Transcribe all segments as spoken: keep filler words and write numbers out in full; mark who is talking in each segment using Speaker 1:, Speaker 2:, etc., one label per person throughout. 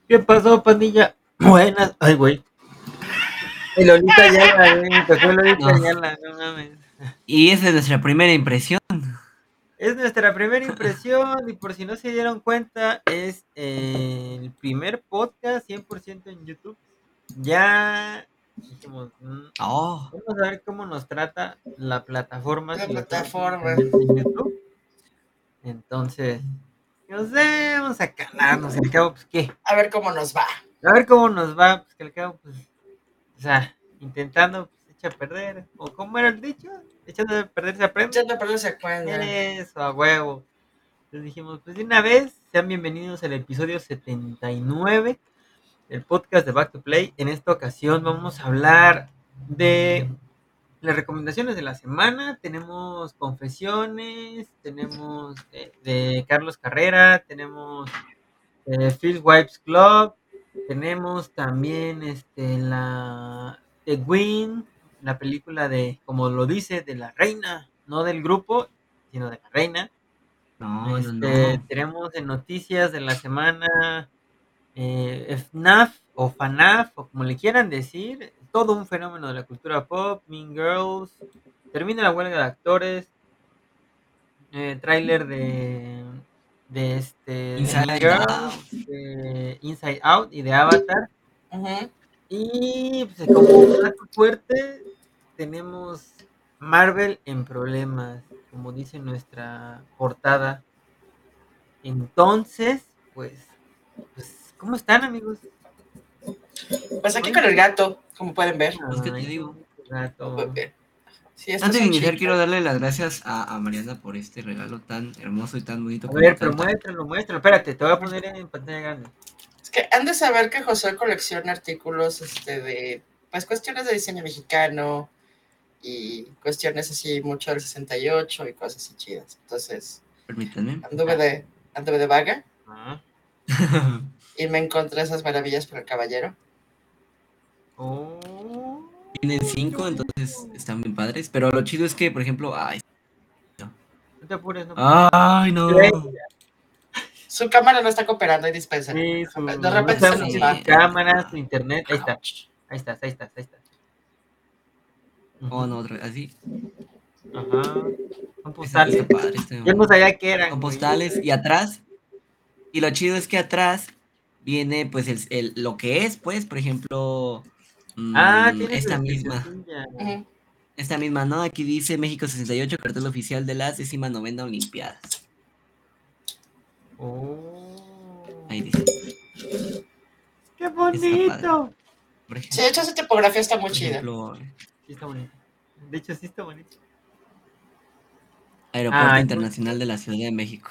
Speaker 1: ¿Qué pasó, pandilla? Buenas. Ay, güey. El Lolita Ayala, güey. Me tocó el Lolita
Speaker 2: No.
Speaker 1: Ayala, no mames.
Speaker 2: Y esa es nuestra primera impresión.
Speaker 1: Es nuestra primera impresión y por si no se dieron cuenta, es eh, el primer podcast cien por ciento en YouTube. Ya dijimos, mm,
Speaker 2: Oh,
Speaker 1: vamos a ver cómo nos trata la plataforma
Speaker 3: La
Speaker 1: si lo hacemos
Speaker 3: plataforma.
Speaker 1: únicamente en YouTube. Entonces, no sé, vamos a calarnos. Al cabo, pues, ¿qué?
Speaker 3: A ver cómo nos va.
Speaker 1: A ver cómo nos va, pues que al cabo, pues, o sea, intentando, pues, echa a perder. ¿O cómo era el dicho? Echando a perder se aprende.
Speaker 3: Ya me perdí se acuerda.
Speaker 1: Eso, a huevo. Entonces dijimos, pues de una vez, sean bienvenidos al episodio setenta y nueve del podcast de Back to Play. En esta ocasión vamos a hablar de las recomendaciones de la semana. Tenemos confesiones, tenemos de, de Carlos Carrera, tenemos eh, Phil Wipes Club, tenemos también este, la The Queen, la película de, como lo dice, de la reina, no del grupo, sino de la reina.
Speaker 2: no, no,
Speaker 1: Este,
Speaker 2: no.
Speaker 1: tenemos de noticias de la semana eh, F N A F o FANAF o como le quieran decir, todo un fenómeno de la cultura pop, Mean Girls, termina la huelga de actores, eh, tráiler de, de este de Mean
Speaker 2: Inside
Speaker 1: Girls,
Speaker 2: Out.
Speaker 1: de Inside Out y de Avatar.
Speaker 3: Ujú.
Speaker 1: Y pues, como plato fuerte tenemos Marvel en problemas, como dice nuestra portada. Entonces, pues, pues, ¿cómo están, amigos?
Speaker 3: Pues aquí con el
Speaker 1: Cuéntenme.
Speaker 3: gato, como pueden ver.
Speaker 2: Pues, ¿qué te
Speaker 1: Ay, qué
Speaker 2: digo?
Speaker 1: bonito gato.
Speaker 3: Sí, estos
Speaker 2: Antes de
Speaker 3: son
Speaker 2: iniciar,
Speaker 3: chicos.
Speaker 2: quiero darle las gracias a, a Mariana por este regalo tan hermoso y tan bonito
Speaker 1: A
Speaker 2: que me
Speaker 1: ver, pero
Speaker 2: encanta.
Speaker 1: muéstralo, muéstralo. Espérate, te voy a poner en pantalla grande.
Speaker 3: Es que han de saber que José colecciona artículos este, de pues cuestiones de diseño mexicano y cuestiones así mucho del sesenta y ocho y cosas así chidas. Entonces,
Speaker 2: Permítanme.
Speaker 3: anduve de, anduve de vaga
Speaker 1: Ah.
Speaker 3: y me encontré esas maravillas para el caballero.
Speaker 1: Oh,
Speaker 2: Tienen
Speaker 1: qué
Speaker 2: cinco, entonces
Speaker 1: bonito.
Speaker 2: están bien padres. Pero lo chido es que, por ejemplo, ay, no.
Speaker 1: No te apures, no pasa nada.
Speaker 2: Ay, no.
Speaker 3: Su cámara no está cooperando y dispénsela.
Speaker 1: Sí, su,
Speaker 3: De
Speaker 1: no
Speaker 3: repente se
Speaker 1: sabemos
Speaker 3: nos
Speaker 1: si es su
Speaker 3: va.
Speaker 2: Este,
Speaker 1: cámara, su
Speaker 2: ah,
Speaker 1: internet. Ahí está.
Speaker 2: ouch.
Speaker 1: Ahí estás, ahí estás, ahí estás.
Speaker 2: Oh,
Speaker 1: Ujú.
Speaker 2: no, otra vez, así.
Speaker 1: Ajá. Son
Speaker 2: Está, está
Speaker 1: postales.
Speaker 2: padre, está
Speaker 1: Yo no
Speaker 2: bonito.
Speaker 1: sabía qué
Speaker 2: Son
Speaker 1: eran, güey. Yo no
Speaker 2: postales
Speaker 1: sabía
Speaker 2: y
Speaker 1: qué eran.
Speaker 2: atrás. Y lo chido es que atrás viene, pues, el, el- lo que es, pues, por ejemplo,
Speaker 1: Ah,
Speaker 2: mm,
Speaker 1: tiene su
Speaker 2: esta misma,
Speaker 1: descripcióncilla.
Speaker 3: Ujú.
Speaker 2: esta misma, ¿no? Aquí dice México sesenta y ocho, cartel oficial de las décima novena Olimpiadas. Ahí
Speaker 1: Oh,
Speaker 2: dice.
Speaker 1: qué
Speaker 2: Está padre.
Speaker 1: bonito.
Speaker 2: Por
Speaker 3: Sí, de
Speaker 2: ejemplo,
Speaker 3: hecho esa tipografía está muy
Speaker 2: por
Speaker 3: chida.
Speaker 2: ejemplo,
Speaker 1: Sí, está bonito. De hecho, sí está bonito.
Speaker 2: Aeropuerto
Speaker 1: Ay, qué
Speaker 2: Internacional
Speaker 1: bonito.
Speaker 2: de la Ciudad de México.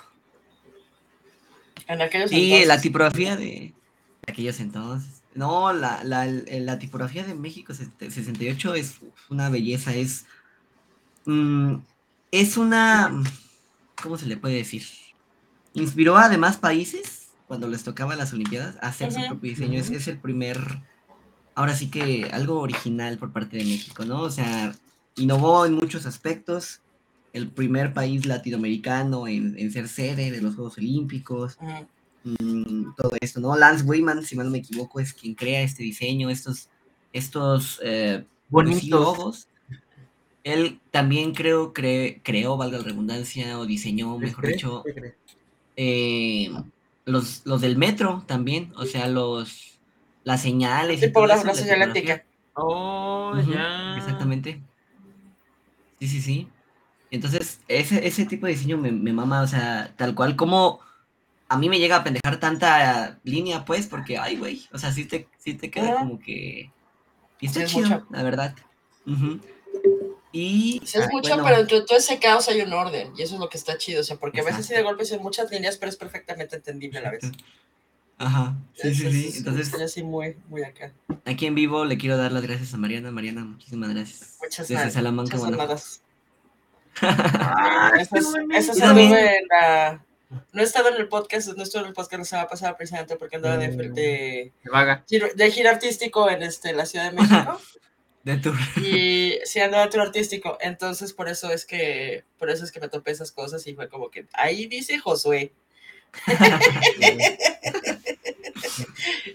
Speaker 3: En aquellos
Speaker 2: Sí, la
Speaker 3: entonces.
Speaker 2: tipografía de aquellos entonces. No, la, la, la tipografía de México sesenta y ocho es una belleza, es, mm, es una, ¿cómo se le puede decir? Inspiró a demás países cuando les tocaba las Olimpiadas a hacer su
Speaker 3: Ujú.
Speaker 2: propio diseño. Es,
Speaker 1: Ujú.
Speaker 2: es el primer, ahora sí que algo original por parte de México, ¿no? O sea, innovó en muchos aspectos. El primer país latinoamericano en, en ser sede de los Juegos Olímpicos,
Speaker 3: Ujú.
Speaker 2: mm, todo esto, ¿no? Lance Weyman, si mal no me equivoco, es quien crea este diseño, estos, estos, eh, pues sí,
Speaker 1: Bonitos.
Speaker 2: logos. Él también creo, cre- creó, valga la redundancia, o diseñó,
Speaker 1: ¿Crees?
Speaker 2: mejor
Speaker 1: ¿Crees?
Speaker 2: dicho,
Speaker 1: ¿Qué crees?
Speaker 2: eh, los, los del metro también, o sea, los, las
Speaker 3: La
Speaker 2: señales y todo
Speaker 3: tipografía,
Speaker 2: eso,
Speaker 3: la
Speaker 2: la tipografía.
Speaker 3: señalética.
Speaker 1: Oh,
Speaker 2: Ujú,
Speaker 1: ya.
Speaker 2: exactamente. Sí, sí, sí. Entonces, ese, ese tipo de diseño me, me mama, o sea, tal cual como a mí me llega a pendejar tanta línea, pues, porque, ay, güey, o sea, sí te, sí te queda
Speaker 3: Ujú.
Speaker 2: como que, y
Speaker 3: Sí
Speaker 2: está
Speaker 3: es
Speaker 2: chido,
Speaker 3: mucho.
Speaker 2: la verdad. Ujú. Y,
Speaker 3: Sí es mucho, pero
Speaker 2: bueno,
Speaker 3: entre todo ese caos hay un orden. Y eso es lo que está chido. O sea, porque a veces sí
Speaker 2: exacto,
Speaker 3: de golpe son muchas líneas, pero es perfectamente entendible a la
Speaker 2: perfecto.
Speaker 3: vez.
Speaker 2: Ajá, sí,
Speaker 3: Es,
Speaker 2: sí,
Speaker 3: es,
Speaker 2: sí.
Speaker 3: es un diseño
Speaker 2: Entonces,
Speaker 3: así muy, muy acá.
Speaker 2: aquí en vivo le quiero dar las gracias a Mariana. Mariana, muchísimas gracias.
Speaker 3: Muchas,
Speaker 2: Desde
Speaker 3: na-
Speaker 2: Salamanca,
Speaker 3: muchas
Speaker 2: Guanajuato.
Speaker 3: donadas.
Speaker 1: ¡Ay, qué
Speaker 3: Esas, esas
Speaker 2: Tú
Speaker 1: bonito!
Speaker 3: anduve
Speaker 2: también.
Speaker 3: en la. No he estado en el podcast, no estuve en el podcast la semana pasada precisamente porque andaba de,
Speaker 1: Mm,
Speaker 3: de,
Speaker 1: se vaga.
Speaker 3: giro, de gira artístico en este, la Ciudad de México.
Speaker 2: De tour.
Speaker 3: Y sí andaba de tour artístico. Entonces por eso es que por eso es que me topé esas cosas y fue como que ahí dice Josué.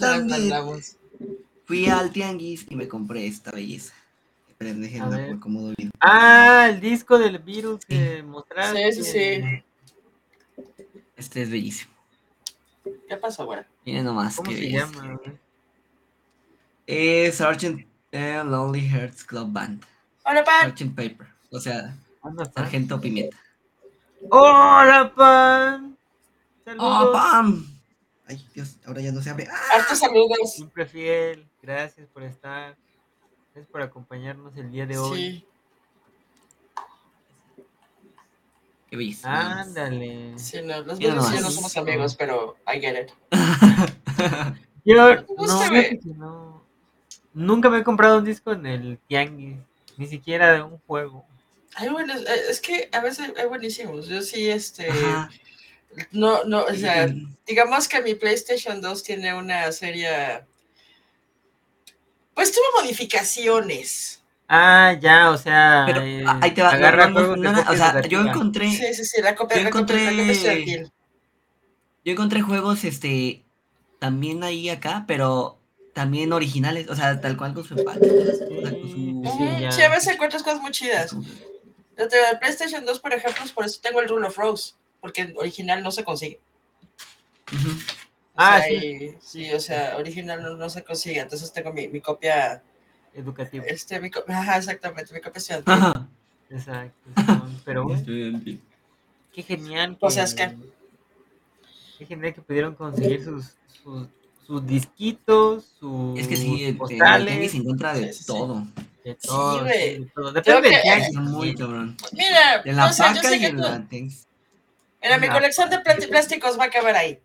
Speaker 3: se las
Speaker 2: también
Speaker 3: mandamos.
Speaker 2: fui al tianguis y me compré esta belleza. Esperen,
Speaker 1: A
Speaker 2: déjenla
Speaker 1: ver.
Speaker 2: por cómodo bien.
Speaker 1: Ah, el disco del virus
Speaker 2: Sí.
Speaker 1: que mostraste.
Speaker 3: Sí, sí, sí.
Speaker 2: Este es bellísimo.
Speaker 3: ¿Qué pasó, güey?
Speaker 2: Miren nomás
Speaker 1: ¿Cómo
Speaker 2: qué
Speaker 1: se
Speaker 2: belleza.
Speaker 1: llama?
Speaker 2: Es Sergeant eh, Lonely Hearts Club Band.
Speaker 3: Hola, pan.
Speaker 2: Sergeant Pepper. O sea,
Speaker 1: Anda, pan.
Speaker 2: Sargento Pimienta.
Speaker 1: ¡Hola, pan!
Speaker 2: ¡Oh,
Speaker 1: Saludos.
Speaker 2: pam! Ay, Dios, ahora ya no se abre. ¡Ah!
Speaker 3: Hartos saludos.
Speaker 1: Siempre fiel. Gracias por estar. Gracias por acompañarnos el día de hoy.
Speaker 3: Sí,
Speaker 2: Qué belleza. Mira nomás.
Speaker 1: Ándale.
Speaker 3: sí, no, los
Speaker 2: Mira
Speaker 3: virus y yo
Speaker 2: nomás.
Speaker 3: no somos amigos, pero I get it.
Speaker 1: Yo,
Speaker 3: No te
Speaker 1: no,
Speaker 3: gusta,
Speaker 1: fíjate
Speaker 3: güey.
Speaker 1: que no. Nunca me he comprado un disco en el tianguis. Ni siquiera de un juego.
Speaker 3: Ay, bueno, es, es que a veces hay buenísimos. Yo sí, este,
Speaker 2: Ajá.
Speaker 3: no, no, o
Speaker 2: Y-
Speaker 3: sea,
Speaker 2: y-
Speaker 3: digamos que mi PlayStation dos tiene una serie, pues tuvo modificaciones.
Speaker 1: Ah, ya, o sea,
Speaker 2: Pero ah,
Speaker 1: eh,
Speaker 2: ahí te va. No, no,
Speaker 1: agarra
Speaker 2: no,
Speaker 1: juegos
Speaker 2: no
Speaker 1: de
Speaker 2: era- o
Speaker 1: copia
Speaker 2: sea, yo
Speaker 1: educativa.
Speaker 2: encontré.
Speaker 3: Sí, sí, sí, la copia,
Speaker 2: Yo
Speaker 3: la copia, la copia
Speaker 2: encontré.
Speaker 3: estudiantil.
Speaker 2: Yo encontré juegos, este. También ahí acá, pero también originales. O sea, tal cual con su empaque. O sea, con
Speaker 1: Sí, sí,
Speaker 2: su.
Speaker 1: sí,
Speaker 3: Ujú, sí, a
Speaker 1: ya.
Speaker 3: veces encuentras cosas muy
Speaker 2: Es
Speaker 3: chidas.
Speaker 2: como que-
Speaker 3: Yo te el PlayStation dos, por ejemplo, por eso tengo el Rule of Rose, porque el original no se consigue.
Speaker 2: Ujú.
Speaker 3: O
Speaker 1: Ah,
Speaker 3: sea,
Speaker 1: sí,
Speaker 3: y,
Speaker 1: sí,
Speaker 3: sí, o
Speaker 1: sí, sí,
Speaker 3: sea, original no, no se consigue. Entonces tengo mi, mi copia,
Speaker 1: educativo.
Speaker 3: este, mi copia, ajá, exactamente, mi copia estudiantil.
Speaker 1: Exacto, Simón. Pero bueno,
Speaker 2: Estudiante.
Speaker 1: qué genial
Speaker 3: O sea, es que,
Speaker 1: que, qué genial que pudieron conseguir sus, sus, sus disquitos,
Speaker 2: Es que
Speaker 1: sus
Speaker 2: sí, en, en el tianguis
Speaker 1: postales,
Speaker 2: se encuentra de
Speaker 3: sí, sí, sí.
Speaker 2: todo.
Speaker 1: de
Speaker 3: Sí,
Speaker 1: todo, sí,
Speaker 3: güey.
Speaker 1: de todo.
Speaker 3: Tengo
Speaker 1: Depende
Speaker 3: que,
Speaker 1: del
Speaker 3: eh,
Speaker 1: tianguis
Speaker 2: Está muy
Speaker 1: también.
Speaker 2: cabrón.
Speaker 3: mira,
Speaker 2: En
Speaker 3: o
Speaker 2: la
Speaker 3: sea, yo
Speaker 2: paca
Speaker 3: sé
Speaker 2: y
Speaker 3: que
Speaker 2: en
Speaker 3: tú,
Speaker 2: la tianguis.
Speaker 3: mira, mi
Speaker 1: Nah,
Speaker 3: colección de plat- plásticos va a acabar ahí.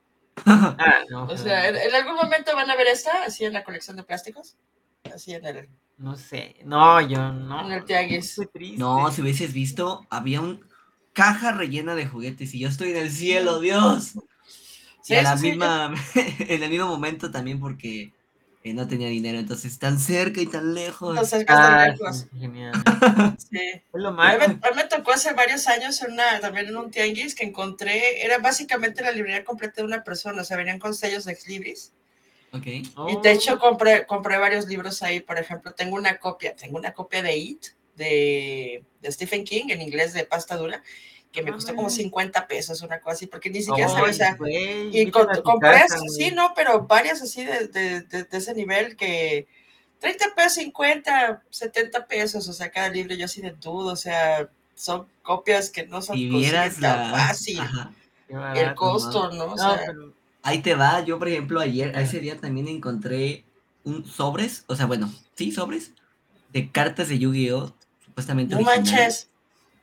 Speaker 1: ah, no,
Speaker 3: O
Speaker 1: ojalá
Speaker 3: sea, en,
Speaker 1: no.
Speaker 3: en algún momento van a ver esta, así en la colección de plásticos, así en el,
Speaker 1: No sé, no, yo
Speaker 3: en
Speaker 1: no,
Speaker 3: el
Speaker 1: no,
Speaker 3: tianguis.
Speaker 1: qué
Speaker 2: No, si
Speaker 1: triste.
Speaker 2: hubieses visto, había un caja rellena de juguetes y yo estoy en el cielo, Dios. Y
Speaker 3: Sí,
Speaker 2: a la
Speaker 3: sí, sí, yo,
Speaker 2: misma, en el mismo momento también porque eh, no tenía dinero, entonces tan cerca y tan
Speaker 3: los
Speaker 2: lejos.
Speaker 3: cercas tan
Speaker 1: Ah, sí,
Speaker 3: lejos.
Speaker 1: qué genial.
Speaker 3: Sí.
Speaker 1: Es lo
Speaker 3: A mí,
Speaker 1: malo.
Speaker 3: a mí me tocó hace varios años en una, también en un tianguis que encontré, era básicamente la librería completa de una persona, o sea, venían con sellos de ex libris.
Speaker 2: Ok.
Speaker 3: Y de hecho
Speaker 1: Oh,
Speaker 3: compré, compré varios libros ahí, por ejemplo, tengo una copia, tengo una copia de It, de, de Stephen King, en inglés de pasta dura, que
Speaker 1: no
Speaker 3: me costó como
Speaker 1: mames.
Speaker 3: cincuenta pesos, una cosa así, porque ni siquiera sabía, o
Speaker 1: Ay,
Speaker 3: sea,
Speaker 1: güey,
Speaker 3: y
Speaker 1: invítame
Speaker 3: co-
Speaker 1: a tu
Speaker 3: compré,
Speaker 1: casa,
Speaker 3: sí,
Speaker 1: güey.
Speaker 3: no, pero varias así de, de, de, de ese nivel que treinta pesos, cincuenta, setenta pesos, o sea, cada libro, yo así de dudo, o sea, son copias que no se
Speaker 2: Si
Speaker 3: consiguen
Speaker 2: vieras
Speaker 3: tan
Speaker 2: la...
Speaker 3: fácil,
Speaker 2: Ajá.
Speaker 1: Qué
Speaker 3: el
Speaker 1: barato.
Speaker 2: No, mames.
Speaker 3: costo, ¿no? O
Speaker 1: No,
Speaker 3: sea,
Speaker 1: pero
Speaker 2: Ahí te va. Yo, por ejemplo, ayer, a
Speaker 1: ya.
Speaker 2: ese día también encontré un sobres, o sea, bueno, sí, sobres, de cartas de Yu-Gi-Oh! Supuestamente
Speaker 3: no
Speaker 2: originales,
Speaker 3: manches,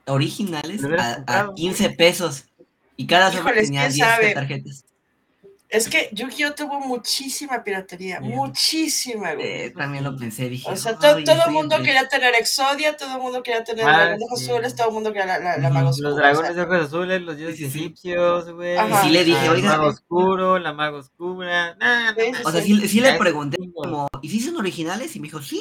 Speaker 1: Lo
Speaker 2: originales
Speaker 1: hubieras
Speaker 2: a, a
Speaker 1: comprado.
Speaker 2: quince pesos. Y cada sobre
Speaker 3: híjoles,
Speaker 2: tenía
Speaker 3: quién
Speaker 2: diez
Speaker 3: sabe.
Speaker 2: tarjetas.
Speaker 3: Es que Yu-Gi-Oh tuvo muchísima piratería,
Speaker 1: Sí,
Speaker 3: muchísima, güey.
Speaker 2: Eh,
Speaker 1: eso
Speaker 2: también lo
Speaker 1: sí.
Speaker 2: pensé,
Speaker 3: O
Speaker 2: dije,
Speaker 3: sea, to-
Speaker 2: ay,
Speaker 3: todo el
Speaker 2: estoy
Speaker 3: mundo
Speaker 2: entre...
Speaker 3: quería tener Exodia, todo el mundo quería tener
Speaker 1: Ah,
Speaker 3: Dragones
Speaker 1: sí.
Speaker 3: Azules, todo el mundo quería la, la, la Mago
Speaker 2: Ujú.
Speaker 1: Los
Speaker 3: Oscura, o
Speaker 1: dragones
Speaker 3: sea,
Speaker 1: de ojos azules, los
Speaker 2: Sí,
Speaker 1: dioses
Speaker 2: sí, sí.
Speaker 1: egipcios,
Speaker 2: Y sí
Speaker 3: ajá,
Speaker 1: güey.
Speaker 2: le
Speaker 3: sí,
Speaker 2: Dije,
Speaker 1: Al
Speaker 3: sí,
Speaker 2: oiga,
Speaker 1: mago
Speaker 3: sí,
Speaker 1: oscuro, la mago oscura. Nah, no
Speaker 3: sí, sí,
Speaker 2: o sea,
Speaker 1: manches.
Speaker 3: sí.
Speaker 2: sí, sí le
Speaker 1: Ya es
Speaker 2: pregunté
Speaker 1: chingo.
Speaker 2: como, ¿y si son originales? Y me dijo, sí,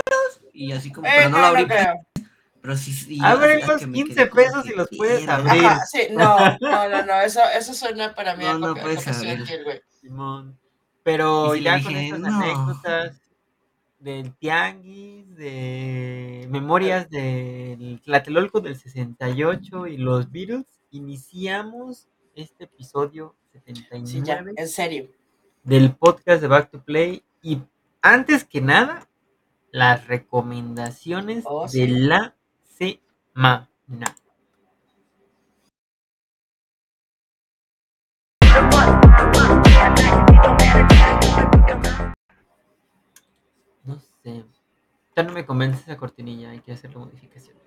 Speaker 2: y así como, pero
Speaker 3: Eh,
Speaker 2: no lo
Speaker 3: no, no
Speaker 2: abrí, pues,
Speaker 3: creo.
Speaker 2: pero sí, sí, y yo así
Speaker 1: Abre
Speaker 2: ah,
Speaker 1: los
Speaker 2: que me
Speaker 1: quince
Speaker 2: quedé como
Speaker 1: pesos y
Speaker 2: que,
Speaker 1: los puedes
Speaker 3: Ajá,
Speaker 1: abrir.
Speaker 2: verga.
Speaker 3: sí, no, no, no, no, eso, eso suena para mí a
Speaker 2: No, no
Speaker 3: copia, a
Speaker 2: puedes
Speaker 3: copia
Speaker 2: abrir.
Speaker 3: estudiantil, güey.
Speaker 1: Simón.
Speaker 2: Y
Speaker 1: Pero
Speaker 2: sí le
Speaker 1: ya con
Speaker 2: dije,
Speaker 1: estas
Speaker 2: no.
Speaker 1: anécdotas del tianguis, de
Speaker 3: Eh,
Speaker 1: memorias del Tlatelolco del sesenta y ocho y los Beatles, iniciamos este episodio
Speaker 3: Sí, ya,
Speaker 1: setenta y nueve
Speaker 3: en serio.
Speaker 1: del podcast de Back to Play. Y antes que nada, las recomendaciones
Speaker 3: Oh,
Speaker 1: de
Speaker 3: sí.
Speaker 1: la semana. No sé. Ya no me convence esa cortinilla, hay que hacerle modificaciones.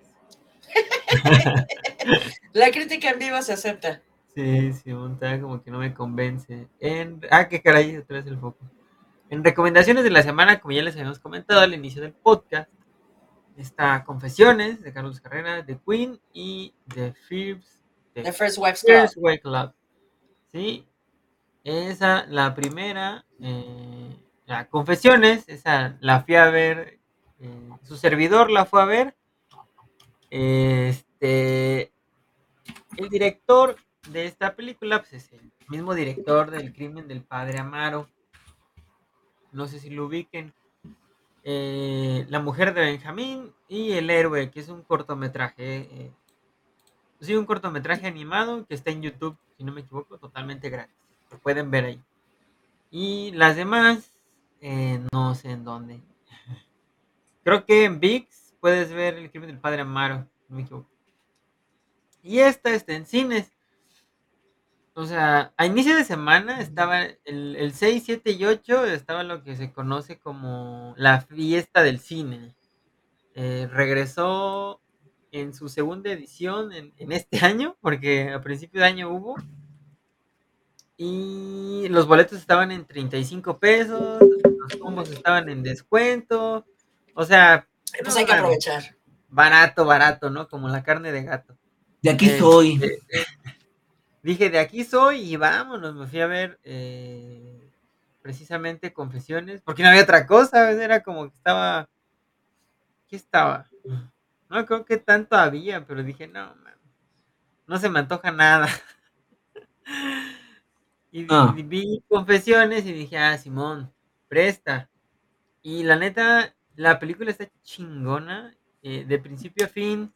Speaker 3: La crítica en vivo se acepta.
Speaker 1: Sí, sí, montada como que no me convence. En... Ah, qué caray, otra vez el foco. En recomendaciones de la semana, como ya les habíamos comentado al inicio del podcast, está Confesiones de Carlos Carrera, de Queen y The First,
Speaker 3: The
Speaker 1: The
Speaker 3: First Wives Club.
Speaker 1: First Way Club. Sí, esa, la primera, eh, la Confesiones, esa la fui a ver, eh, su servidor la fue a ver. Este, el director de esta película pues, es el mismo director del Crimen del Padre Amaro. no sé si lo ubiquen, eh, La mujer de Benjamín y El héroe, que es un cortometraje, eh, sí, un cortometraje animado que está en YouTube, si no me equivoco, totalmente gratis. Lo pueden ver ahí. Y las demás, eh, no sé en dónde. Creo que en VIX puedes ver El crimen del padre Amaro, si no me equivoco. Y esta está en cines. O sea, a inicio de semana estaba el, el seis, siete y ocho estaba lo que se conoce como la fiesta del cine. Eh, regresó en su segunda edición en, en este año, porque a principio de año hubo. Y los boletos estaban en treinta y cinco pesos, los combos estaban en descuento. O sea,
Speaker 3: Pues
Speaker 1: no
Speaker 3: hay que
Speaker 1: mames,
Speaker 3: aprovechar.
Speaker 1: barato, barato, ¿no? Como la carne de gato.
Speaker 2: De aquí soy.
Speaker 1: Este, dije, de aquí soy y vámonos. Me fui a ver eh, precisamente Confesiones, porque no había otra cosa. Era como que estaba. ¿Qué estaba? No creo que tanto había, pero dije, no, man, no se me antoja nada. Y
Speaker 2: Ah,
Speaker 1: vi, vi Confesiones y dije, ah, Simón, presta. Y la neta, la película está chingona. Eh, de principio a fin,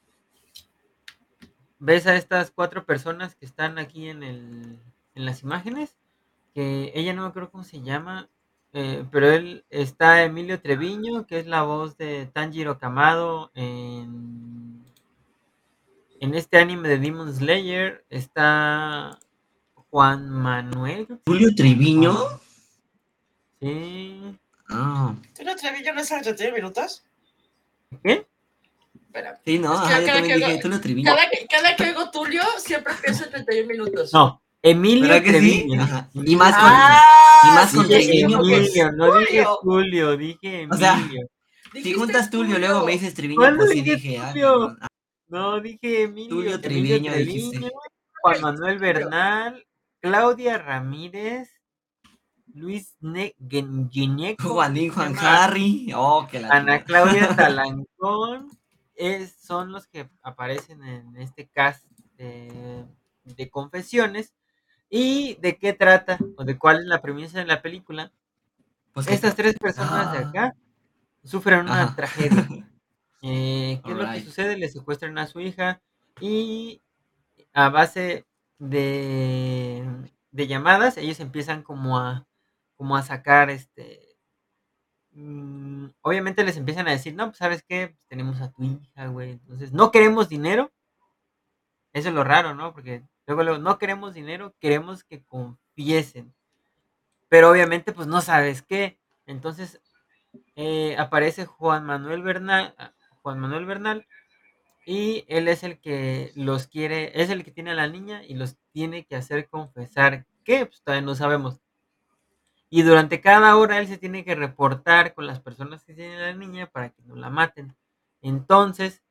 Speaker 1: ves a estas cuatro personas que están aquí en el, en las imágenes. Que ella no me acuerdo cómo se llama, eh, pero él está Emilio Treviño, que es la voz de Tanjiro Kamado en, en este anime de Demon Slayer. Está Juan Manuel, creo que se
Speaker 2: Julio
Speaker 1: llama.
Speaker 2: Triviño.
Speaker 1: Juan, sí.
Speaker 2: Ah,
Speaker 3: ¿Tú no Trevillo no es el treinta y uno minutos?
Speaker 1: ¿Qué?
Speaker 3: Espera.
Speaker 2: sí, no,
Speaker 3: Es
Speaker 2: ajá,
Speaker 3: que
Speaker 2: yo
Speaker 3: cada
Speaker 2: también
Speaker 3: que oigo,
Speaker 2: dije Julio Triviño.
Speaker 3: cada que, cada que oigo Tulio, siempre pienso en treinta y uno minutos.
Speaker 1: No, Emilio
Speaker 2: ¿Verdad que sí?
Speaker 1: Treviño.
Speaker 2: Ajá. Y
Speaker 1: Emilio
Speaker 2: más con,
Speaker 1: Treviño.
Speaker 2: y
Speaker 3: ¡Ah!
Speaker 2: más
Speaker 3: Sí,
Speaker 2: con
Speaker 3: yo
Speaker 1: Dije
Speaker 3: sí,
Speaker 2: Triviño,
Speaker 3: como que
Speaker 2: pues.
Speaker 1: Emilio, no dije
Speaker 3: Tulio.
Speaker 1: Julio, dije
Speaker 2: O sea,
Speaker 1: Emilio.
Speaker 2: si
Speaker 3: Dijiste
Speaker 2: juntas Tulio, luego me
Speaker 3: Tulio.
Speaker 2: dices Triviño,
Speaker 1: ¿Cuándo
Speaker 2: pues sí
Speaker 1: dije
Speaker 2: dije, ah,
Speaker 1: Tulio?
Speaker 2: cabrón. Ah,
Speaker 1: No, dije Emilio.
Speaker 2: Tulio
Speaker 1: Emilio
Speaker 2: Triviño
Speaker 1: Treviño,
Speaker 2: dijiste.
Speaker 1: Juan
Speaker 3: Dijiste
Speaker 1: Manuel
Speaker 3: Tulio.
Speaker 1: Bernal, Claudia Ramírez, Luis Ne- Gen- Gineco, creo
Speaker 2: Juanín,
Speaker 1: que se
Speaker 2: Juan
Speaker 1: llama
Speaker 2: Harry. Oh, que la
Speaker 1: Ana
Speaker 2: chingada.
Speaker 1: Claudia Talancón. Es, son los que aparecen en este cast de, de Confesiones. ¿Y de qué trata? ¿O de cuál es la premisa de la película?
Speaker 2: Pues que
Speaker 1: Estas
Speaker 2: está.
Speaker 1: tres personas de
Speaker 2: Ah,
Speaker 1: acá sufren una
Speaker 2: ajá.
Speaker 1: tragedia. Eh, ¿qué es lo que
Speaker 2: Alright.
Speaker 1: sucede? Le secuestran a su hija y a base de, de llamadas, ellos empiezan como a, como a sacar, este, mm, obviamente les empiezan a decir, no, pues sabes qué, pues, tenemos a tu hija, güey, entonces no queremos dinero, eso es lo raro, ¿no? Porque luego, luego, no queremos dinero, queremos que confiesen, pero obviamente pues no sabes qué, entonces eh, aparece Juan Manuel Bernal, ah, Juan Manuel Bernal, y él es el que los quiere, es el que tiene a la niña y los tiene que hacer confesar que pues todavía no sabemos. Y durante cada hora él se tiene que reportar con las personas que tienen a la niña para que no la maten. Entonces,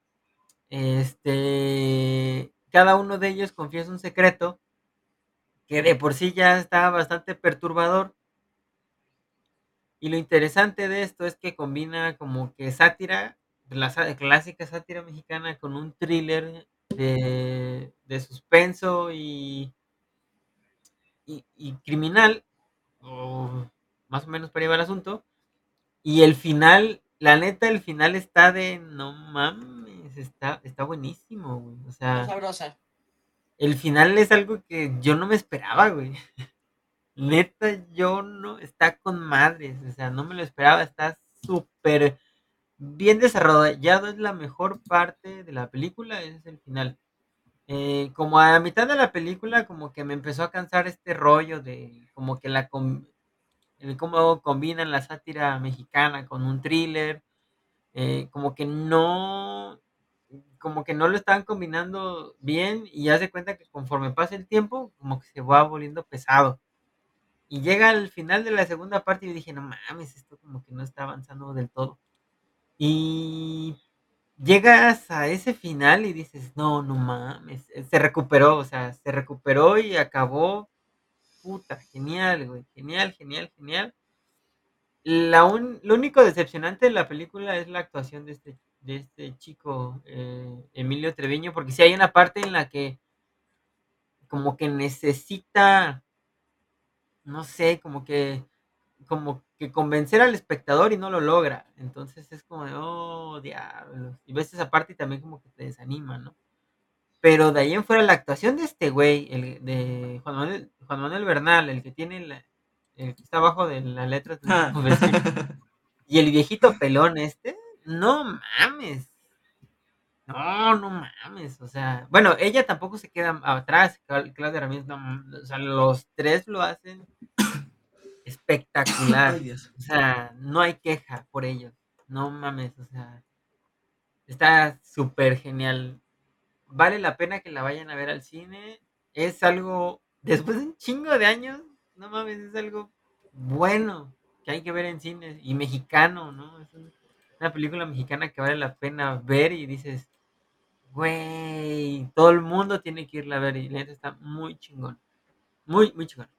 Speaker 1: este, cada uno de ellos confiesa un secreto que de por sí ya está bastante perturbador. Y lo interesante de esto es que combina como que sátira, la sa- clásica sátira mexicana con un thriller de, de suspenso y, y- y criminal, o más o menos para llevar el asunto. Y el final, la neta, el final está de no mames, está, está buenísimo, güey. O
Speaker 3: Está
Speaker 1: sea,
Speaker 3: sabrosa.
Speaker 1: el final es algo que yo no me esperaba, güey. Neta, yo no, está con madres, o sea, no me lo esperaba, está súper bien desarrollado, es la mejor parte de la película, ese es el final. Eh, como a mitad de la película, como que me empezó a cansar este rollo de como que la com- el cómo combinan la sátira mexicana con un thriller, eh, como que no, como que no lo estaban combinando bien y ya se cuenta que conforme pasa el tiempo, como que se va volviendo pesado. Y llega al final de la segunda parte y yo dije, no mames, esto como que no está avanzando del todo. Y llegas a ese final y dices, no, no mames, eh, se recuperó, o sea, se recuperó y acabó, puta, genial, güey, genial, genial, genial. La un- lo único decepcionante de la película es la actuación de este, de este chico, eh, Emilio Treviño, porque si hay una parte en la que como que necesita, no sé, como que como que convencer al espectador y no lo logra. Entonces es como de, oh, diablos. Y ves esa parte y también como que te desanima, ¿no? Pero de ahí en fuera la actuación de este güey, el de Juan Manuel, Juan Manuel Bernal, el que tiene la, el que está abajo de las letras de su confesión, y el viejito pelón este, no mames. No, no mames, o sea, bueno, ella tampoco se queda atrás, Cla- Claudia Ramírez, no, mames, o sea, los tres lo hacen
Speaker 2: Ay,
Speaker 1: espectacular,
Speaker 2: Dios.
Speaker 1: o sea, no hay queja por ellos, no mames, o sea, está súper genial, vale la pena que la vayan a ver al cine, es algo, después de un chingo de años, no mames, es algo bueno que hay que ver en cines, y mexicano, ¿no? Es un- una película mexicana que vale la pena ver y dices, güey, todo el mundo tiene que irla a ver y la neta está muy chingón. Muy, muy chingón.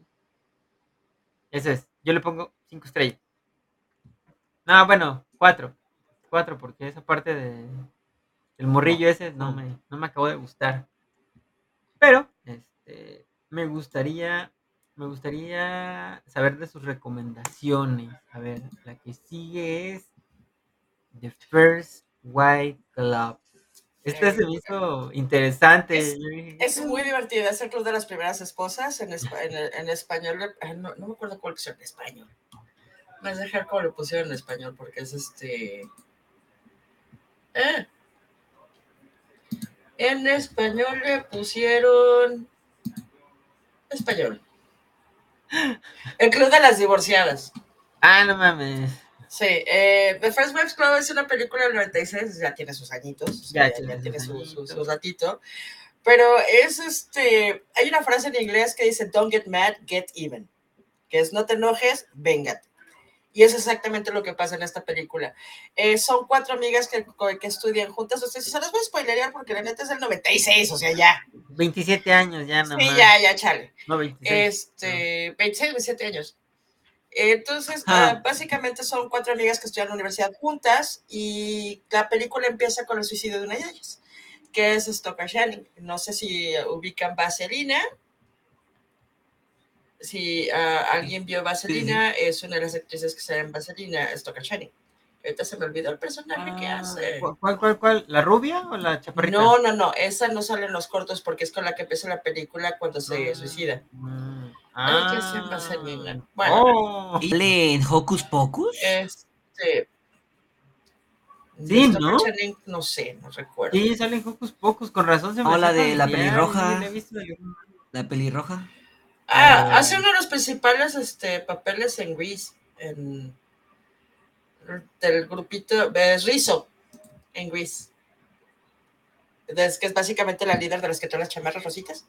Speaker 1: Eso es. Yo le pongo cinco estrellas. No, bueno, cuatro. Cuatro, porque esa parte de, del morrillo ese no
Speaker 2: Oh.
Speaker 1: me, no me acabó de gustar. Pero, este, me gustaría, me gustaría saber de sus recomendaciones. A ver, la que sigue es The First White Club. Esta se me hizo interesante.
Speaker 3: Es,
Speaker 1: Yo dije, ¿qué
Speaker 3: es muy
Speaker 1: pedo?
Speaker 3: divertida, es el Club de las Primeras Esposas en, espa- en, en español, eh, no, no me acuerdo cuál es en español. Me vas a dejar cómo lo pusieron en español porque es este... eh, en español le pusieron... Español. El Club de las Divorciadas.
Speaker 1: Ah, no mames.
Speaker 3: Sí, eh, The First Wives Club es una película del noventa y seis, ya tiene sus añitos, o sea,
Speaker 1: Ya
Speaker 3: ya, ya
Speaker 1: tiene sus
Speaker 3: tiene su, su, su
Speaker 1: añitos.
Speaker 3: ratito, pero es este, hay una frase en inglés que dice, don't get mad, get even, que es no te enojes, véngate. Y es exactamente lo que pasa en esta película. Eh, son cuatro amigas que, que estudian juntas, o sea, si se las voy a spoilerear porque la neta es del noventa y seis, o sea, ya.
Speaker 1: veintisiete años ya
Speaker 3: Sí,
Speaker 1: nomás.
Speaker 3: ya, ya, chale.
Speaker 1: No, veintiséis. No.
Speaker 3: Este, veintiséis, veintisiete años. Entonces, uh,
Speaker 2: Ah,
Speaker 3: básicamente son cuatro amigas que estudian en la universidad juntas y la película empieza con el suicidio de una de ellas, que es Stoker Channing. No sé si ubican Vaselina. Si uh, alguien vio
Speaker 2: sí, sí.
Speaker 3: Vaselina, es una de las actrices que sale en Vaselina, Stoker Channing. Ahorita se me olvidó el personaje que
Speaker 1: Ah,
Speaker 3: hace.
Speaker 1: ¿cuál, cuál, cuál? ¿La rubia o la chaparrita?
Speaker 3: No, no, no, esa no sale en los cortos porque es con la que empieza la película cuando se
Speaker 1: Ah,
Speaker 3: suicida.
Speaker 1: mm,
Speaker 3: Ay, ¿qué hace en
Speaker 1: ah,
Speaker 3: Vaselina? Bueno,
Speaker 1: oh,
Speaker 2: ¿Y sale en Hocus Pocus?
Speaker 3: este, de
Speaker 1: sí,
Speaker 3: Stoker
Speaker 1: ¿no?
Speaker 3: Channing, no sé, no recuerdo.
Speaker 1: Sí, salen Hocus Pocus, con razón se me
Speaker 2: No,
Speaker 1: hacía
Speaker 2: la de la
Speaker 1: familiar, yo dije, la he
Speaker 2: pelirroja.
Speaker 1: visto de algún lado.
Speaker 2: La pelirroja.
Speaker 3: Ah, hace
Speaker 1: Eh,
Speaker 3: uno de los principales este, papeles en Grease, en, del grupito, es Rizzo, en Grease, es, que es básicamente la líder de las que traen las chamarras rositas.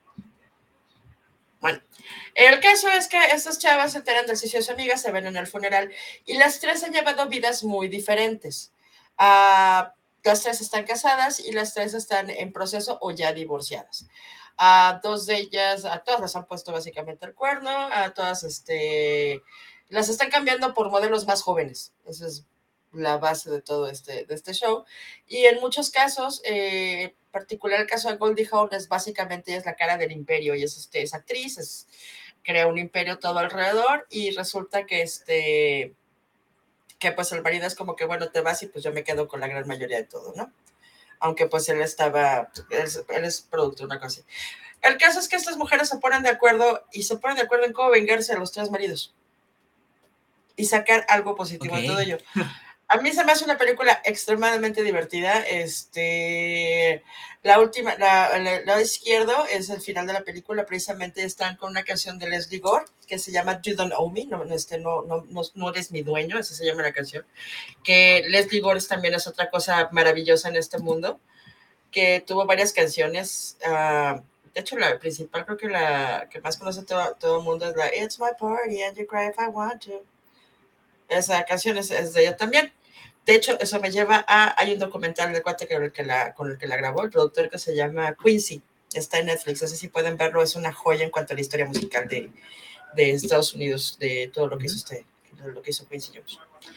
Speaker 3: Bueno, el caso es que estas chavas se enteran del suicidio de su amiga, se ven en el funeral y las tres han llevado vidas muy diferentes. Uh, las tres están casadas y las tres están en proceso o ya divorciadas. A dos de ellas, a todas las han puesto básicamente el cuerno, a todas este, las están cambiando por modelos más jóvenes. Esa es la base de todo este, de este show. Y en muchos casos, eh, en particular el caso de Goldie Hawn, es básicamente es la cara del imperio y es, este, es actriz, es, crea un imperio todo alrededor y resulta que este que pues el marido es como que bueno, te vas y pues yo me quedo con la gran mayoría de todo, ¿no? Aunque pues él estaba, él, él es productor, una cosa así. El caso es que estas mujeres se ponen de acuerdo y se ponen de acuerdo en cómo vengarse de los tres maridos y sacar algo positivo
Speaker 2: Ok.
Speaker 3: de todo ello. A mí se me hace una película extremadamente divertida. Este, la última, la, el lado izquierdo es el final de la película. Precisamente están con una canción de Leslie Gore que se llama You Don't Owe Me. No, este, no, no, no, no eres mi dueño, así se llama la canción. Que Leslie Gore también es otra cosa maravillosa en este mundo. Que tuvo varias canciones. Uh, de hecho, la principal, creo que la que más conoce todo, todo el mundo es la It's My Party and You Cry If I Want To. Esa canción es, es de ella también. De hecho, eso me lleva a, hay un documental de cuate que, que la, con el que la grabó, el productor, que se llama Quincy, está en Netflix, no sé si pueden verlo, es una joya en cuanto a la historia musical de, de Estados Unidos, de todo lo que hizo este, lo que hizo Quincy Jones.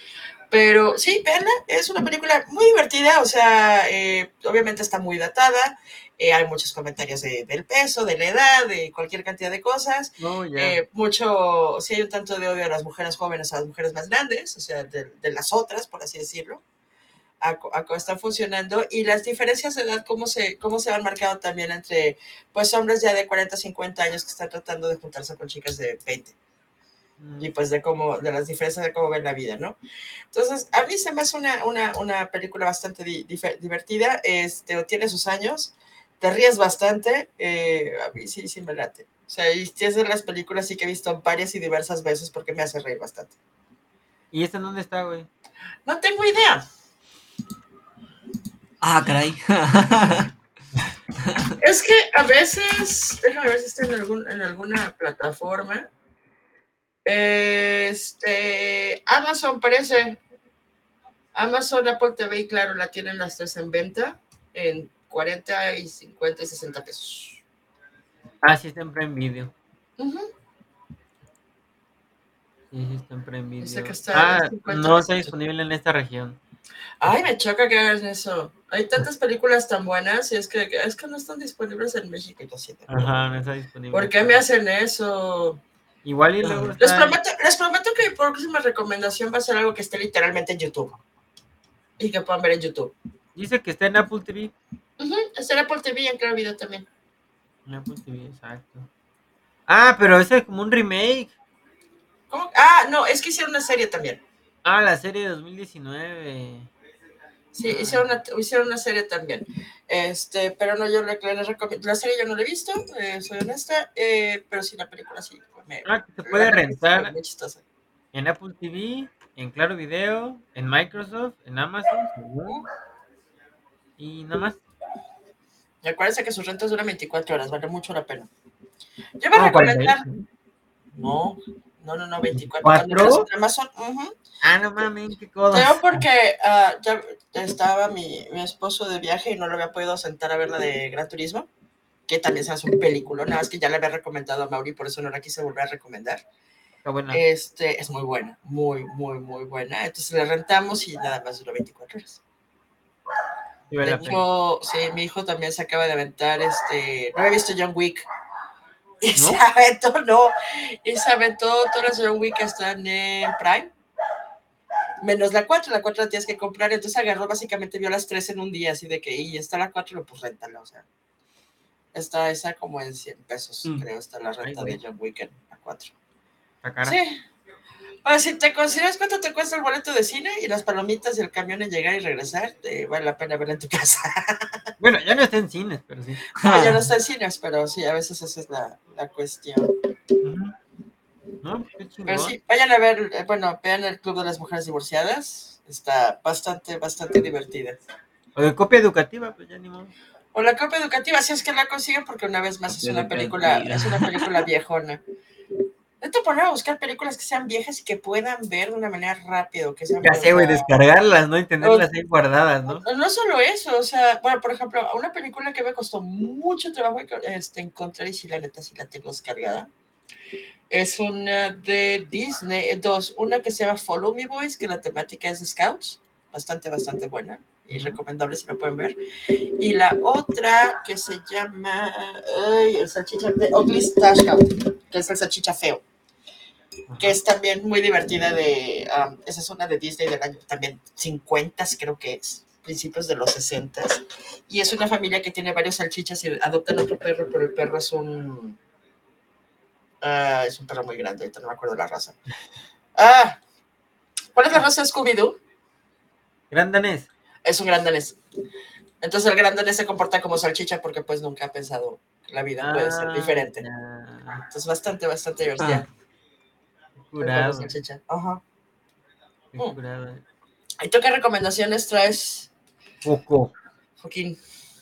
Speaker 3: Pero sí, véanla, es una película muy divertida, o sea, eh, obviamente está muy datada, eh, hay muchos comentarios de, del peso, de la edad, de cualquier cantidad de cosas,
Speaker 1: No, ya.
Speaker 3: eh, mucho, sí hay un tanto de odio a las mujeres jóvenes, a las mujeres más grandes, o sea, de, de las otras, por así decirlo, a, a cómo están funcionando, y las diferencias de edad, cómo se, cómo se han marcado también entre, pues, hombres ya de cuarenta, cincuenta años que están tratando de juntarse con chicas de veinte. Y pues de cómo, de las diferencias de cómo ven la vida, ¿no? Entonces, a mí se me hace una, una, una película bastante di, di, divertida, este, tiene sus años, te ríes bastante, eh, a mí sí, sí me late. O sea, y es de las películas sí que he visto varias y diversas veces porque me hace reír bastante.
Speaker 1: ¿Y esta dónde está, güey?
Speaker 3: No tengo idea.
Speaker 2: Ah, caray.
Speaker 3: Es que a veces, déjame ver si está en, algún, en alguna plataforma. Este, Amazon parece, Amazon, Apple T V y Claro la tienen las tres en venta en cuarenta y cincuenta y sesenta pesos.
Speaker 1: Ah, sí está en Prime Video.
Speaker 3: Uh-huh.
Speaker 1: Sí, sí está en Prime Video.
Speaker 3: Dice que está
Speaker 1: ah, no está disponible en esta región.
Speaker 3: Ay, me choca que hagas eso. Hay tantas películas tan buenas y es que, es que no están disponibles en México. Y lo siento.
Speaker 1: Ajá, no está disponible.
Speaker 3: ¿Por qué me hacen eso?
Speaker 1: Igual y luego
Speaker 3: les, prometo, les prometo que mi próxima recomendación va a ser algo que esté literalmente en YouTube y que puedan ver en YouTube.
Speaker 1: Dice que está en Apple T V.
Speaker 3: Uh-huh. Está en Apple T V y en Claro Video también.
Speaker 1: En Apple T V, exacto. Ah, pero ese es como un remake.
Speaker 3: ¿Cómo? Ah, no, es que hicieron una serie también.
Speaker 1: Ah, la serie de dos mil diecinueve.
Speaker 3: Sí, ah. hicieron, una, hicieron una serie también. Este, pero no, yo les recomiendo. La serie yo no la he visto, eh, soy honesta, eh, pero sí la película sí. Me,
Speaker 1: ah, que se puede rentar
Speaker 3: muy chistosa.
Speaker 1: En Apple T V, en Claro Video, en Microsoft, en Amazon, según. Y nada más.
Speaker 3: Y acuérdense que sus rentas duran veinticuatro horas, vale mucho la pena. Yo voy a recomendar. No, no, no, no, veinticuatro.
Speaker 1: ¿Cuatro?
Speaker 3: En Amazon. Uh-huh.
Speaker 1: Ah, no mames, qué codo.
Speaker 3: Yo porque uh, ya estaba mi, mi esposo de viaje y no lo había podido sentar a ver la de Gran Turismo, que también se hace un película, nada más que ya le había recomendado a Mauri, por eso no la quise volver a recomendar.
Speaker 1: Está buena.
Speaker 3: Este, es muy buena, muy, muy, muy buena. Entonces la rentamos y nada más duró veinticuatro horas. Sí, de hecho, sí, mi hijo también se acaba de aventar, este, no había visto John Wick. Y ¿no? se aventó, no, y se aventó todas las John Wick que están en Prime, menos la cuatro, la cuatro la tienes que comprar, entonces agarró, básicamente vio las tres en un día, así de que, y está la cuatro, pues réntala, o sea, está esa como en cien pesos, mm. creo, está la renta Ay, de John Wick en la cuatro.
Speaker 1: La cara.
Speaker 3: Sí. Ahora, si te consideras cuánto te cuesta el boleto de cine y las palomitas y el camión en llegar y regresar, te vale la pena verla en tu casa.
Speaker 1: Bueno, ya no está en cines, pero sí.
Speaker 3: No, ya no está en cines, pero sí, a veces esa es la, la cuestión.
Speaker 1: Uh-huh. No, qué chingón.
Speaker 3: Pero sí, vayan a ver, eh, bueno, vean el Club de las Mujeres Divorciadas, está bastante, bastante divertida.
Speaker 1: O de copia educativa, pues ya ni modo.
Speaker 3: O la copia educativa, si es que la consiguen, porque una vez más es una película, es una película viejona. Necesito poner a buscar películas que sean viejas y que puedan ver de una manera rápida. Que sean
Speaker 1: ya sé, güey, descargarlas, ¿no? Y tenerlas o, ahí guardadas, ¿no?
Speaker 3: ¿no? No solo eso, o sea, bueno, por ejemplo, una película que me costó mucho trabajo este, encontrar, y si la neta sí la tengo descargada, es una de Disney, dos, una que se llama Follow Me Boys, que la temática es Scouts, bastante, bastante buena y recomendable si lo pueden ver. Y la otra que se llama ay, el salchicha de Ugly Scout, que es el salchicha feo, que es también muy divertida de, um, esa es una de Disney del año también cincuenta creo que es, principios de los sesenta, y es una familia que tiene varios salchichas y adoptan otro perro, pero el perro es un uh, es un perro muy grande, ahorita no me acuerdo la raza. Ah, ¿cuál es la raza de Scooby-Doo?
Speaker 1: Gran danés.
Speaker 3: Es un gran danés. Entonces el gran danés se comporta como salchicha porque pues nunca ha pensado que la vida ah, puede ser diferente. Ya. Entonces bastante, bastante divertida. Ah.
Speaker 1: Curado.
Speaker 3: Ajá.
Speaker 1: Qué curado.
Speaker 3: ¿Y tú qué recomendaciones traes?
Speaker 1: Poco.
Speaker 3: Joaquín.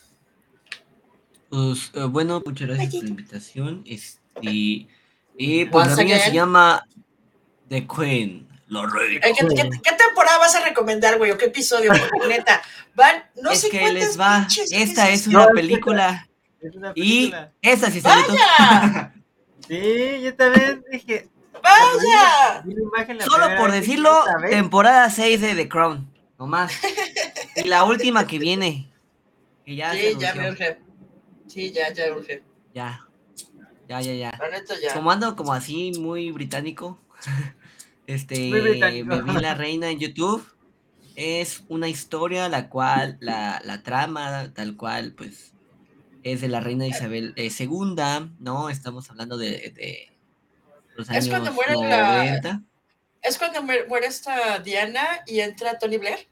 Speaker 2: Pues, uh, bueno, muchas gracias por la invitación. Este, y pues la mía se llama The Queen. La reina.
Speaker 3: ¿Qué, qué, ¿Qué temporada vas a recomendar, güey? ¿O qué episodio? Porque neta, van, no
Speaker 2: es
Speaker 3: sé
Speaker 2: que les va. Esta es una, no, película, es una película. Y esa sí se
Speaker 3: ¡vaya!
Speaker 1: Sí, yo también dije.
Speaker 3: ¡Vaya!
Speaker 1: Vi la imagen la
Speaker 2: Solo
Speaker 1: primera
Speaker 2: por
Speaker 1: vez y
Speaker 2: decirlo,
Speaker 1: otra vez.
Speaker 2: temporada seis de The Crown, nomás. Y la última que viene, que ya se
Speaker 3: Sí, ya me
Speaker 2: anunció.
Speaker 3: urge. Sí, ya, ya urge.
Speaker 2: Ya, ya, ya, ya.
Speaker 3: La neta ya.
Speaker 2: Como ando como así, muy británico,
Speaker 1: Muy
Speaker 2: este,
Speaker 1: británico.
Speaker 2: me vi La Reina en YouTube. Es una historia la cual, la, la trama, tal cual, pues, es de la reina Isabel eh, segunda, ¿no? Estamos hablando de, de los
Speaker 3: Es cuando
Speaker 2: años
Speaker 3: muere la.
Speaker 2: noventa.
Speaker 3: Es cuando muere, muere esta Diana y entra Tony Blair.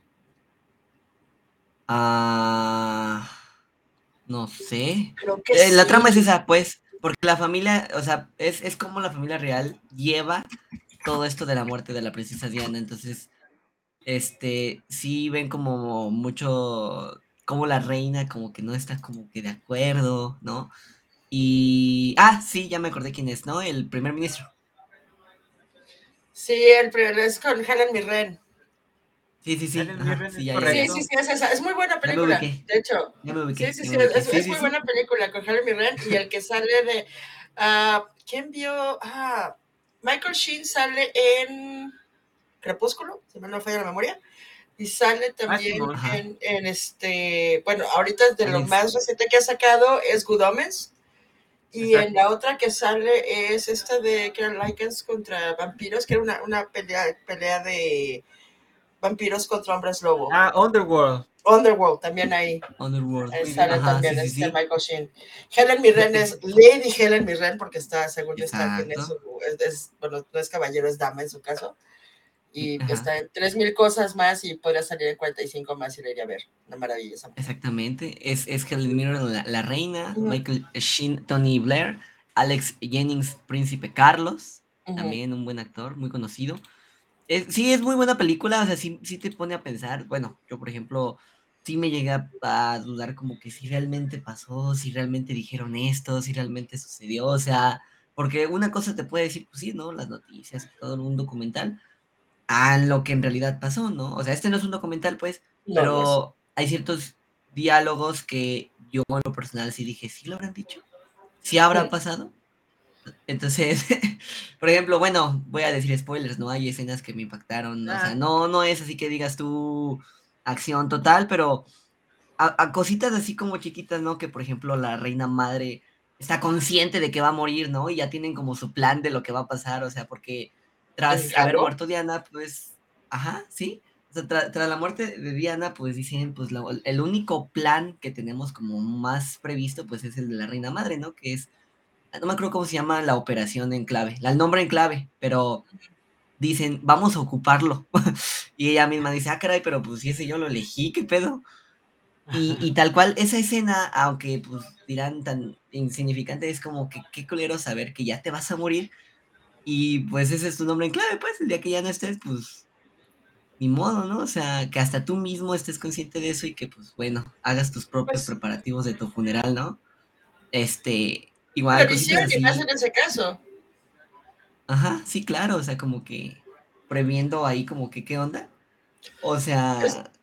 Speaker 2: Ah, no sé.
Speaker 3: Creo que
Speaker 2: Eh, la trama es
Speaker 3: sí.
Speaker 2: esa, pues, porque la familia, o sea, es, es como la familia real lleva todo esto de la muerte de la princesa Diana. Entonces, este, sí ven como mucho, como la reina como que no está como que de acuerdo, ¿no? Y, ah, sí, ya me acordé quién es, ¿no? El primer ministro.
Speaker 3: Sí, el primero es con Helen Mirren.
Speaker 2: Sí, sí, sí,
Speaker 1: Helen
Speaker 2: ajá,
Speaker 1: Mirren
Speaker 2: sí,
Speaker 1: es
Speaker 2: ya, ya,
Speaker 3: Sí,
Speaker 2: ya.
Speaker 3: sí,
Speaker 1: correcto.
Speaker 3: sí, es esa. Es muy buena
Speaker 2: Ya me
Speaker 3: película,
Speaker 2: ubiqué,
Speaker 3: de hecho.
Speaker 2: ya me
Speaker 3: Sí,
Speaker 2: ubiqué,
Speaker 3: sí,
Speaker 2: ya
Speaker 3: sí,
Speaker 2: me ubiqué.
Speaker 3: es,
Speaker 2: Sí,
Speaker 3: es
Speaker 2: sí,
Speaker 3: muy
Speaker 2: sí.
Speaker 3: buena película con Helen Mirren y el que sale de... ah, ¿quién vio? Ah, Michael Sheen sale en Crepúsculo, si mal no me falla la memoria, y sale
Speaker 1: Ah,
Speaker 3: también
Speaker 1: Simón.
Speaker 2: Ajá.
Speaker 3: en, en este... Bueno, ahorita de lo
Speaker 2: Alex,
Speaker 3: más reciente que ha sacado es Good Omens, y en
Speaker 1: Exacto.
Speaker 3: la otra que sale es esta de Karen Likens contra vampiros, que era una, una pelea, pelea de vampiros contra hombres lobo.
Speaker 1: Ah, Underworld.
Speaker 3: Underworld, también ahí.
Speaker 2: Underworld.
Speaker 3: Ahí
Speaker 1: Muy bien.
Speaker 3: sale
Speaker 2: Ajá,
Speaker 3: también
Speaker 2: sí, sí,
Speaker 3: este
Speaker 2: sí.
Speaker 3: Michael Sheen. Helen Mirren
Speaker 2: Fíjate
Speaker 3: es
Speaker 2: que-
Speaker 3: Lady Helen Mirren porque está, según yo, está, tiene su,
Speaker 2: Exacto.
Speaker 3: es, es- bueno, no es caballero, es dama en su caso.
Speaker 2: Y-
Speaker 3: Y
Speaker 2: Ajá,
Speaker 3: está en tres mil cosas más y podría salir en cuarenta y cinco más y le iría a ver. Una maravilla esa mujer.
Speaker 2: exactamente. Es, es Helen Mirren, la, la reina,
Speaker 3: Ujú,
Speaker 2: Michael Sheen, Tony Blair, Alex Jennings, Príncipe Carlos,
Speaker 3: ujú.
Speaker 2: también un buen actor, muy conocido. Es- sí, es muy buena película, o sea, sí, sí te pone a pensar. Bueno, yo, por ejemplo, sí me llegué a, a dudar como que si realmente pasó, si realmente dijeron esto, si realmente sucedió, o sea, porque una cosa te puede decir, pues sí, ¿no? Las noticias y todo un documental, a lo que en realidad pasó, ¿no? O sea, este no es un documental, pues,
Speaker 3: No, no es.
Speaker 2: pero hay ciertos diálogos que yo en lo personal sí dije, ¿sí lo habrán dicho? ¿Sí habrá
Speaker 3: Hmm.
Speaker 2: pasado? Entonces, por ejemplo, bueno, voy a decir spoilers, ¿no? Hay escenas que me impactaron, o sea,
Speaker 1: Ah,
Speaker 2: no, no es así que digas tú acción total, pero a, a cositas así como chiquitas, ¿no? Que por ejemplo la reina madre está consciente de que va a morir, ¿no? Y ya tienen como su plan de lo que va a pasar, o sea, porque
Speaker 3: ¿En
Speaker 2: tras haber
Speaker 3: algo?
Speaker 2: muerto Diana, pues, ajá, sí. O sea, tra- tras la muerte de Diana, pues dicen, pues la- el único plan que tenemos como más previsto, pues es el de la reina madre, ¿no? Que es no me acuerdo cómo se llama la operación en clave, la el nombre en clave, pero dicen, vamos a ocuparlo. Y ella misma dice, ah, caray, pero pues si ese yo lo elegí, ¿qué pedo? Y, y tal cual, esa escena, aunque pues dirán tan insignificante, es como que qué culero saber que ya te vas a morir y pues ese es tu nombre en clave, pues el día que ya no estés, pues ni modo, ¿no? O sea, que hasta tú mismo estés consciente de eso y que pues bueno, hagas tus propios
Speaker 3: Pues
Speaker 2: preparativos de tu funeral, ¿no? Este,
Speaker 3: lo
Speaker 2: igual, cositas
Speaker 3: hicieron y más en
Speaker 2: así.
Speaker 3: ese caso.
Speaker 2: Ajá, sí, claro, o sea, como que previendo ahí como que qué onda. O
Speaker 3: Es,
Speaker 2: sea,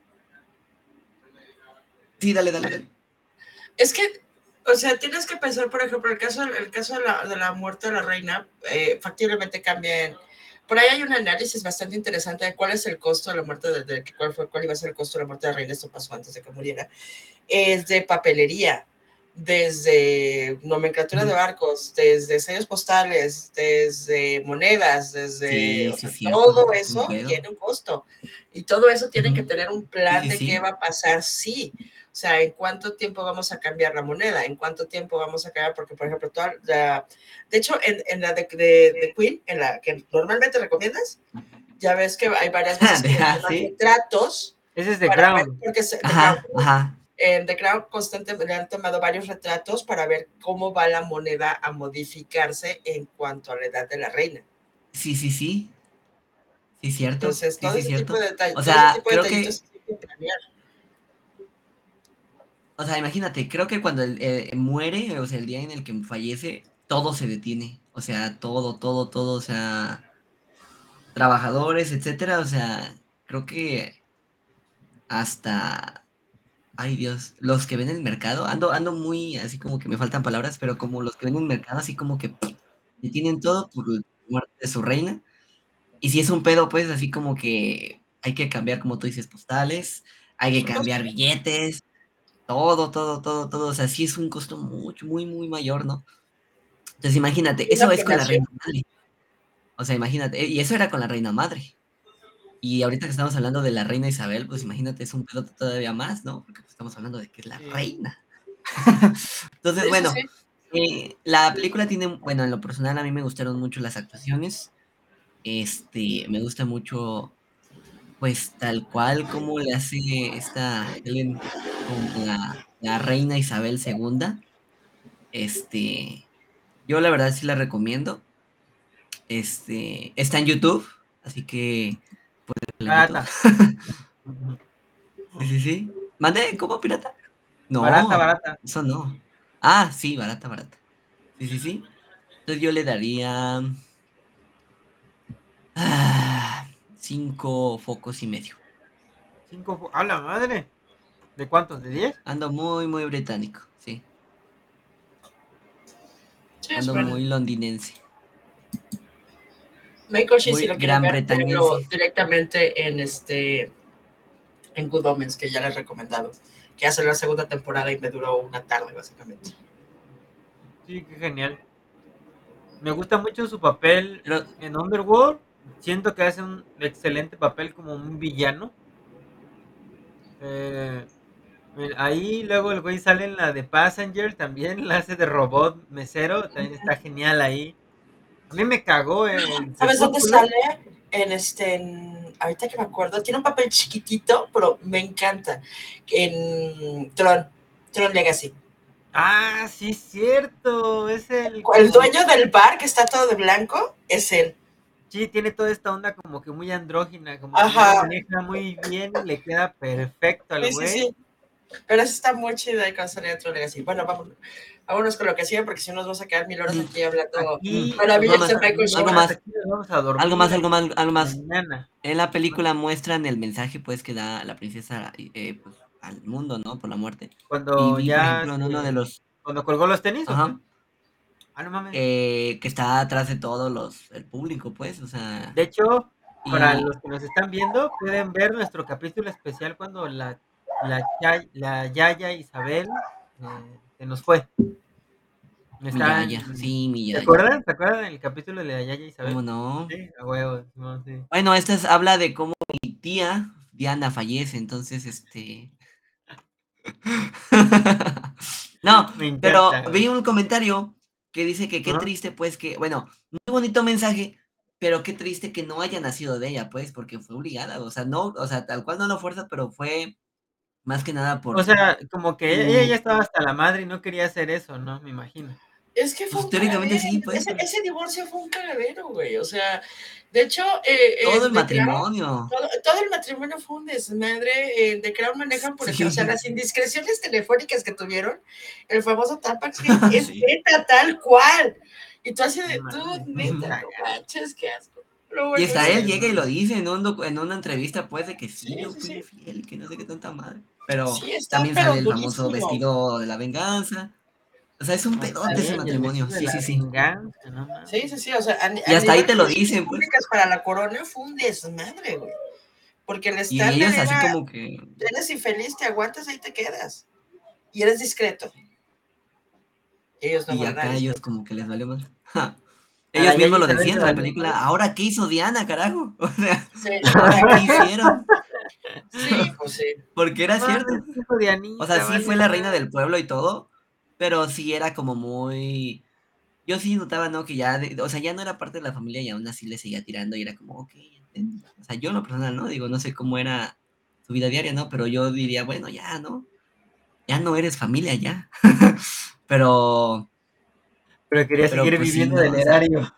Speaker 2: sí, dale, dale, dale.
Speaker 3: es que, o sea, tienes que pensar, por ejemplo, el caso, el caso de, la, de la muerte de la reina, eh, factiblemente cambia en... Por ahí hay un análisis bastante interesante de cuál es el costo de la muerte, de, de cuál, fue, cuál iba a ser el costo de la muerte de la reina, esto pasó antes de que muriera. Es de papelería, desde nomenclatura de
Speaker 2: Ujú.
Speaker 3: barcos, desde sellos postales, desde monedas, desde,
Speaker 2: Sí,
Speaker 3: o
Speaker 2: sí,
Speaker 3: sea,
Speaker 2: es cierto,
Speaker 3: todo
Speaker 2: es un
Speaker 3: eso
Speaker 2: pedo.
Speaker 3: tiene un costo. Y todo eso tiene que
Speaker 2: Ujú.
Speaker 3: tener un
Speaker 2: Sí,
Speaker 3: plan
Speaker 2: sí,
Speaker 3: de qué
Speaker 2: sí.
Speaker 3: va a pasar, sí. O sea, en cuánto tiempo vamos a cambiar la moneda, en cuánto tiempo vamos a cambiar, porque, por ejemplo, toda la, de hecho, en, en la de, de, de Queen, en la que normalmente recomiendas, ya ves que hay varias veces que le
Speaker 2: Deja,
Speaker 3: toman
Speaker 2: sí.
Speaker 3: retratos
Speaker 1: ese es The
Speaker 3: para ver,
Speaker 1: Crown.
Speaker 3: porque se, The Crown,
Speaker 2: Ajá, ajá.
Speaker 3: en The Crown constantemente le han tomado varios retratos para ver cómo va la moneda a modificarse en cuanto a la edad de la reina.
Speaker 2: Sí, sí, sí. Sí, cierto.
Speaker 3: Entonces,
Speaker 2: Sí,
Speaker 3: todo
Speaker 2: sí,
Speaker 3: ese tipo
Speaker 2: cierto.
Speaker 3: de detalles,
Speaker 2: O
Speaker 3: todo ese
Speaker 2: sea,
Speaker 3: tipo de
Speaker 2: creo
Speaker 3: detallitos
Speaker 2: que,
Speaker 3: hay que planear.
Speaker 2: o sea, imagínate, creo que cuando el, eh, muere, o sea, el día en el que fallece, todo se detiene. O sea, todo, todo, todo, o sea, trabajadores, etcétera. O sea, creo que hasta ay, Dios, los que ven el mercado, ando, ando muy así como que me faltan palabras, pero como los que ven el mercado, así como que pff, detienen todo por la muerte de su reina. Y si es un pedo, pues así como que hay que cambiar, como tú dices, postales, hay que cambiar billetes, todo, todo, todo, todo. O sea, sí es un costo mucho, muy, muy mayor, ¿no? Entonces imagínate,
Speaker 3: Una
Speaker 2: eso es con la
Speaker 3: planeación.
Speaker 2: reina madre. O sea, imagínate, y eso era con la reina madre. Y ahorita que estamos hablando de la reina Isabel, pues imagínate, es un pedo todavía más, ¿no? Porque pues, estamos hablando de que es la
Speaker 1: Sí.
Speaker 2: reina. Entonces,
Speaker 3: Sí, sí,
Speaker 2: bueno,
Speaker 3: sí.
Speaker 2: eh, la película tiene, bueno, en lo personal a mí me gustaron mucho las actuaciones. Este, me gusta mucho, pues tal cual como le hace esta Helen como la, la reina Isabel segunda. Este, yo la verdad sí la recomiendo. Este, está en YouTube, así que pueden verla en YouTube.
Speaker 1: Barata. Ujú.
Speaker 2: Sí, sí, sí. ¿Mande? ¿Cómo pirata?
Speaker 1: Barata,
Speaker 2: No,
Speaker 1: barata.
Speaker 2: eso no. Ah, sí, barata, barata. Sí, sí, sí. Entonces yo le daría ah, cinco focos y medio.
Speaker 1: Cinco. fo- ¡A la madre! ¿De cuántos? ¿De diez?
Speaker 2: Ando muy, muy británico, sí.
Speaker 3: Sí, es
Speaker 2: Ando
Speaker 3: bueno.
Speaker 2: muy londinense.
Speaker 3: Michael Sheen, si
Speaker 2: Muy
Speaker 3: lo quieren
Speaker 2: gran
Speaker 3: ver, véanlo
Speaker 2: bretañense.
Speaker 3: directamente en este en Good Omens, que ya les he recomendado. Que hace la segunda temporada y me duró una tarde, básicamente.
Speaker 1: Sí, qué genial. Me gusta mucho su papel
Speaker 2: Pero,
Speaker 1: en Underworld. Siento que hace un excelente papel como un villano. Eh, eh, ahí luego el güey sale en la de Passenger, también la hace de robot mesero, también está genial ahí. A mí me cagó en
Speaker 3: ¿Sabes dónde
Speaker 1: Crepúsculo.
Speaker 3: sale? En este, en- ahorita que me acuerdo, tiene un papel chiquitito, pero me encanta. En Tron, Tron Legacy.
Speaker 1: Ah, sí, cierto. Es el
Speaker 3: El
Speaker 1: como.
Speaker 3: dueño del bar, que está todo de blanco, es él.
Speaker 1: Sí, tiene toda esta onda como que muy andrógina, como que no lo
Speaker 3: Ajá.
Speaker 1: maneja muy bien y le queda perfecto al
Speaker 3: Sí, sí,
Speaker 1: güey.
Speaker 3: sí. Pero eso está muy chido y cuando sale de Tron Legacy. Bueno, vamos, vámonos con lo que sigue, porque si no nos vamos a quedar mil horas
Speaker 2: mm,
Speaker 3: aquí hablando
Speaker 2: mm,
Speaker 1: Aquí nos
Speaker 3: maravillas
Speaker 1: vamos
Speaker 3: de
Speaker 2: más,
Speaker 1: a
Speaker 3: Michael
Speaker 1: mil
Speaker 2: algo
Speaker 3: Sheen.
Speaker 1: horas,
Speaker 2: más,
Speaker 1: aquí nos vamos a
Speaker 2: algo más,
Speaker 1: dormir
Speaker 2: algo
Speaker 1: hasta
Speaker 2: más, algo más.
Speaker 1: mañana.
Speaker 2: En la película muestran el mensaje, pues, que da la princesa, eh, pues, al mundo, ¿no? Por la muerte. Y
Speaker 1: Cuando
Speaker 2: vi, por
Speaker 1: ya
Speaker 2: ejemplo, en uno de
Speaker 1: se.
Speaker 2: los,
Speaker 1: Cuando colgó los tenis, ¿o qué?
Speaker 2: ajá,
Speaker 1: Ah, no mames.
Speaker 2: eh, que está atrás de todos los, el público, pues, o
Speaker 1: De
Speaker 2: sea,
Speaker 1: hecho, para
Speaker 2: y
Speaker 1: los que nos están viendo, pueden ver nuestro capítulo especial cuando la, la, Chay- la Yaya Isabel eh, se nos fue.
Speaker 2: mi
Speaker 1: Está
Speaker 2: yaya,
Speaker 1: en-
Speaker 2: sí, mi
Speaker 1: ¿Se
Speaker 2: yaya,
Speaker 1: acuerdan? ¿Se acuerdan del capítulo de la Yaya
Speaker 2: ¿cómo
Speaker 1: Isabel?
Speaker 2: no?
Speaker 1: Sí, a huevo, no, sí.
Speaker 2: Bueno, esta es- habla de cómo mi tía Diana fallece, entonces, este... No,
Speaker 1: Me
Speaker 2: pero
Speaker 1: encanta,
Speaker 2: vi
Speaker 1: güey.
Speaker 2: un comentario que dice que qué
Speaker 1: Ajá.
Speaker 2: triste, pues, que, bueno, muy bonito mensaje, pero qué triste que no haya nacido de ella, pues, porque fue obligada, o sea, no, o sea, tal cual no lo fuerza, pero fue más que nada
Speaker 1: O
Speaker 2: por
Speaker 1: sea, como que ella ya
Speaker 2: su,
Speaker 1: estaba hasta la madre y no quería hacer eso, ¿no? Me imagino.
Speaker 3: Es que fue
Speaker 2: pues
Speaker 3: un
Speaker 2: teóricamente
Speaker 3: cagadero.
Speaker 2: sí, pues,
Speaker 3: Ese,
Speaker 2: pero
Speaker 3: ese divorcio fue un cagadero, güey. O sea, de hecho, eh,
Speaker 2: todo el
Speaker 3: en The Crown,
Speaker 2: matrimonio,
Speaker 3: todo, todo el matrimonio fue un desmadre. En The Crown manejan, por ejemplo, o sea,
Speaker 2: sí,
Speaker 3: las indiscreciones telefónicas que tuvieron, el famoso Tampax Gate, es
Speaker 2: sí,
Speaker 3: neta tal cual. Y tú así
Speaker 1: No
Speaker 3: de, tú,
Speaker 1: mames, qué
Speaker 3: neta, no
Speaker 1: cagado.
Speaker 3: manches, qué asco. Pero
Speaker 2: y
Speaker 3: bueno,
Speaker 2: hasta
Speaker 3: ese,
Speaker 2: él llega y lo
Speaker 1: No,
Speaker 2: dice en, un docu- en una entrevista, pues, de que
Speaker 3: sí,
Speaker 2: sí, yo
Speaker 3: sí,
Speaker 2: fui
Speaker 3: sí.
Speaker 2: infiel y que no sé qué tanta madre, pero
Speaker 3: Sí, está,
Speaker 2: también
Speaker 3: pero
Speaker 2: sale el famoso
Speaker 3: durísimo.
Speaker 2: vestido de la venganza. O sea, es un pedote ese
Speaker 1: también, y el
Speaker 2: matrimonio.
Speaker 1: vestido de
Speaker 2: Sí, sí,
Speaker 1: la
Speaker 2: sí.
Speaker 1: venganza, no
Speaker 3: Sí,
Speaker 1: mames.
Speaker 3: sí, sí, o sea, a,
Speaker 2: Y
Speaker 3: a
Speaker 2: hasta ahí
Speaker 3: nivel
Speaker 2: te lo
Speaker 3: relaciones
Speaker 2: dicen, pues.
Speaker 3: públicas para la corona fue un desmadre, güey. Porque el
Speaker 2: Y
Speaker 3: estándar
Speaker 2: ellos así
Speaker 3: era,
Speaker 2: como que.
Speaker 3: eres infeliz, te aguantas, ahí te quedas. Y eres discreto. Ellos no
Speaker 2: Y
Speaker 3: fueron nada
Speaker 2: acá ellos
Speaker 3: discretos.
Speaker 2: como que les valió más. Ja.
Speaker 1: A la
Speaker 2: Ellos
Speaker 1: Yaya
Speaker 2: mismos lo
Speaker 1: Isabel le
Speaker 2: decían en la
Speaker 1: valió madre.
Speaker 2: película. ¿Ahora qué hizo Diana, carajo? O sea,
Speaker 3: Sí,
Speaker 2: ¿ahora qué hicieron?
Speaker 3: sí, pues sí.
Speaker 2: Porque era cierto.
Speaker 1: Mames, hijo de
Speaker 2: O sea,
Speaker 1: Anita,
Speaker 2: sí
Speaker 1: vale
Speaker 2: fue la reina
Speaker 1: madre.
Speaker 2: del pueblo y todo. Pero sí era como muy. Yo sí notaba, ¿no? Que ya, de- o sea, ya no era parte de la familia y aún así le seguía tirando y era como, ok, entendí. O sea, yo en lo personal, ¿no? Digo, no sé cómo era su vida diaria, ¿no? Pero yo diría, bueno, ya, ¿no? Ya no eres familia, ya. Pero,
Speaker 1: Pero quería
Speaker 2: pero
Speaker 1: seguir
Speaker 2: pues sí,
Speaker 1: viviendo
Speaker 2: ¿no?
Speaker 1: del
Speaker 2: O sea,
Speaker 1: erario.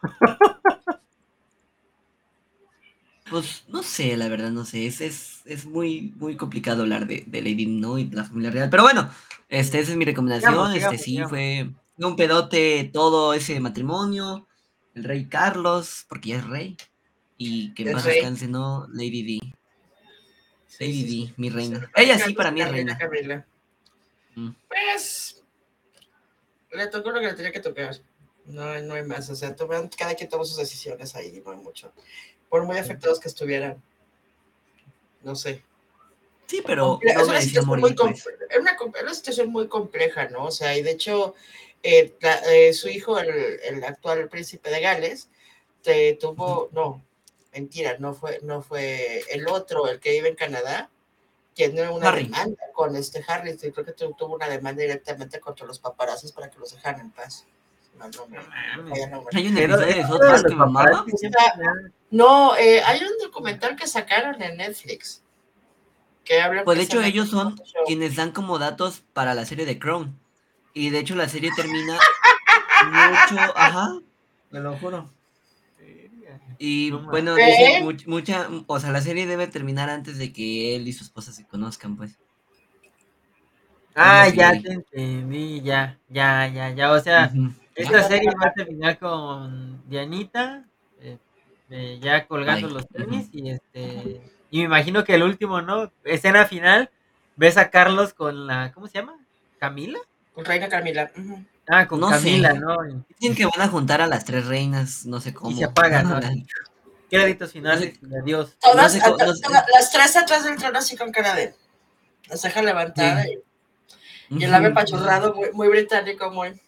Speaker 2: pues no sé, la verdad, no sé. Es, es, es muy, muy complicado hablar de, de Lady Di, ¿no? Y de la familia real. Pero bueno, este, esa es mi
Speaker 1: Sigamos,
Speaker 2: recomendación. Este,
Speaker 1: sigamos,
Speaker 2: sí,
Speaker 1: sigamos.
Speaker 2: fue, fue un pedote todo ese matrimonio. El rey Carlos, porque ya es rey. Y que en
Speaker 3: Es
Speaker 2: paz
Speaker 3: rey.
Speaker 2: descanse, ¿no? Lady Di.
Speaker 3: Sí,
Speaker 2: Lady
Speaker 3: sí, sí.
Speaker 2: Di, mi
Speaker 3: Es el
Speaker 2: reina.
Speaker 3: rey
Speaker 2: Ella sí,
Speaker 3: Carlos
Speaker 2: para
Speaker 3: y
Speaker 2: mí
Speaker 3: la
Speaker 2: es
Speaker 3: reina
Speaker 2: reina.
Speaker 3: Camila.
Speaker 2: Mm.
Speaker 3: Pues le tocó lo que le tenía que tocar. No, hay- no hay más. O sea, toman- cada quien toma sus decisiones ahí, no hay mucho. Por muy afectados que estuvieran, no sé.
Speaker 2: Sí, pero
Speaker 3: Comple-
Speaker 2: no
Speaker 3: Es una
Speaker 2: merecía
Speaker 3: situación muy
Speaker 2: morir,
Speaker 3: com-
Speaker 2: pues.
Speaker 3: es una, com- es una situación muy compleja, ¿no? O sea, y de hecho, eh, la- eh, su hijo, el, el actual príncipe de Gales, te tuvo, no, mentira, no fue, no fue el otro, el que vive en Canadá, tiene una
Speaker 2: Harry.
Speaker 3: demanda con este Harry, y creo que tu- tuvo una demanda directamente contra los paparazzis para que los dejaran en paz. No, no, me-
Speaker 1: No
Speaker 3: me
Speaker 1: mames.
Speaker 3: falla el nombre.
Speaker 2: Hay un
Speaker 1: Pero
Speaker 2: episodio
Speaker 1: eso
Speaker 2: de South
Speaker 1: de
Speaker 2: Park
Speaker 1: los
Speaker 2: que me mama.
Speaker 1: paparazzi siempre
Speaker 3: Está-
Speaker 1: me da-
Speaker 3: No, eh, hay un documental que sacaron en Netflix que habla
Speaker 2: Pues de hecho
Speaker 3: precisamente
Speaker 2: ellos
Speaker 3: de
Speaker 2: son
Speaker 3: este show.
Speaker 2: quienes dan como datos para la serie de Crown. Y de hecho la serie termina mucho, ajá, me lo juro.
Speaker 1: Verga.
Speaker 2: Y
Speaker 1: No mames.
Speaker 2: bueno, dicen
Speaker 3: ¿Eh?
Speaker 2: much- mucha, o sea, la serie debe terminar antes de que él y su esposa se conozcan, pues. Es lo
Speaker 1: Ah,
Speaker 2: que
Speaker 1: ya
Speaker 2: leí.
Speaker 1: te entendí, ya, ya, ya, ya. O sea,
Speaker 2: Ujú.
Speaker 1: esta serie va a terminar con Dianita, eh, eh, ya colgando
Speaker 2: Bye.
Speaker 1: los
Speaker 2: Ujú.
Speaker 1: tenis y este, y me imagino que el último, ¿no? Escena final, ves a Carlos con la, ¿cómo se llama? ¿Camila?
Speaker 3: Con Reina Camila. Ujú.
Speaker 1: Ah, con
Speaker 2: No sé.
Speaker 1: Camila, ¿no? Y,
Speaker 2: Dicen que van a juntar a las tres reinas, no sé
Speaker 1: y se
Speaker 2: cómo.
Speaker 1: apaga, ¿no? Así, créditos
Speaker 2: No sé,
Speaker 1: finales y adiós.
Speaker 2: no
Speaker 3: Todas,
Speaker 2: sé
Speaker 3: a-
Speaker 2: cómo,
Speaker 3: to-
Speaker 2: no
Speaker 3: toda-
Speaker 2: sé.
Speaker 3: las tres atrás del trono así con cara de las cejas levantadas
Speaker 2: Sí.
Speaker 3: y, y el ave pachurrado muy, muy británico, muy...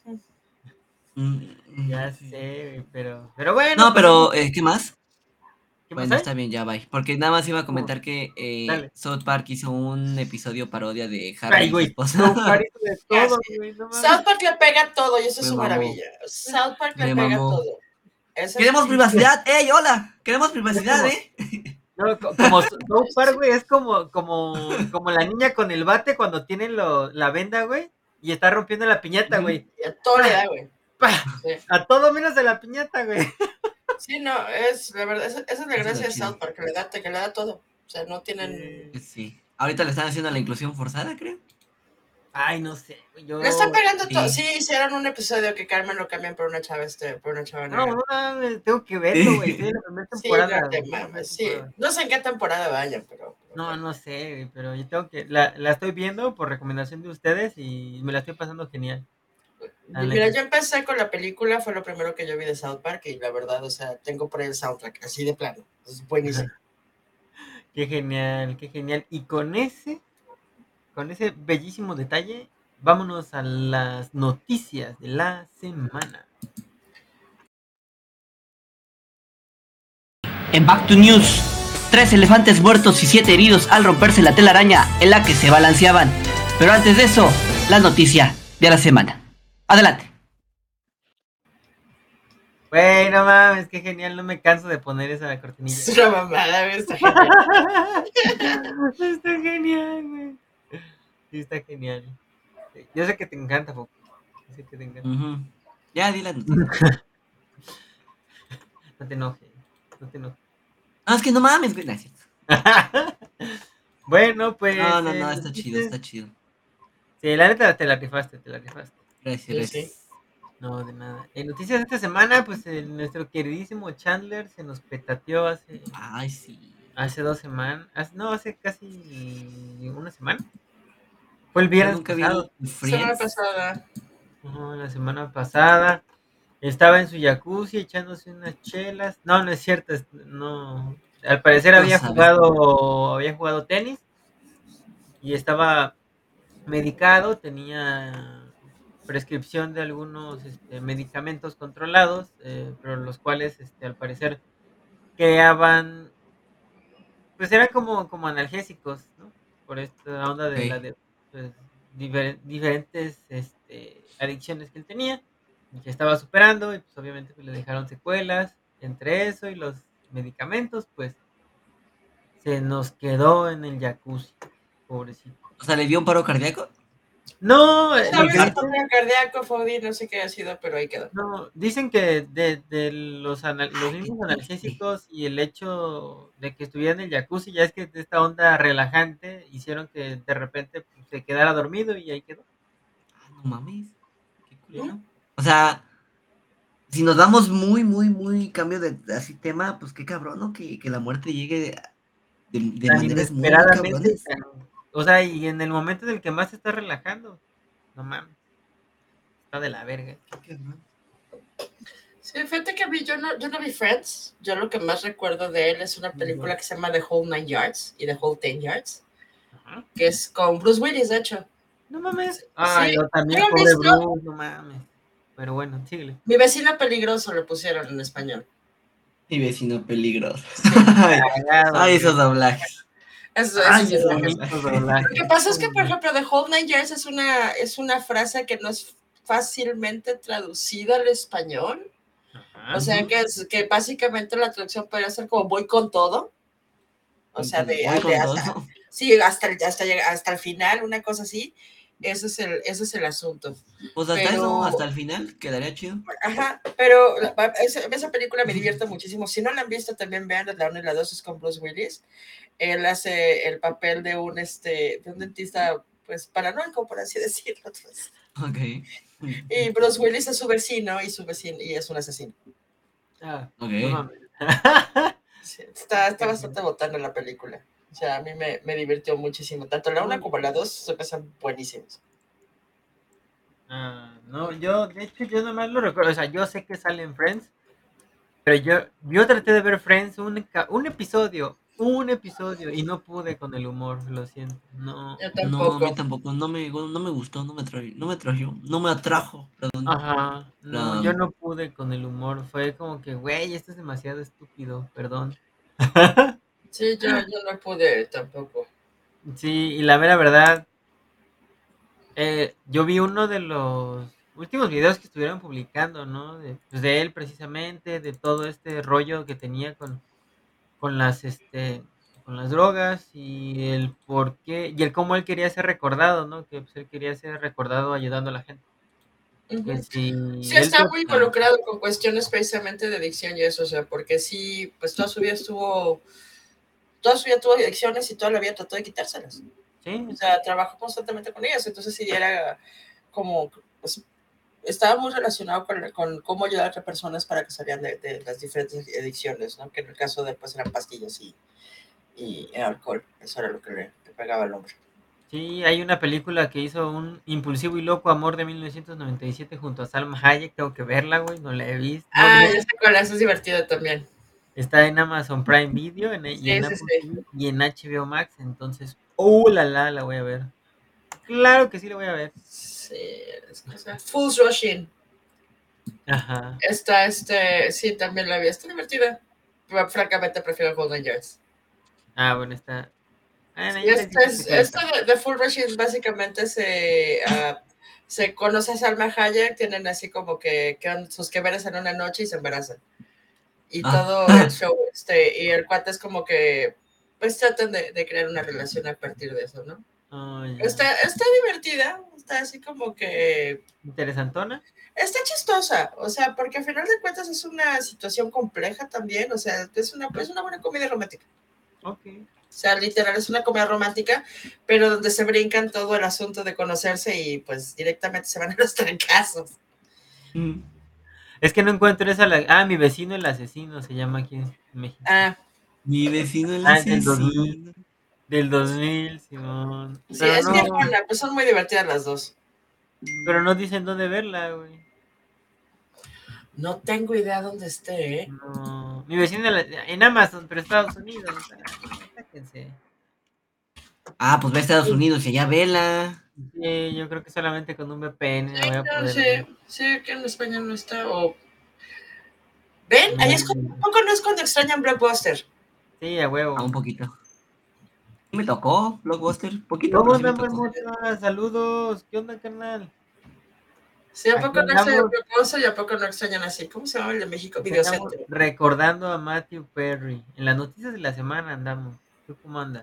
Speaker 1: Ya sé, pero, pero bueno,
Speaker 2: No,
Speaker 1: pasemos.
Speaker 2: pero, eh, ¿qué más?
Speaker 1: ¿Qué más
Speaker 2: Bueno,
Speaker 1: hay?
Speaker 2: está bien, ya bye. Porque nada más iba a
Speaker 1: ¿Cómo?
Speaker 2: comentar que eh,
Speaker 1: Dale.
Speaker 2: South Park hizo un episodio parodia de Harry
Speaker 1: Ay,
Speaker 2: y su
Speaker 1: güey,
Speaker 2: esposa.
Speaker 1: South Park hizo de
Speaker 3: Ah,
Speaker 1: todo,
Speaker 3: sí.
Speaker 1: güey, no
Speaker 3: South
Speaker 1: mames.
Speaker 3: Park le pega todo y eso es
Speaker 2: Me
Speaker 3: su
Speaker 2: mamó.
Speaker 3: maravilla. South Park le
Speaker 2: Me
Speaker 3: pega
Speaker 2: mamó.
Speaker 3: todo. Ese es
Speaker 2: Queremos
Speaker 3: sí,
Speaker 2: privacidad. ¡Ey, hola! Queremos
Speaker 1: Es
Speaker 2: privacidad,
Speaker 1: como,
Speaker 2: ¿eh?
Speaker 1: no, co- como S- South Park,
Speaker 3: sí,
Speaker 1: güey, es como, como, como la niña con el bate cuando tiene lo, la venda, güey, y está rompiendo la piñata,
Speaker 2: Ujú.
Speaker 1: güey.
Speaker 3: y a todo le
Speaker 1: Pa,
Speaker 3: da, güey.
Speaker 1: pa,
Speaker 3: Sí.
Speaker 1: a todo menos de la piñata, güey.
Speaker 3: Sí, no, es la verdad, esa, esa es la
Speaker 2: Eso es
Speaker 3: gracia
Speaker 2: lo
Speaker 3: de
Speaker 2: chido.
Speaker 3: South Park, que le da, que le da todo. O sea, no tienen...
Speaker 1: Sí.
Speaker 2: Sí. Ahorita le están haciendo la inclusión forzada, creo.
Speaker 1: Ay, no sé, güey,
Speaker 3: Le están
Speaker 1: yo,
Speaker 3: pegando todo.
Speaker 2: Sí.
Speaker 3: Sí, hicieron un episodio que Carmen lo cambian por una chava, este, por una chava
Speaker 1: no,
Speaker 3: negra.
Speaker 1: no mames, tengo que verlo, güey, estoy en la primera
Speaker 3: Sí, no
Speaker 1: temporada,
Speaker 3: te
Speaker 1: güey, estoy en la primera
Speaker 3: mames, sí.
Speaker 1: temporada.
Speaker 3: No sé en qué temporada vayan, pero, pero
Speaker 1: No,
Speaker 3: bueno.
Speaker 1: no sé, güey, pero yo tengo que, la, la estoy viendo por recomendación de ustedes y me la estoy pasando genial, la
Speaker 3: Mira,
Speaker 1: neta.
Speaker 3: yo empecé con la película, fue lo primero que yo vi de South Park y la verdad, o sea, tengo por ahí el soundtrack, así de plano. Es buenísimo.
Speaker 1: Qué genial, qué genial. Y con ese, con ese bellísimo detalle, vámonos a las noticias de la semana.
Speaker 2: En Back to News, tres elefantes muertos y siete heridos al romperse la telaraña en la que se balanceaban. Pero antes de eso, la noticia de la semana. Adelante.
Speaker 1: Güey, no mames, qué genial, no me canso de poner esa cortinilla.
Speaker 3: Es una mamada, güey, está genial.
Speaker 1: Está genial, güey. Sí, está genial. Yo sé que te encanta, Foco. Yo sé que te encanta.
Speaker 2: Uh-huh. Ya di la noticia.
Speaker 1: No te enojes, no te enojes.
Speaker 2: No, es que no mames, güey. No, es cierto.
Speaker 1: Bueno, pues.
Speaker 2: No, no,
Speaker 1: eh,
Speaker 2: no, está chido,
Speaker 1: noticias-
Speaker 2: está chido.
Speaker 1: Sí, la neta te la rifaste, te la rifaste.
Speaker 2: Gracias,
Speaker 3: Sí,
Speaker 2: gracias.
Speaker 3: sí.
Speaker 1: No, de nada. En noticias de esta semana, pues el- nuestro queridísimo Chandler se nos petateó hace,
Speaker 2: Ay, sí.
Speaker 1: hace dos semanas. hace- no, hace casi una semana. Fue el
Speaker 2: Yo
Speaker 1: viernes
Speaker 2: nunca vi
Speaker 1: pasado.
Speaker 2: el
Speaker 3: Semana
Speaker 2: Friends.
Speaker 3: pasada.
Speaker 1: Ujú, la semana pasada. Estaba en su jacuzzi echándose unas chelas. No, no es cierto. es- No. Al parecer
Speaker 2: No
Speaker 1: había
Speaker 2: sabes.
Speaker 1: jugado, había jugado tenis y estaba medicado, tenía prescripción de algunos este, medicamentos controlados, eh, pero los cuales este, al parecer creaban, pues eran como, como analgésicos, ¿no? Por esta onda de la
Speaker 2: Ok.
Speaker 1: de pues, difer- diferentes este, adicciones que él tenía y que estaba superando, y pues obviamente pues, le dejaron secuelas, entre eso y los medicamentos, pues se nos quedó en el jacuzzi, pobrecito.
Speaker 2: O sea, ¿le dio un paro cardíaco?
Speaker 1: No, eh,
Speaker 3: Tal
Speaker 1: lo que
Speaker 3: vez
Speaker 2: Ah,
Speaker 3: fue
Speaker 1: dicen,
Speaker 3: cardíaco, Fodi, no sé qué ha sido, pero ahí quedó.
Speaker 1: no, dicen que de, de los, anal- los
Speaker 2: ay, qué
Speaker 1: mismos
Speaker 2: triste.
Speaker 1: analgésicos y el hecho de que estuviera en el jacuzzi, ya es que de esta onda relajante hicieron que de repente pues, se quedara dormido y ahí quedó.
Speaker 2: Ah, no mames. Qué
Speaker 3: ¿Mm?
Speaker 2: culero. O sea, si nos damos muy, muy, muy cambio de así tema, pues qué cabrón, ¿no? Que, que la muerte llegue de, de, de
Speaker 1: Tan
Speaker 2: maneras muy, muy
Speaker 1: inesperadamente, y
Speaker 2: cabrones.
Speaker 1: tan- o sea, y en el momento en el que más se está relajando, no mames, está de la verga.
Speaker 2: Qué cabrón.
Speaker 3: Sí, fíjate que a mí, yo no, yo no vi Friends. Yo lo que más recuerdo de él es una película que se llama The Whole Nine Yards y The Whole Ten Yards,
Speaker 1: Ajá.
Speaker 3: que es con Bruce Willis, de hecho.
Speaker 1: No mames.
Speaker 3: Sí,
Speaker 1: Ah, yo
Speaker 3: ¿no
Speaker 1: también,
Speaker 3: lo han
Speaker 1: pobre
Speaker 3: visto?
Speaker 1: Bruce, no mames. Pero bueno, síguele.
Speaker 3: Mi vecino peligroso lo pusieron en español.
Speaker 2: Mi vecino peligroso.
Speaker 3: Sí.
Speaker 2: Ay,
Speaker 1: Cagado,
Speaker 2: ay,
Speaker 1: güey.
Speaker 2: esos doblajes.
Speaker 3: Eso,
Speaker 1: Ay,
Speaker 3: eso sí
Speaker 1: qué
Speaker 3: es lo que es.
Speaker 1: bonitos
Speaker 3: Lo
Speaker 1: doblajes.
Speaker 3: que pasa es que, por ejemplo, The Whole Nine Yards es una, es una frase que no es fácilmente traducida al español.
Speaker 1: Ajá.
Speaker 3: O sea, que, es, que básicamente la traducción podría ser como voy con todo. O sea, de,
Speaker 2: Voy
Speaker 3: de
Speaker 2: con
Speaker 3: hasta,
Speaker 2: todo.
Speaker 3: sí, hasta el, hasta, hasta el final, una cosa así. Ese es el, ese es el asunto.
Speaker 2: Pues hasta
Speaker 3: Pero,
Speaker 2: eso, hasta el final, quedaría chido.
Speaker 3: ajá, pero esa, esa película me divierte muchísimo. Si no la han visto, también vean la uno y la dos, es con Bruce Willis. Él hace el papel de un, este, de un dentista, pues, paranoico, por así decirlo. Pues.
Speaker 2: Ok.
Speaker 3: Y Bruce Willis es su vecino y su vecino y es un asesino.
Speaker 1: Ah,
Speaker 2: Ok.
Speaker 1: no mames.
Speaker 3: Sí, está, está bastante botana la película. O sea, a mí me, me divirtió muchísimo. Tanto la una como la dos se pasan buenísimos.
Speaker 1: Ah, no, yo, de hecho, yo nomás lo recuerdo. O sea, yo sé que sale en Friends, pero yo, yo traté de ver Friends un, ca- un episodio, un episodio, y no pude con el humor, lo siento. No.
Speaker 3: Yo
Speaker 2: No, a mí
Speaker 3: tampoco.
Speaker 2: tampoco. No me, no me gustó, no me trajo, no me trajo, no me atrajo, perdón.
Speaker 1: Ajá, no,
Speaker 2: La,
Speaker 1: yo no pude con el humor. Fue como que, güey, esto es demasiado estúpido, perdón.
Speaker 3: Sí, yo, yo no pude tampoco.
Speaker 1: Sí, y la mera verdad, eh, yo vi uno de los últimos videos que estuvieron publicando, ¿no? De, pues, de él precisamente, de todo este rollo que tenía con, con las, este, con las drogas y el por qué, y el cómo él quería ser recordado, ¿no? Que pues, él quería ser recordado ayudando a la gente. Que
Speaker 3: Uh-huh. Sí,
Speaker 1: si él
Speaker 3: está
Speaker 1: te...
Speaker 3: muy involucrado con cuestiones precisamente de adicción y eso, o sea, porque sí, pues toda su vida estuvo, toda su vida tuvo adicciones y toda la vida trató de quitárselas.
Speaker 1: Sí,
Speaker 3: O sea, trabajó constantemente con ellas, entonces sí era como, pues, estaba muy relacionado con, con cómo ayudar a otras personas para que salieran de, de las diferentes adicciones, ¿no? Que en el caso de, pues, eran pastillas y, y alcohol, eso era lo que le, le pegaba al hombre.
Speaker 1: sí, hay una película que hizo un impulsivo y loco amor de mil novecientos noventa y siete junto a Salma Hayek, tengo que verla, güey, no la he visto, no,
Speaker 3: Ah,
Speaker 1: no,
Speaker 3: ya sé cuál es, es divertido también.
Speaker 1: está en Amazon Prime Video en, y
Speaker 3: Sí,
Speaker 1: en
Speaker 3: sí,
Speaker 1: Apple
Speaker 3: sí.
Speaker 1: T V y en H B O Max, entonces, ¡uh, la, la, la voy a ver! Claro que sí la voy a ver.
Speaker 3: Sí, es cosa. Fools Rushing.
Speaker 1: Ajá.
Speaker 3: Está, este, sí, también la vi, está divertida. Pero, francamente, prefiero Golden Years.
Speaker 1: Ah, bueno, está. Ah, no,
Speaker 3: Sí,
Speaker 1: yo te
Speaker 3: esta
Speaker 1: dije
Speaker 3: es,
Speaker 1: que cuál
Speaker 3: esto
Speaker 1: está.
Speaker 3: de, de Full Rushing básicamente se, uh, se conoce a Salma Hayek, tienen así como que quedan sus que veres en una noche y se embarazan. Y
Speaker 2: ah,
Speaker 3: todo el show, este, y el cuate es como que, pues tratan de, de crear una relación a partir de eso, ¿no?
Speaker 1: Oh, ya.
Speaker 3: Está, está divertida, está así como que
Speaker 1: ¿Interesantona?
Speaker 3: está chistosa, o sea, porque al final de cuentas es una situación compleja también, o sea, es una, es una buena comedia romántica.
Speaker 1: Ok.
Speaker 3: O sea, literal es una comedia romántica, pero donde se brincan todo el asunto de conocerse y pues directamente se van a los trancazos.
Speaker 2: mm,
Speaker 1: Es que no encuentro esa. La... Ah, mi vecino el asesino se llama aquí en México.
Speaker 3: Ah,
Speaker 2: mi vecino el
Speaker 1: Ah, del dos mil.
Speaker 2: asesino.
Speaker 1: Del dos mil, Simón.
Speaker 3: sí,
Speaker 1: Pero
Speaker 3: es
Speaker 1: no,
Speaker 3: viejona, pues son muy divertidas las dos.
Speaker 1: pero no dicen dónde verla, güey.
Speaker 3: No tengo idea dónde esté, ¿eh?
Speaker 1: No. Mi vecino en la- en Amazon, pero Estados Unidos. Ah, no, sáquense.
Speaker 2: Ah, pues ve a Estados
Speaker 3: Sí,
Speaker 2: Unidos y allá vela.
Speaker 1: Sí, yo creo que solamente con un V P N la voy a
Speaker 3: no,
Speaker 1: poder
Speaker 3: sí,
Speaker 1: ver.
Speaker 3: sí, que en España no está. O... ¿Ven? Ahí es cuando,
Speaker 1: No.
Speaker 3: poco no es cuando extrañan Blockbuster.
Speaker 1: Sí, a
Speaker 2: A
Speaker 1: huevo.
Speaker 2: un poquito. Me tocó, Blockbuster. Poquito,
Speaker 1: ¿Cómo
Speaker 2: pero sí me
Speaker 1: andan,
Speaker 2: tocó.
Speaker 1: marmota? Saludos. ¿Qué onda, carnal?
Speaker 3: Sí, ¿a
Speaker 1: Aquí
Speaker 3: poco no extrañan
Speaker 1: andamos,
Speaker 3: Blockbuster y a poco no extrañan así? ¿Cómo se llama el de México?
Speaker 1: aquí andamos
Speaker 3: Videocentro.
Speaker 1: recordando a Matthew Perry. En las noticias de la semana andamos. ¿Tú cómo andas?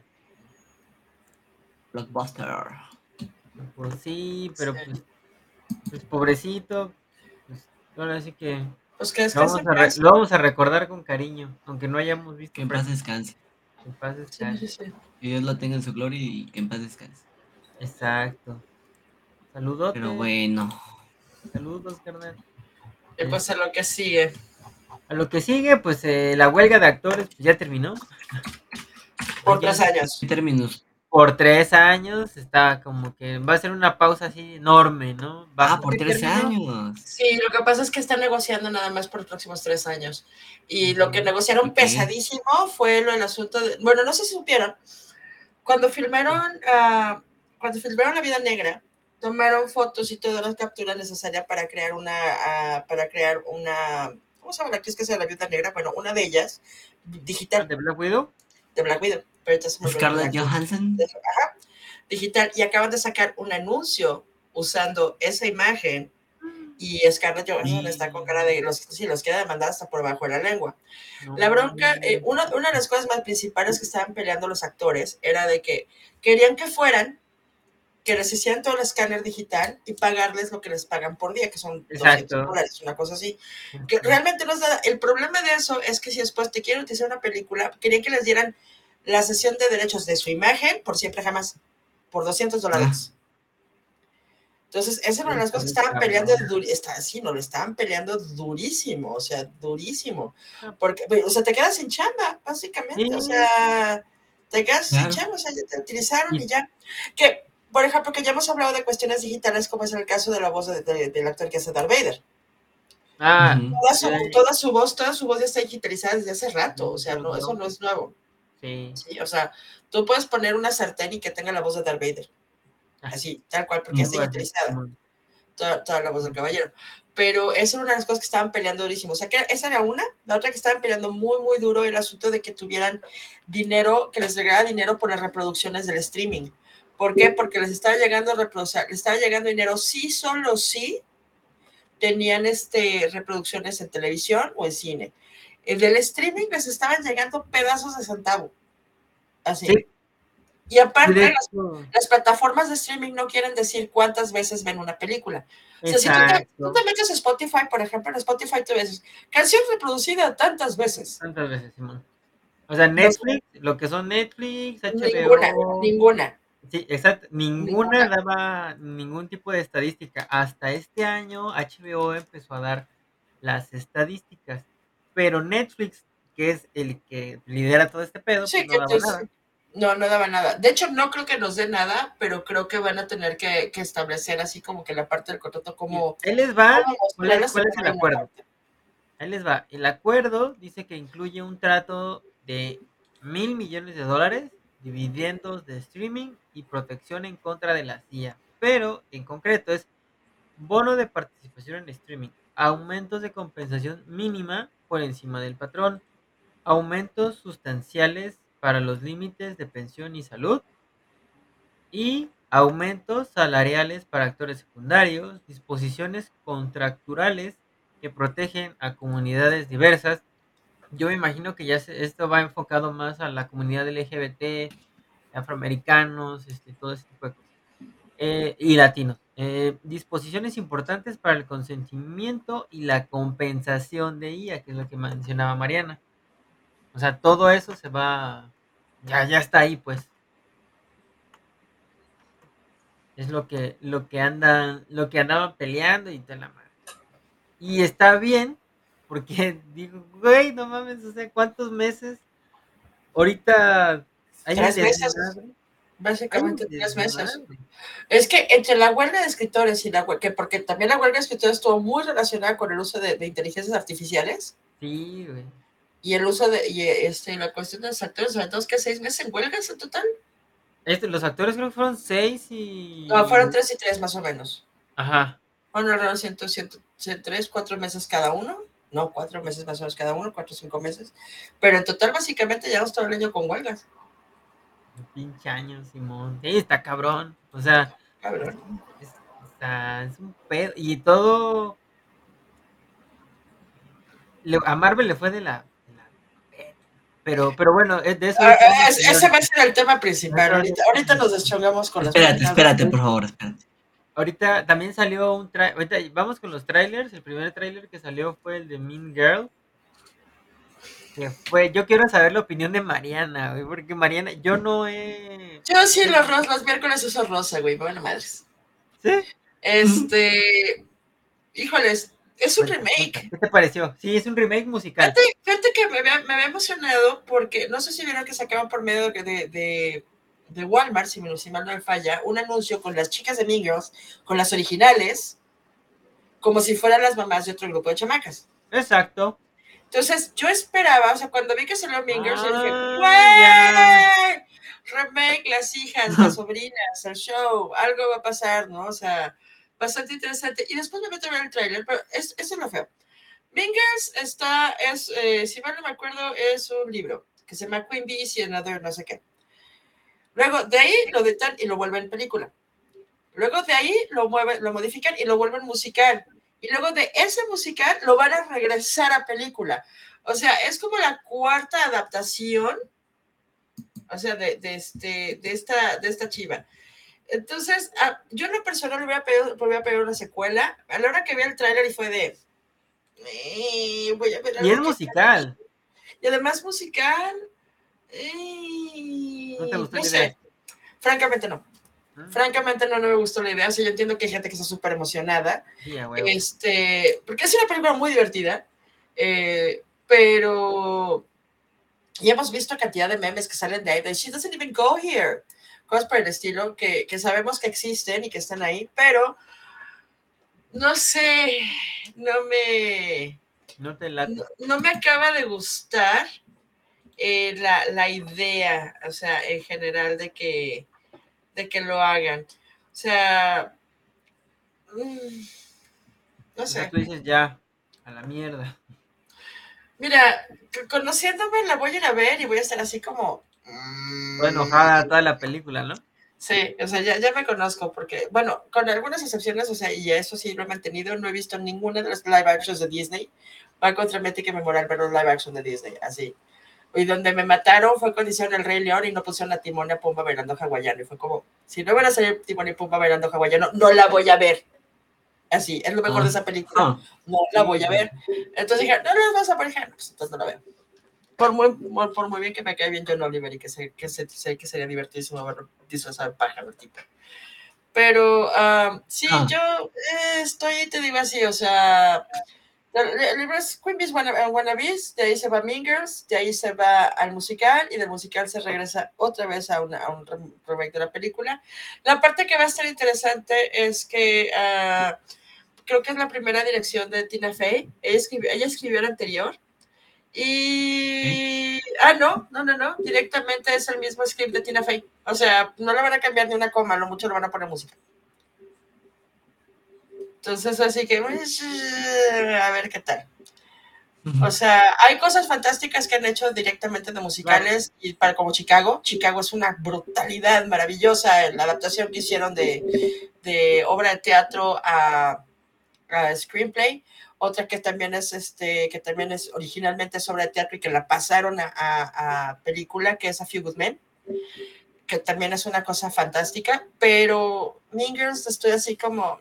Speaker 2: Blockbuster.
Speaker 1: Pues sí,
Speaker 3: Sí.
Speaker 1: pero pues, pues pobrecito. Pues ahora sí que
Speaker 3: Pues que
Speaker 1: lo vamos
Speaker 3: descansen en
Speaker 1: a re-
Speaker 3: paz.
Speaker 1: lo vamos a recordar con cariño, aunque no hayamos
Speaker 2: Que
Speaker 1: visto
Speaker 2: en paz
Speaker 1: Friends.
Speaker 2: descanse.
Speaker 1: En paz
Speaker 3: Sí, sí,
Speaker 1: descanse.
Speaker 3: sí.
Speaker 2: Que Dios lo tenga en su gloria y que en paz descanse.
Speaker 1: Exacto.
Speaker 2: Pero
Speaker 1: Saludotes.
Speaker 2: bueno.
Speaker 1: Saludos, carnal.
Speaker 3: Y
Speaker 1: Eh,
Speaker 3: pues a lo que sigue.
Speaker 1: a lo que sigue, pues eh, la huelga de actores pues, ya terminó.
Speaker 3: Por
Speaker 1: Oye,
Speaker 3: tres años.
Speaker 2: ¿Qué términos?
Speaker 1: por tres años está como que va a ser una pausa así enorme, ¿no?
Speaker 2: Ah,
Speaker 1: ¿Bajo
Speaker 2: por
Speaker 1: qué
Speaker 2: tres
Speaker 1: término?
Speaker 2: años.
Speaker 3: Sí, lo que pasa es que están negociando nada más por los próximos tres años. Y lo que
Speaker 1: Ujú.
Speaker 3: negociaron
Speaker 2: ¿Y qué?
Speaker 3: pesadísimo fue lo del asunto de, bueno, no sé si supieron, cuando filmaron, uh, cuando filmaron La Vida Negra, tomaron fotos y todas las capturas necesarias para crear una, uh, para crear una, ¿cómo se llama la actriz que hace La Viuda Negra? Bueno, una de ellas,
Speaker 1: Ah,
Speaker 3: digital,
Speaker 1: ¿de Black Widow?
Speaker 3: de Black Widow, pero ahorita se me olvidó el nombre de
Speaker 2: Scarlett
Speaker 3: la actriz.
Speaker 2: Johansson.
Speaker 3: Ajá, digital, y acaban de sacar un anuncio usando esa imagen y Scarlett Johansson está con cara de, los, sí, los queda demandada hasta por bajo de la lengua.
Speaker 1: No.
Speaker 3: La bronca, eh, una, una de las cosas más principales que estaban peleando los actores era de que querían que fueran, que les hicieran todo el escáner digital y pagarles lo que les pagan por día, que son doscientos
Speaker 1: Exacto.
Speaker 3: dólares, una cosa así. Que realmente no es nada. El problema de eso es que si después te quieren utilizar una película, querían que les dieran la cesión de derechos de su imagen, por siempre jamás, por doscientos dólares. Entonces, esa era una de las cosas que estaban peleando, está, sí, no, lo estaban peleando durísimo, o sea, durísimo. Porque, o sea, te quedas sin chamba, básicamente, sí. O sea, te quedas claro. sin chamba, o sea, ya te utilizaron sí. y ya. Que, por ejemplo, que ya hemos hablado de cuestiones digitales, como es el caso de la voz de, de, del actor que hace Darth Vader.
Speaker 1: Ah,
Speaker 3: toda, su, sí. toda su voz, toda su voz ya está digitalizada desde hace rato, o sea, no, eso no es nuevo.
Speaker 1: Sí.
Speaker 3: sí. O sea, tú puedes poner una sartén y que tenga la voz de Darth Vader. Así, tal cual, porque es digitalizada. Toda, toda la voz del caballero. Pero esa era una de las cosas que estaban peleando durísimo. O sea, que esa era una. La otra que estaban peleando muy, muy duro el asunto de que tuvieran dinero, que les llegara dinero por las reproducciones del streaming. ¿Por qué? Porque les estaba llegando reproducir, les estaba llegando dinero sí, solo sí tenían este, reproducciones en televisión o en cine. El del streaming les estaban llegando pedazos de centavo. Así. Sí. Y aparte, las, las plataformas de streaming no quieren decir cuántas veces ven una película. O sea, si tú te, tú te metes a Spotify, por ejemplo, en Spotify tú ves canción reproducida tantas veces.
Speaker 1: Tantas veces, Simón. O sea, Netflix, no, lo que son Netflix, H B O.
Speaker 3: Ninguna, ninguna.
Speaker 1: Sí, exacto. Ninguna, ninguna daba ningún tipo de estadística. Hasta este año H B O empezó a dar las estadísticas. Pero Netflix, que es el que lidera todo este pedo,
Speaker 3: sí,
Speaker 1: pues no daba nada.
Speaker 3: No, no daba nada. De hecho, no creo que nos dé nada, pero creo que van a tener que, que establecer así como que la parte del contrato, como...
Speaker 1: Ahí les va, ¿cuál es, cuál es el acuerdo? Ahí les va. El acuerdo dice que incluye un trato de mil millones de dólares, dividendos de streaming y protección en contra de la C I A. Pero, en concreto, es bono de participación en streaming, aumentos de compensación mínima por encima del patrón, aumentos sustanciales para los límites de pensión y salud, y aumentos salariales para actores secundarios, disposiciones contractuales que protegen a comunidades diversas. Yo me imagino que ya se, esto va enfocado más a la comunidad L G B T, afroamericanos, este, todo ese tipo de cosas. Eh, y latinos. Eh, disposiciones importantes para el consentimiento y la compensación de I A, que es lo que mencionaba Mariana. O sea, todo eso se va, ya, ya está ahí, pues. Es lo que, lo que andan, lo que andaban peleando y toda la madre. Y está bien, porque digo, güey, no mames, o sea, ¿cuántos meses? Ahorita hay
Speaker 3: tres
Speaker 1: un
Speaker 3: meses.
Speaker 1: desmadre.
Speaker 3: Básicamente un tres meses. Es que entre la huelga de escritores y la huelga, que porque también la huelga de escritores estuvo muy relacionada con el uso de, de inteligencias artificiales.
Speaker 1: Sí, güey.
Speaker 3: Y el uso de, y este, la cuestión de los actores, ¿sabes? ¿Que seis meses en huelgas en total?
Speaker 1: Este, los actores creo que fueron seis y...
Speaker 3: No, fueron tres y tres más o menos.
Speaker 1: Ajá.
Speaker 3: Bueno, alrededor de ciento, tres, cuatro meses cada uno. No, cuatro meses más o menos cada uno, cuatro o cinco meses. Pero en total, básicamente, ya todo el año con huelgas.
Speaker 1: Un pinche año, Simón. Sí, está cabrón. O sea,
Speaker 3: cabrón.
Speaker 1: Es, está, es un pedo. Y todo... Le, a Marvel le fue de la... De la pero, pero bueno, de eso...
Speaker 3: Ah, es, ese va a ser el tema principal. Ahorita, ahorita nos deschongamos con
Speaker 2: espérate, las... Espérate, espérate, por favor, espérate.
Speaker 1: Ahorita también salió un trailer. Ahorita vamos con los trailers. El primer trailer que salió fue el de Mean Girl. Que fue, yo quiero saber la opinión de Mariana, güey, porque Mariana, yo no he...
Speaker 3: Yo sí, los, ros, los miércoles uso rosa, güey, bueno, madres.
Speaker 1: ¿Sí?
Speaker 3: Este, híjoles, es un remake.
Speaker 1: ¿Qué te pareció? Sí, es un remake musical.
Speaker 3: Fíjate, fíjate que me había, me había emocionado porque, no sé si vieron que sacaban por medio de, de, de Walmart, si, me, si mal no me falla, un anuncio con las chicas de Mean Girls, con las originales, como si fueran las mamás de otro grupo de chamacas.
Speaker 1: Exacto.
Speaker 3: Entonces, yo esperaba, o sea, cuando vi que salió Mean Girls, yo dije,
Speaker 1: Ah,
Speaker 3: ¡güey! Remake, las hijas, las sobrinas, el show, algo va a pasar, ¿no? O sea, bastante interesante. Y después me meto a ver el tráiler, pero es, eso es lo feo. Mean Girls está, es, eh, si mal no me acuerdo, es un libro que se llama Queen Bees y Another no sé qué. Luego de ahí lo editan y lo vuelven película. Luego de ahí lo, mueven, lo modifican y lo vuelven musical. Y luego de ese musical lo van a regresar a película. O sea, es como la cuarta adaptación, o sea, de, de, este, de, esta, de esta chiva. Entonces, a, yo en lo personal le voy a, pedir, voy a pedir una secuela. A la hora que vi el tráiler y fue de... Eh, voy a ver
Speaker 1: y es
Speaker 3: algo que...
Speaker 1: musical.
Speaker 3: Y además musical...
Speaker 1: ¿No te
Speaker 3: Eh,
Speaker 1: gustó
Speaker 3: no
Speaker 1: la idea?
Speaker 3: sé, francamente no.
Speaker 1: ¿Mm?
Speaker 3: Francamente no, no me gustó la idea. O sea, yo entiendo que hay gente que está súper emocionada.
Speaker 1: Sí, a huevo.
Speaker 3: Este, porque es una película muy divertida. Eh, pero ya hemos visto cantidad de memes que salen de ahí. De She doesn't even go here. Cosas por el estilo que, que sabemos que existen y que están ahí. Pero no sé, no me,
Speaker 1: No te late.
Speaker 3: no, no me acaba de gustar eh, la, la idea, o sea, en general de que, de que lo hagan. O sea, mmm, no
Speaker 1: O sea,
Speaker 3: sé.
Speaker 1: tú dices ya, a la mierda.
Speaker 3: Mira, conociéndome la voy a ir a ver y voy a estar así como...
Speaker 1: Toda
Speaker 3: mmm,
Speaker 1: enojada toda la película, ¿no?
Speaker 3: sí, o sea, ya, ya me conozco porque, bueno, con algunas excepciones, o sea, y eso sí lo he mantenido, no he visto ninguna de las live actions de Disney. Va contra mí que me moral ver los live action de Disney, así. Y donde me mataron fue cuando hicieron el Rey León y no pusieron a Timón y a Pumba bailando hawaiano. Y fue como, si no van a salir Timón y Pumba bailando hawaiano, no la voy a ver. Así, es lo mejor de
Speaker 2: Ah,
Speaker 3: esa película,
Speaker 2: ah,
Speaker 3: no la
Speaker 1: Sí,
Speaker 3: voy a
Speaker 1: güey.
Speaker 3: ver. Entonces dije, no, no las vas a poner, no, pues entonces no la veo. Por muy, por, por muy bien que me cae bien John Oliver y que sé que, sé, sé que sería divertidísimo ver disfrazado de pájaro el tipo. Pero um, sí,
Speaker 2: ah.
Speaker 3: yo eh, estoy, te digo así, o sea, el libro es Queen Bees Wannabes, de ahí se va Mean Girls, de ahí se va al musical y del musical se regresa otra vez a, una, a un remake de la película. La parte que va a estar interesante es que uh, creo que es la primera dirección de Tina Fey. Ella escribió, ella escribió el anterior. Y. Ah, no, no, no, no. Directamente es el mismo script de Tina Fey. O sea, no le van a cambiar ni una coma, lo mucho le van a poner música. Entonces, así que. Pues, a ver qué tal. O sea, hay cosas fantásticas que han hecho directamente de musicales, y para como Chicago. Chicago es una brutalidad maravillosa. La adaptación que hicieron de, de obra de teatro a, a screenplay. Otra que también es este, que también es originalmente sobre de teatro y que la pasaron a, a, a película, que es A Few Good Men, que también es una cosa fantástica, pero Mean Girls estoy así como...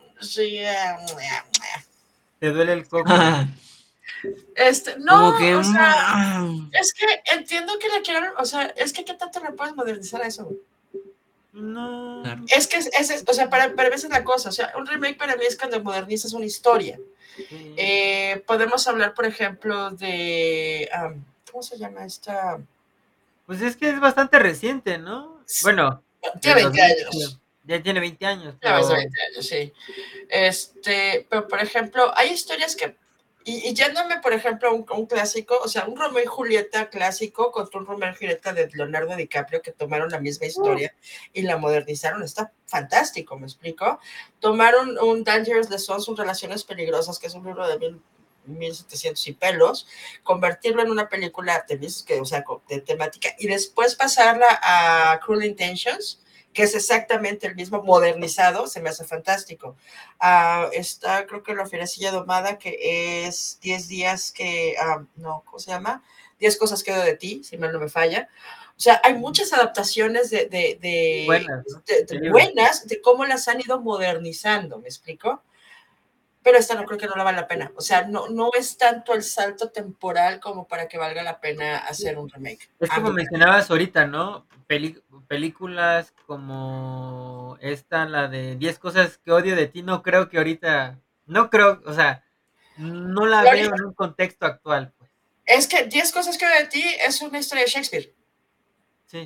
Speaker 1: Te duele el coco.
Speaker 3: Este,
Speaker 2: Como
Speaker 3: no,
Speaker 2: que...
Speaker 3: o sea,
Speaker 2: mm,
Speaker 3: es que entiendo que la quieran, o sea, es que qué tanto le puedes modernizar a eso, güey.
Speaker 1: No.
Speaker 3: Es que es, es, o sea, para, para veces la cosa, o sea, un remake para mí es cuando modernizas una historia.
Speaker 1: Sí.
Speaker 3: Eh, podemos hablar, por ejemplo, de, um, ¿cómo se llama esta?
Speaker 1: Pues es que es bastante reciente, ¿no? Bueno,
Speaker 3: Tiene
Speaker 1: del
Speaker 3: veinte
Speaker 1: dos mil,
Speaker 3: años.
Speaker 1: ya tiene veinte años,
Speaker 3: Ya más de
Speaker 1: pero
Speaker 3: veinte años, sí. Este, pero por ejemplo, hay historias que, y, y yéndome, por ejemplo, a un, un, clásico, o sea, un Romeo y Julieta clásico contra un Romeo y Julieta de Leonardo DiCaprio que tomaron la misma historia y la modernizaron, está fantástico, ¿me explico? Tomaron un Dangerous Lessons, un Relaciones Peligrosas, que es un libro de mil, mil setecientos y pelos, convertirlo en una película de, que, o sea, de temática y después pasarla a Cruel Intentions, que es exactamente el mismo modernizado, se me hace fantástico. Uh, está, creo que la Fierecilla Domada, que es diez días que, uh, no, ¿cómo se llama? diez cosas que odio de ti, si mal no me falla. O sea, hay muchas adaptaciones de, de, de,
Speaker 1: buenas, ¿no?
Speaker 3: de, de buenas, de cómo las han ido modernizando, ¿me explico? Pero esta no creo que no la vale la pena. O sea, no, no es tanto el salto temporal como para que valga la pena hacer un remake.
Speaker 1: Es como mencionabas ahorita, ¿no? Peli películas como esta, la de diez cosas que odio de ti, no creo que ahorita, no creo, o sea, no la veo en un contexto actual, pues.
Speaker 3: Es que diez cosas que odio de ti es una historia de Shakespeare.
Speaker 1: Sí.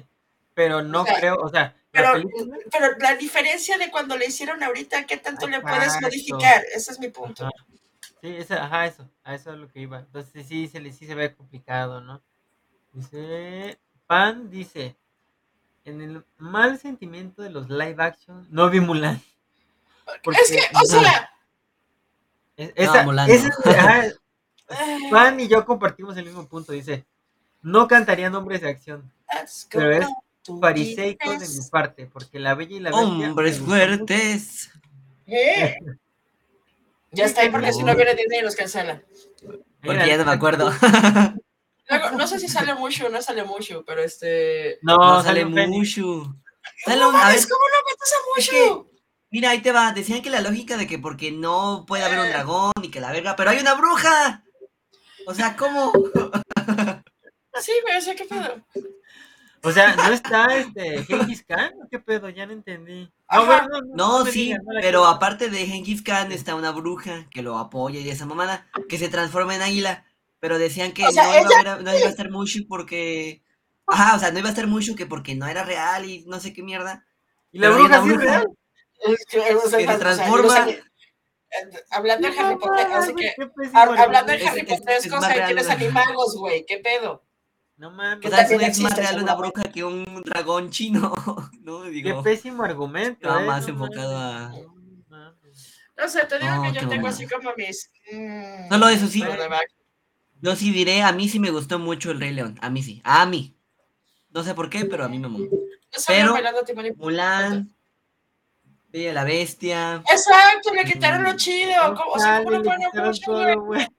Speaker 1: pero no
Speaker 3: O sea,
Speaker 1: creo, o sea, la
Speaker 3: Pero,
Speaker 1: película.
Speaker 3: pero la diferencia de cuando le hicieron ahorita, ¿qué tanto le puedes
Speaker 1: Exacto.
Speaker 3: modificar? Ese es mi punto.
Speaker 1: Ajá. Sí, esa, ajá, eso, a eso es lo que iba. Entonces sí, se le, sí se ve complicado, ¿no? Dice, Pan dice, en el mal sentimiento de los live action, no vi Mulan.
Speaker 3: Es que,
Speaker 1: Porque
Speaker 3: o
Speaker 2: No,
Speaker 3: sea,
Speaker 1: es-
Speaker 2: no,
Speaker 1: esa,
Speaker 2: Mulan
Speaker 1: esa,
Speaker 2: no.
Speaker 1: ajá,
Speaker 3: eh,
Speaker 1: Pan y yo compartimos el mismo punto. Dice, no cantaría nombres de acción,
Speaker 3: let's go
Speaker 1: pero es
Speaker 3: back to
Speaker 1: fariseico de mi
Speaker 3: business.
Speaker 1: parte, porque La Bella y la Bestia me
Speaker 2: Hombres
Speaker 1: gustó mucho.
Speaker 2: fuertes.
Speaker 3: ¿Eh? Ya
Speaker 1: Sí,
Speaker 3: está ahí
Speaker 1: que
Speaker 3: porque
Speaker 1: diga,
Speaker 3: si no
Speaker 2: No,
Speaker 3: viene Disney y los cancela.
Speaker 2: porque
Speaker 1: mira,
Speaker 2: ya no me
Speaker 1: exacto.
Speaker 2: acuerdo.
Speaker 3: Luego, no sé si sale mucho o no sale mucho, pero este.
Speaker 2: No
Speaker 1: No, sale
Speaker 2: sale
Speaker 1: un Fénix.
Speaker 2: Mushu. Sale
Speaker 3: No
Speaker 2: un, a
Speaker 3: mames,
Speaker 2: ver,
Speaker 3: ¿cómo no metes a
Speaker 2: es que,
Speaker 3: mucho?
Speaker 2: mira, ahí te va. Decían que la lógica de que porque no puede haber un dragón y que la verga, pero hay una bruja. O sea, ¿cómo?
Speaker 3: Sí, pero sé qué pedo.
Speaker 1: O sea, ¿no está este Gengis Khan? ¿O ¿Qué pedo? Ya no entendí. No, bueno,
Speaker 3: Ajá.
Speaker 1: no, no, no
Speaker 2: No,
Speaker 1: me digas,
Speaker 2: sí,
Speaker 1: no la
Speaker 2: pero
Speaker 1: quiero ver.
Speaker 2: aparte de Genghis Khan está una bruja que lo apoya y esa mamada, que se transforma en águila. Pero decían
Speaker 3: O
Speaker 2: que
Speaker 3: sea,
Speaker 2: no iba a
Speaker 3: ella.
Speaker 2: haber, no iba a estar Mushu porque. Ajá, o sea, no iba a estar Mushu que porque no era real y no sé qué mierda.
Speaker 1: ¿Y la
Speaker 2: Pero hay una
Speaker 1: bruja sí es real?
Speaker 2: bruja
Speaker 3: Es que, o sea,
Speaker 2: que se
Speaker 3: más, o sea, y los
Speaker 2: transforma.
Speaker 3: ani- eh, hablando
Speaker 1: ¡Qué
Speaker 3: de Harry Potter,
Speaker 1: mamada,
Speaker 3: así
Speaker 1: güey!
Speaker 3: que
Speaker 1: ¡Qué pésimo
Speaker 3: ha- hablando de
Speaker 1: argumento!
Speaker 2: Es,
Speaker 3: Harry
Speaker 2: es,
Speaker 3: Potter, es
Speaker 2: es más
Speaker 3: cosa de
Speaker 2: real.
Speaker 3: tienes animagos, güey, qué pedo.
Speaker 1: No
Speaker 2: O
Speaker 3: Que
Speaker 1: mames,
Speaker 2: sea,
Speaker 1: qué,
Speaker 2: es,
Speaker 3: también
Speaker 2: es más
Speaker 3: existen
Speaker 2: real una
Speaker 3: seguramente.
Speaker 2: bruja que un dragón chino. No,
Speaker 1: qué
Speaker 2: digo,
Speaker 1: pésimo argumento,
Speaker 2: estaba
Speaker 1: ¿eh?
Speaker 2: más
Speaker 1: No
Speaker 2: enfocado
Speaker 1: mames.
Speaker 2: a.
Speaker 1: No mames.
Speaker 3: No sé, te digo que
Speaker 2: No, qué
Speaker 3: yo tengo así
Speaker 2: mamada.
Speaker 3: como mis.
Speaker 2: Solo eso
Speaker 3: mm,
Speaker 2: sí,
Speaker 3: lo de
Speaker 1: Bueno,
Speaker 3: back.
Speaker 2: yo sí diré, a mí sí me gustó mucho el Rey León. A mí sí. A mí. No sé por qué, pero a mí me mamó.
Speaker 3: No salían
Speaker 2: Pero
Speaker 3: bailando Timón y Pumba.
Speaker 2: Mulan, Bella y la Bestia.
Speaker 3: Exacto, le quitaron lo
Speaker 2: mm,
Speaker 3: chido.
Speaker 1: no
Speaker 3: ¿Cómo- O sea, ¿cómo
Speaker 1: sale,
Speaker 3: no
Speaker 1: le
Speaker 3: ponen
Speaker 1: quitaron
Speaker 3: mucho, güey?
Speaker 1: todo, güey.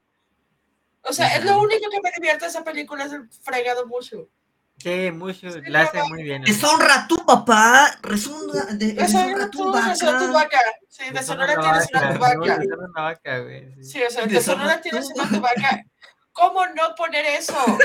Speaker 3: O
Speaker 2: ¿Quién
Speaker 3: sea, es lo
Speaker 2: sabe?
Speaker 3: único que me divierte de esa película, es el fregado mucho.
Speaker 1: Sí, mucho,
Speaker 3: Sí,
Speaker 1: la
Speaker 3: no
Speaker 1: hace muy bien el mucho.
Speaker 2: Deshonra tu papá, resonra, de-
Speaker 3: Deshonra
Speaker 2: deshonra tu
Speaker 3: tú, deshonra tu
Speaker 2: vaca,
Speaker 3: vaca. Sí, de
Speaker 1: Deshonra
Speaker 3: Sonora
Speaker 1: la
Speaker 3: tienes una tu
Speaker 1: vaca, no,
Speaker 3: vaca.
Speaker 1: deshonra la vaca, güey. Sí.
Speaker 3: Sí, o sea, de
Speaker 2: deshonra
Speaker 3: Sonora
Speaker 2: tu
Speaker 3: tienes una tu
Speaker 2: vaca.
Speaker 3: vaca. ¿Cómo no poner eso?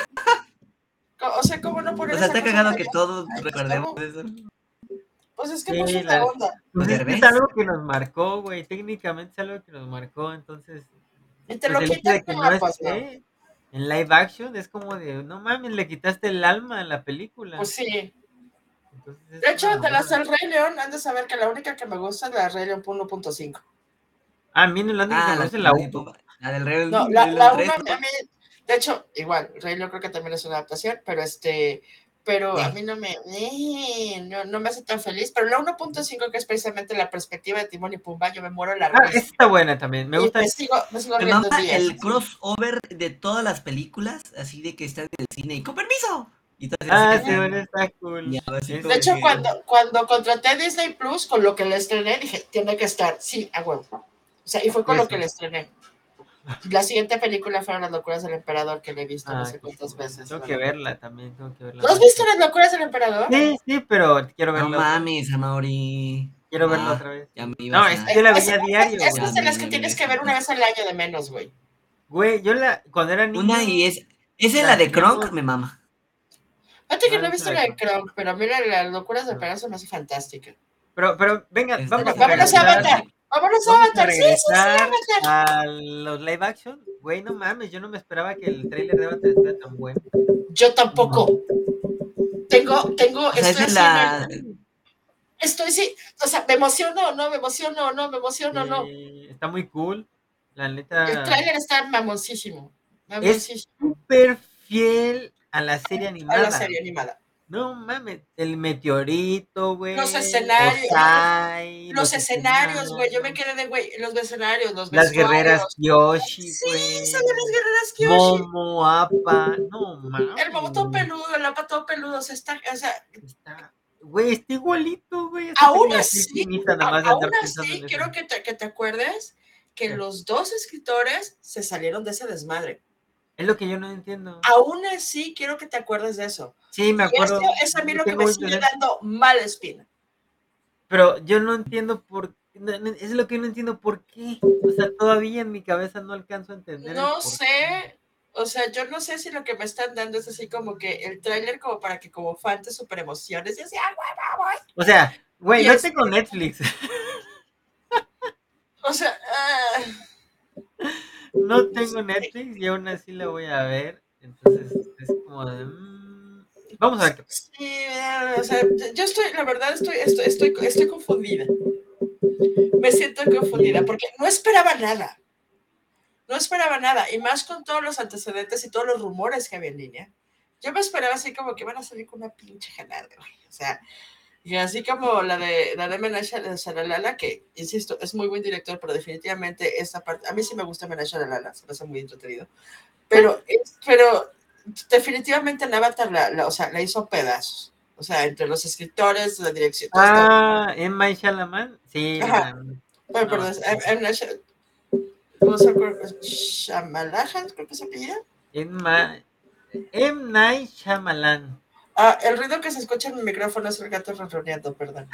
Speaker 3: Co- O sea, ¿cómo no poner
Speaker 2: O sea,
Speaker 3: esa
Speaker 2: está
Speaker 3: cosa
Speaker 2: cagado que
Speaker 3: maravillosa?
Speaker 2: todos
Speaker 3: Ay, pues,
Speaker 2: recordemos
Speaker 3: ¿cómo?
Speaker 2: eso.
Speaker 3: Pues es que mucho
Speaker 1: Sí,
Speaker 3: es la
Speaker 1: la,
Speaker 3: onda.
Speaker 1: pues
Speaker 2: Pues
Speaker 1: es que es
Speaker 2: Derbez.
Speaker 1: algo que nos marcó, güey. Técnicamente es algo que nos marcó, entonces,
Speaker 3: Y te
Speaker 1: pues
Speaker 3: lo
Speaker 1: el hecho
Speaker 3: quitan,
Speaker 1: de que
Speaker 3: no,
Speaker 1: no
Speaker 3: pues no.
Speaker 1: esté en live action es como de, no mames, le quitaste el alma a la película.
Speaker 3: Pues sí.
Speaker 1: Entonces
Speaker 3: De
Speaker 1: es
Speaker 3: hecho,
Speaker 1: una
Speaker 3: de las
Speaker 1: mamada.
Speaker 3: del Rey León, han de saber que la única que me gusta es la Rey León uno punto cinco.
Speaker 1: Ah, a mí la única que
Speaker 2: Ah,
Speaker 1: me
Speaker 2: la de
Speaker 1: gusta es la
Speaker 2: Timón y
Speaker 1: uno.
Speaker 2: Pumba. La del Rey,
Speaker 3: No, la,
Speaker 2: Rey León
Speaker 3: la
Speaker 2: tres,
Speaker 3: uno a mí, a
Speaker 2: ¿no?
Speaker 3: mí- de hecho, igual, Rey León creo que también es una adaptación, pero este, pero a
Speaker 2: Sí.
Speaker 3: mí no me, eh, no, no me hace tan feliz, pero la uno punto cinco, que es precisamente la perspectiva de Timón y Pumba, yo me muero de la
Speaker 1: Ah, esa
Speaker 3: risa.
Speaker 1: está buena también. Me
Speaker 3: Y
Speaker 1: gusta.
Speaker 3: me sigo, me sigo
Speaker 2: Me mama
Speaker 3: riendo días.
Speaker 2: el crossover de todas las películas, así de que están en el cine y con permiso. Y todas así
Speaker 1: Ah,
Speaker 2: que
Speaker 1: sí,
Speaker 3: Ujú.
Speaker 2: están
Speaker 1: bueno, está
Speaker 2: y
Speaker 1: cool.
Speaker 2: algo así
Speaker 3: De
Speaker 2: como
Speaker 1: Ese,
Speaker 3: hecho,
Speaker 2: que.
Speaker 3: cuando, cuando contraté Disney Plus, con lo que le estrené, dije, tiene que estar, sí, a huevo. O sea, y fue con lo que
Speaker 1: eso.
Speaker 3: le estrené. La siguiente película fueron Las locuras del emperador, que le he visto no
Speaker 1: Ah,
Speaker 3: sé
Speaker 1: qué
Speaker 3: cuántas
Speaker 1: cool.
Speaker 3: veces.
Speaker 1: Tengo
Speaker 3: la
Speaker 1: que
Speaker 3: neta.
Speaker 1: verla también, tengo que verla.
Speaker 3: ¿No has
Speaker 1: No sé
Speaker 3: visto
Speaker 1: por
Speaker 3: Las locuras del emperador?
Speaker 1: qué. Sí, sí, pero quiero
Speaker 2: No
Speaker 1: verla otra vez.
Speaker 2: mames, Amaury.
Speaker 1: Quiero verla
Speaker 2: Ah,
Speaker 1: otra vez.
Speaker 2: ya me
Speaker 1: No,
Speaker 2: ibas
Speaker 1: es que
Speaker 2: a.
Speaker 1: yo la
Speaker 3: Es, es,
Speaker 1: veía a diario,
Speaker 3: es,
Speaker 1: güey.
Speaker 2: Ya
Speaker 3: es de las
Speaker 2: me,
Speaker 3: que
Speaker 2: ya me
Speaker 3: tienes
Speaker 2: habías
Speaker 3: que ver una
Speaker 2: contado.
Speaker 3: vez al año de menos, güey.
Speaker 1: Güey, yo la, cuando era
Speaker 2: Una
Speaker 1: niño,
Speaker 2: y es. Esa es la
Speaker 1: la
Speaker 2: de Kronk,
Speaker 1: teníamos.
Speaker 2: me mama.
Speaker 3: Fíjate que
Speaker 1: No,
Speaker 3: no he
Speaker 1: no se
Speaker 3: visto
Speaker 1: la
Speaker 3: la de
Speaker 1: creo.
Speaker 3: Kronk, pero a mí la de Las locuras del
Speaker 1: No.
Speaker 3: emperador se me hace fantástica.
Speaker 1: Pero, pero, venga,
Speaker 2: Es
Speaker 3: Bueno,
Speaker 1: vamos
Speaker 2: de
Speaker 1: a
Speaker 3: vámonos
Speaker 2: Kronk
Speaker 3: a
Speaker 1: regresar.
Speaker 3: Avatar.
Speaker 2: y.
Speaker 3: Vámonos a
Speaker 1: Vamos a
Speaker 3: Avatar. Sí, sí, sí,
Speaker 1: regresar
Speaker 3: Avatar.
Speaker 1: a los live action. Güey, no mames, yo no me esperaba que el tráiler de Avatar estuviera tan bueno.
Speaker 3: Yo tampoco. Tengo, tengo,
Speaker 2: O sea,
Speaker 3: estoy
Speaker 2: esa es
Speaker 3: así en el.
Speaker 2: la.
Speaker 3: Estoy sí. O sea, me emociono, no, me emociono, no, me emociono, no.
Speaker 1: Eh, está muy cool. La
Speaker 3: El
Speaker 1: neta,
Speaker 3: tráiler está mamoncísimo.
Speaker 1: es
Speaker 3: Mamoncísimo.
Speaker 1: súper fiel a la serie
Speaker 3: A la
Speaker 1: animada.
Speaker 3: serie animada.
Speaker 1: No mames, el meteorito,
Speaker 3: Los
Speaker 1: güey,
Speaker 3: escenarios, no,
Speaker 1: Osai,
Speaker 3: los
Speaker 1: los
Speaker 3: escenarios, güey. Yo me
Speaker 1: escenarios,
Speaker 3: quedé de, güey, los escenarios, los
Speaker 1: las guerreras
Speaker 3: vestuarios.
Speaker 1: Yoshi,
Speaker 3: Sí,
Speaker 1: güey,
Speaker 3: salen las guerreras Kyoshi.
Speaker 1: Momo, Appa, no
Speaker 3: El momo todo
Speaker 1: mames,
Speaker 3: peludo, el apa todo peludo. O sea, está, o sea,
Speaker 1: está, güey, está igualito, güey, hasta tengo
Speaker 3: aún
Speaker 1: la piel
Speaker 3: así,
Speaker 1: chinita nada más
Speaker 3: a-
Speaker 1: de
Speaker 3: aún
Speaker 1: andar pensando en
Speaker 3: así,
Speaker 1: eso.
Speaker 3: quiero que te, que te acuerdes que
Speaker 1: ¿Qué?
Speaker 3: los dos escritores se salieron de ese desmadre.
Speaker 1: Es lo que yo no entiendo.
Speaker 3: Aún así, quiero que te acuerdes de eso.
Speaker 1: Sí, me
Speaker 3: Y eso
Speaker 1: acuerdo,
Speaker 3: es a mí
Speaker 1: lo
Speaker 3: lo que
Speaker 1: tengo
Speaker 3: me
Speaker 1: muy
Speaker 3: sigue
Speaker 1: presente,
Speaker 3: dando mala espina.
Speaker 1: pero yo no entiendo por no, no, es lo que no entiendo por qué. O sea, todavía en mi cabeza no alcanzo a entender el
Speaker 3: No
Speaker 1: por qué.
Speaker 3: sé, o sea, yo no sé si lo que me están dando es así como que el tráiler como para que como fan te super emociones y así, ah, güey, güey,
Speaker 1: O sea, güey,
Speaker 3: y
Speaker 1: no
Speaker 3: es,
Speaker 1: tengo Netflix.
Speaker 3: o sea, ah,
Speaker 1: No tengo Netflix y aún así la voy a ver. Entonces es como de. mm, vamos a ver qué pasa.
Speaker 3: sí, no, o sea, yo estoy, la verdad, estoy, estoy, estoy, estoy confundida. Me siento confundida porque no esperaba nada. No esperaba nada, y más con todos los antecedentes y todos los rumores que había en línea. Yo me esperaba así como que van a salir con una pinche jalada, güey. O sea, y así como la de la de M. Night Shyamalan, que, insisto, es muy buen director, pero definitivamente esta parte, a mí sí me gusta M. Night Shyamalan, se me hace muy entretenido. Pero, pero definitivamente en Avatar la, la, o sea, la hizo pedazos. O sea, entre los escritores, la dirección, todo
Speaker 1: Ah, M. Night Shyamalan, sí.
Speaker 3: Ajá.
Speaker 1: La,
Speaker 3: bueno,
Speaker 1: no,
Speaker 3: perdón,
Speaker 1: sí.
Speaker 3: M. Night ¿cómo se llama? Shyamalan, creo que se apellida.
Speaker 1: M. M. Night Shyamalan.
Speaker 3: Ah, el ruido que se escucha en mi micrófono es el gato ronroneando, perdón.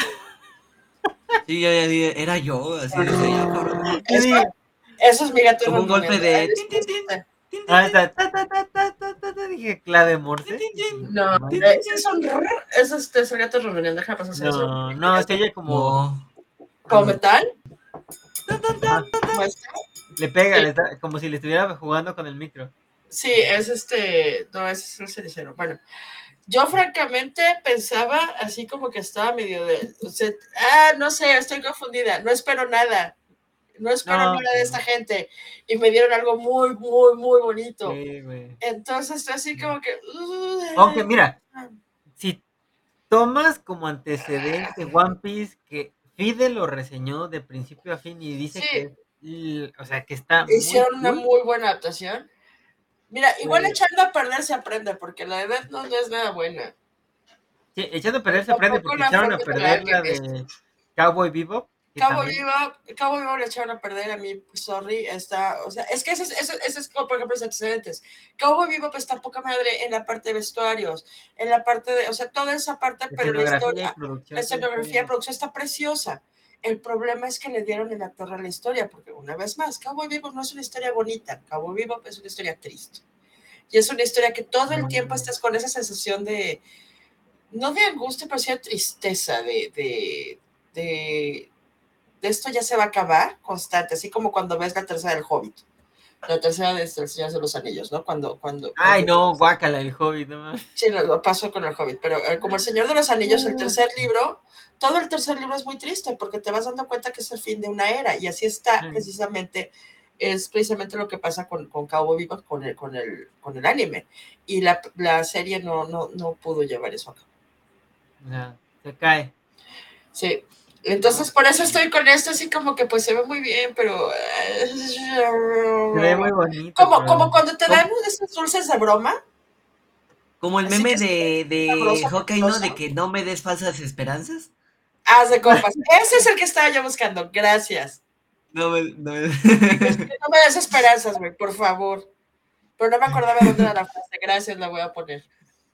Speaker 2: Sí, ya, ya, ya, era yo, así decía, ya, cabrón.
Speaker 3: Eso, eso es mi gato
Speaker 2: Como un golpe
Speaker 3: ronroneando. Ay,
Speaker 2: de... tin, tin, tin,
Speaker 3: disculpe.
Speaker 2: tin, tin,
Speaker 1: Ah,
Speaker 2: tin,
Speaker 1: está. Ta, ta, ta, ta, ta, ta, ta, dije clave morse.
Speaker 2: tin, tin,
Speaker 1: Dije,
Speaker 3: No,
Speaker 1: no,
Speaker 2: tin,
Speaker 3: ese es un rrr, ese es, es el gato ronroneando. Deja pasar eso.
Speaker 1: no, no, se oye como.
Speaker 2: No.
Speaker 3: ¿Como metal?
Speaker 2: Tan, tan, tan,
Speaker 1: Ajá,
Speaker 2: tan, tan.
Speaker 3: ¿Cómo está?
Speaker 1: le pega,
Speaker 3: Sí,
Speaker 1: le está- como si le estuviera jugando con el micro.
Speaker 3: sí, es este. No, ese es el cenicero. Bueno, yo francamente pensaba así como que estaba medio de. O sea, ah, no sé, estoy confundida. No espero nada. No espero
Speaker 1: No,
Speaker 3: nada de
Speaker 1: pues
Speaker 3: esta
Speaker 1: no.
Speaker 3: gente. Y me dieron algo muy, muy, muy bonito.
Speaker 1: Sí, güey.
Speaker 3: Entonces, estoy así como que.
Speaker 1: Aunque,
Speaker 3: Uh,
Speaker 1: mira, si tomas como antecedente One Piece, que Fide lo reseñó de principio a fin y dice que
Speaker 3: sí,
Speaker 1: es, l- o sea, que está muy
Speaker 3: hicieron una
Speaker 1: cool.
Speaker 3: muy buena adaptación. Mira, igual
Speaker 1: Pues,
Speaker 3: echando a perder se aprende, porque la edad no, no es nada buena.
Speaker 1: sí, echando a
Speaker 3: Pero
Speaker 1: perder se aprende
Speaker 3: tampoco
Speaker 1: porque
Speaker 3: la
Speaker 1: echaron
Speaker 3: Full
Speaker 1: a
Speaker 3: Metal
Speaker 1: perder la
Speaker 3: Alchemist.
Speaker 1: de Cowboy Bebop, que
Speaker 3: Cabo
Speaker 1: también.
Speaker 3: Viva, Cabo Viva le echaron a perder a mí, sorry, está, o sea, es que ese es, ese, ese es como, por ejemplo, los antecedentes. Cabo Viva pues está poca madre en la parte de vestuarios, en la parte de, o sea, toda esa parte, pero la
Speaker 1: Escenografía y
Speaker 3: historia, la
Speaker 1: producción, todo está
Speaker 3: escenografía, la
Speaker 1: bien.
Speaker 3: producción está preciosa. El problema es que le dieron en la torre a la historia, porque una vez más, Cabo Vivo no es una historia bonita, Cabo Vivo es una historia triste. Y es una historia que todo el tiempo
Speaker 1: Mm,
Speaker 3: estás con esa sensación de, no de angustia, pero sí de tristeza, de, de, de, de esto ya se va a acabar constante, así como cuando ves la tercera del Hobbit, la tercera de El Señor de los Anillos, ¿no? Cuando, cuando,
Speaker 1: Ay,
Speaker 3: cuando
Speaker 1: no, guácala, el Hobbit, no mames.
Speaker 3: sí, lo, lo pasó con el Hobbit, pero eh, como El Señor de los Anillos, el tercer libro, todo el tercer libro es muy triste porque te vas dando cuenta que es el fin de una era y así está
Speaker 1: Mm,
Speaker 3: precisamente, es precisamente lo que pasa con, con Cowboy Bebop, con el, con, el, con el anime y la, la serie no, no, no pudo llevar eso a cabo.
Speaker 1: o sea, se cae.
Speaker 3: Sí, entonces
Speaker 1: No,
Speaker 3: por eso estoy con esto, así como que pues se ve muy bien, pero...
Speaker 1: se ve muy bonito,
Speaker 3: Como,
Speaker 1: pero.
Speaker 3: como cuando te dan
Speaker 2: Como,
Speaker 3: esos dulces de broma,
Speaker 2: como el
Speaker 3: así que
Speaker 2: meme
Speaker 3: es
Speaker 2: de, de
Speaker 3: sabroso,
Speaker 2: Hawkeye, ¿no? De
Speaker 3: sabroso.
Speaker 2: que no me des falsas esperanzas.
Speaker 3: Haz de copas. Ese es el que estaba yo buscando, gracias.
Speaker 2: No me... No me...
Speaker 3: Es que no me des esperanzas, güey, por favor. Pero no me acordaba dónde era la frase, gracias, la voy a poner.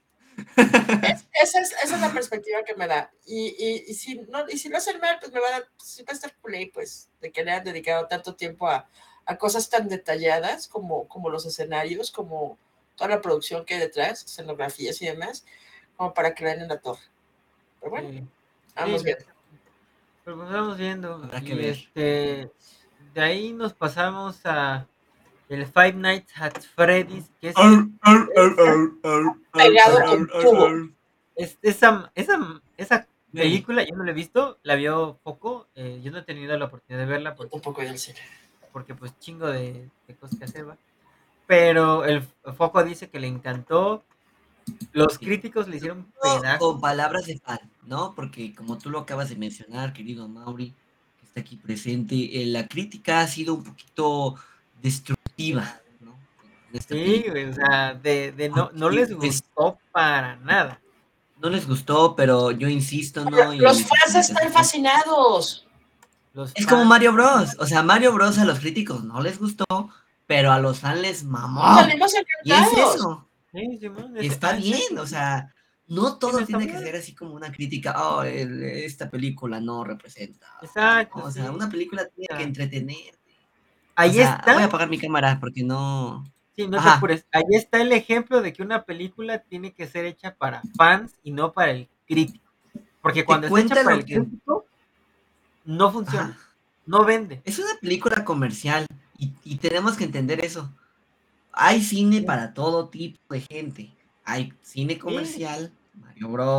Speaker 3: Es, esa, es, esa es la perspectiva que me da. Y, y, y, si, no, y si no hacen mal, pues me va a dar, sí va a estar culé, pues, de que le han dedicado tanto tiempo a, a cosas tan detalladas como, como los escenarios, como toda la producción que hay detrás, escenografías y demás, como para que le den en la torre. Pero bueno,
Speaker 1: Sí, sí,
Speaker 3: vamos
Speaker 1: pero,
Speaker 3: viendo.
Speaker 1: pero pues vamos viendo.
Speaker 2: Habrá que
Speaker 1: Y
Speaker 2: ver.
Speaker 1: este, de ahí nos pasamos a el Five Nights at Freddy's, que es,
Speaker 2: Ar, ar, ar,
Speaker 1: esa,
Speaker 2: ar, ar, ar,
Speaker 3: Pegado
Speaker 2: ar,
Speaker 3: en
Speaker 2: ar,
Speaker 3: tubo.
Speaker 2: ar.
Speaker 1: es- esa, esa, esa
Speaker 2: Güey,
Speaker 1: película, yo no la he visto, la vio poco, eh, yo no he tenido la oportunidad de verla porque,
Speaker 3: Un poco del cine.
Speaker 1: porque pues chingo de, de cosas que hacer, va. Pero el Foco dice que le encantó, los
Speaker 2: sí.
Speaker 1: críticos le hicieron
Speaker 2: No, con
Speaker 1: pedazos.
Speaker 2: palabras de fan, ¿no? Porque como tú lo acabas de mencionar, querido Mauri, que está aquí presente, eh, la crítica ha sido un poquito destructiva, ¿no? Con, con esta
Speaker 1: Sí,
Speaker 2: película.
Speaker 1: güey, o sea, de, de no, no
Speaker 2: Porque,
Speaker 1: les
Speaker 2: pues,
Speaker 1: gustó para nada.
Speaker 2: no les gustó, pero yo insisto, ¿no? Y en
Speaker 3: Los
Speaker 2: mis
Speaker 3: fans están
Speaker 2: publicaciones.
Speaker 3: fascinados.
Speaker 1: Los
Speaker 2: Es como
Speaker 1: fans,
Speaker 2: Mario Bros. O sea, Mario Bros. A los críticos no les gustó, pero a los fans les mamó.
Speaker 3: Salimos
Speaker 2: Y es
Speaker 3: encantados.
Speaker 2: eso.
Speaker 1: sí, Simón,
Speaker 2: Y
Speaker 1: ese-
Speaker 2: está
Speaker 1: ah,
Speaker 2: bien,
Speaker 1: exacto,
Speaker 2: o
Speaker 1: sí,
Speaker 2: sea, no
Speaker 1: sí, no
Speaker 2: todo
Speaker 1: está
Speaker 2: tiene que
Speaker 1: mal.
Speaker 2: ser así como una crítica, oh, el- esta película no representa,
Speaker 1: Exacto,
Speaker 2: ¿no? O sea,
Speaker 1: sí.
Speaker 2: una película
Speaker 1: O
Speaker 2: tiene que
Speaker 1: sea,
Speaker 2: entretenerte. O
Speaker 1: ahí
Speaker 2: sea, voy a
Speaker 1: está,
Speaker 2: apagar mi cámara porque no.
Speaker 1: sí, no te
Speaker 2: Ajá,
Speaker 1: apures. Ahí está el ejemplo de que una película tiene que ser hecha para fans y no para el crítico. Porque
Speaker 2: te
Speaker 1: cuando está hecha
Speaker 2: cuenta
Speaker 1: para
Speaker 2: lo
Speaker 1: el
Speaker 2: que.
Speaker 1: crítico, no
Speaker 2: Ajá,
Speaker 1: funciona, no vende.
Speaker 2: es una película comercial y, y tenemos que entender eso. Hay cine
Speaker 1: Sí,
Speaker 2: para todo tipo de gente. Hay cine
Speaker 1: sí,
Speaker 2: comercial, Mario Bros.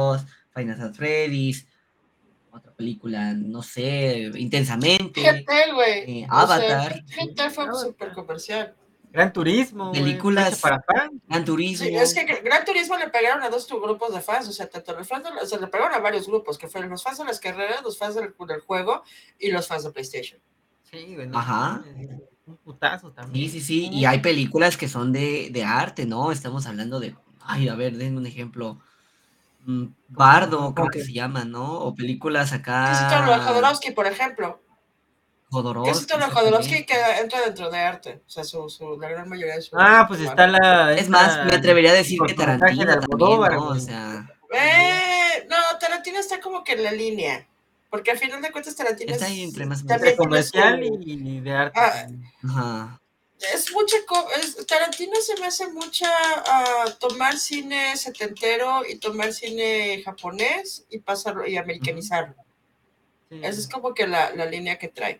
Speaker 2: Five Nights at Freddy's, otra película, no sé, Intensamente,
Speaker 3: G-Tel, güey.
Speaker 2: eh,
Speaker 3: O sea,
Speaker 2: Avatar,
Speaker 3: G-Tel fue
Speaker 1: Avatar.
Speaker 3: súper comercial.
Speaker 1: Gran Turismo, güey, está hecha
Speaker 2: películas,
Speaker 1: para fans.
Speaker 2: Gran
Speaker 3: Sí,
Speaker 2: Turismo.
Speaker 3: es que Gr- Gran Turismo le pegaron a dos tu- grupos de fans, o sea, tanto los fans de la- o sea, le pegaron a varios grupos, que fueron los fans de las carreras, los fans del, del juego y los fans de PlayStation.
Speaker 1: Sí, güey, no
Speaker 2: Ajá.
Speaker 1: mames, un putazo
Speaker 2: Sí,
Speaker 1: también.
Speaker 2: sí, sí, y hay películas que son de, de arte, ¿no? Estamos hablando de, ay, a ver, denme un ejemplo. Mm, Bardo,
Speaker 1: como
Speaker 2: creo
Speaker 1: que-
Speaker 2: que se llama, ¿no? O películas
Speaker 3: Sí, sí, todo lo de
Speaker 2: acá,
Speaker 3: Jodorowsky, por ejemplo. Que sí,
Speaker 2: Jodorowsky,
Speaker 3: todo lo de Jodorowsky que
Speaker 2: exactamente.
Speaker 3: entra dentro de arte. O sea, su, su, la gran mayoría de su,
Speaker 1: Ah,
Speaker 3: su
Speaker 1: pues
Speaker 3: trabajo.
Speaker 1: está la
Speaker 2: Es más, me
Speaker 1: esta
Speaker 2: atrevería a
Speaker 1: el
Speaker 2: decir que
Speaker 1: cortometraje de
Speaker 2: Tarantino también,
Speaker 1: Almodóvar,
Speaker 2: ¿no? O
Speaker 1: güey.
Speaker 2: sea,
Speaker 3: Eh, no, Tarantino está como que en la línea. Porque al final de cuentas Tarantino
Speaker 2: está ahí
Speaker 3: es,
Speaker 2: entre más o menos.
Speaker 1: Entre
Speaker 3: también tiene
Speaker 1: comercial
Speaker 3: su...
Speaker 1: y de arte
Speaker 3: ah,
Speaker 1: también.
Speaker 2: Ajá,
Speaker 3: es mucha... co- es- Tarantino se me hace mucha ah, tomar cine setentero y tomar cine japonés y pasarlo y americanizarlo.
Speaker 1: Sí.
Speaker 3: Esa es como que la, la línea que trae.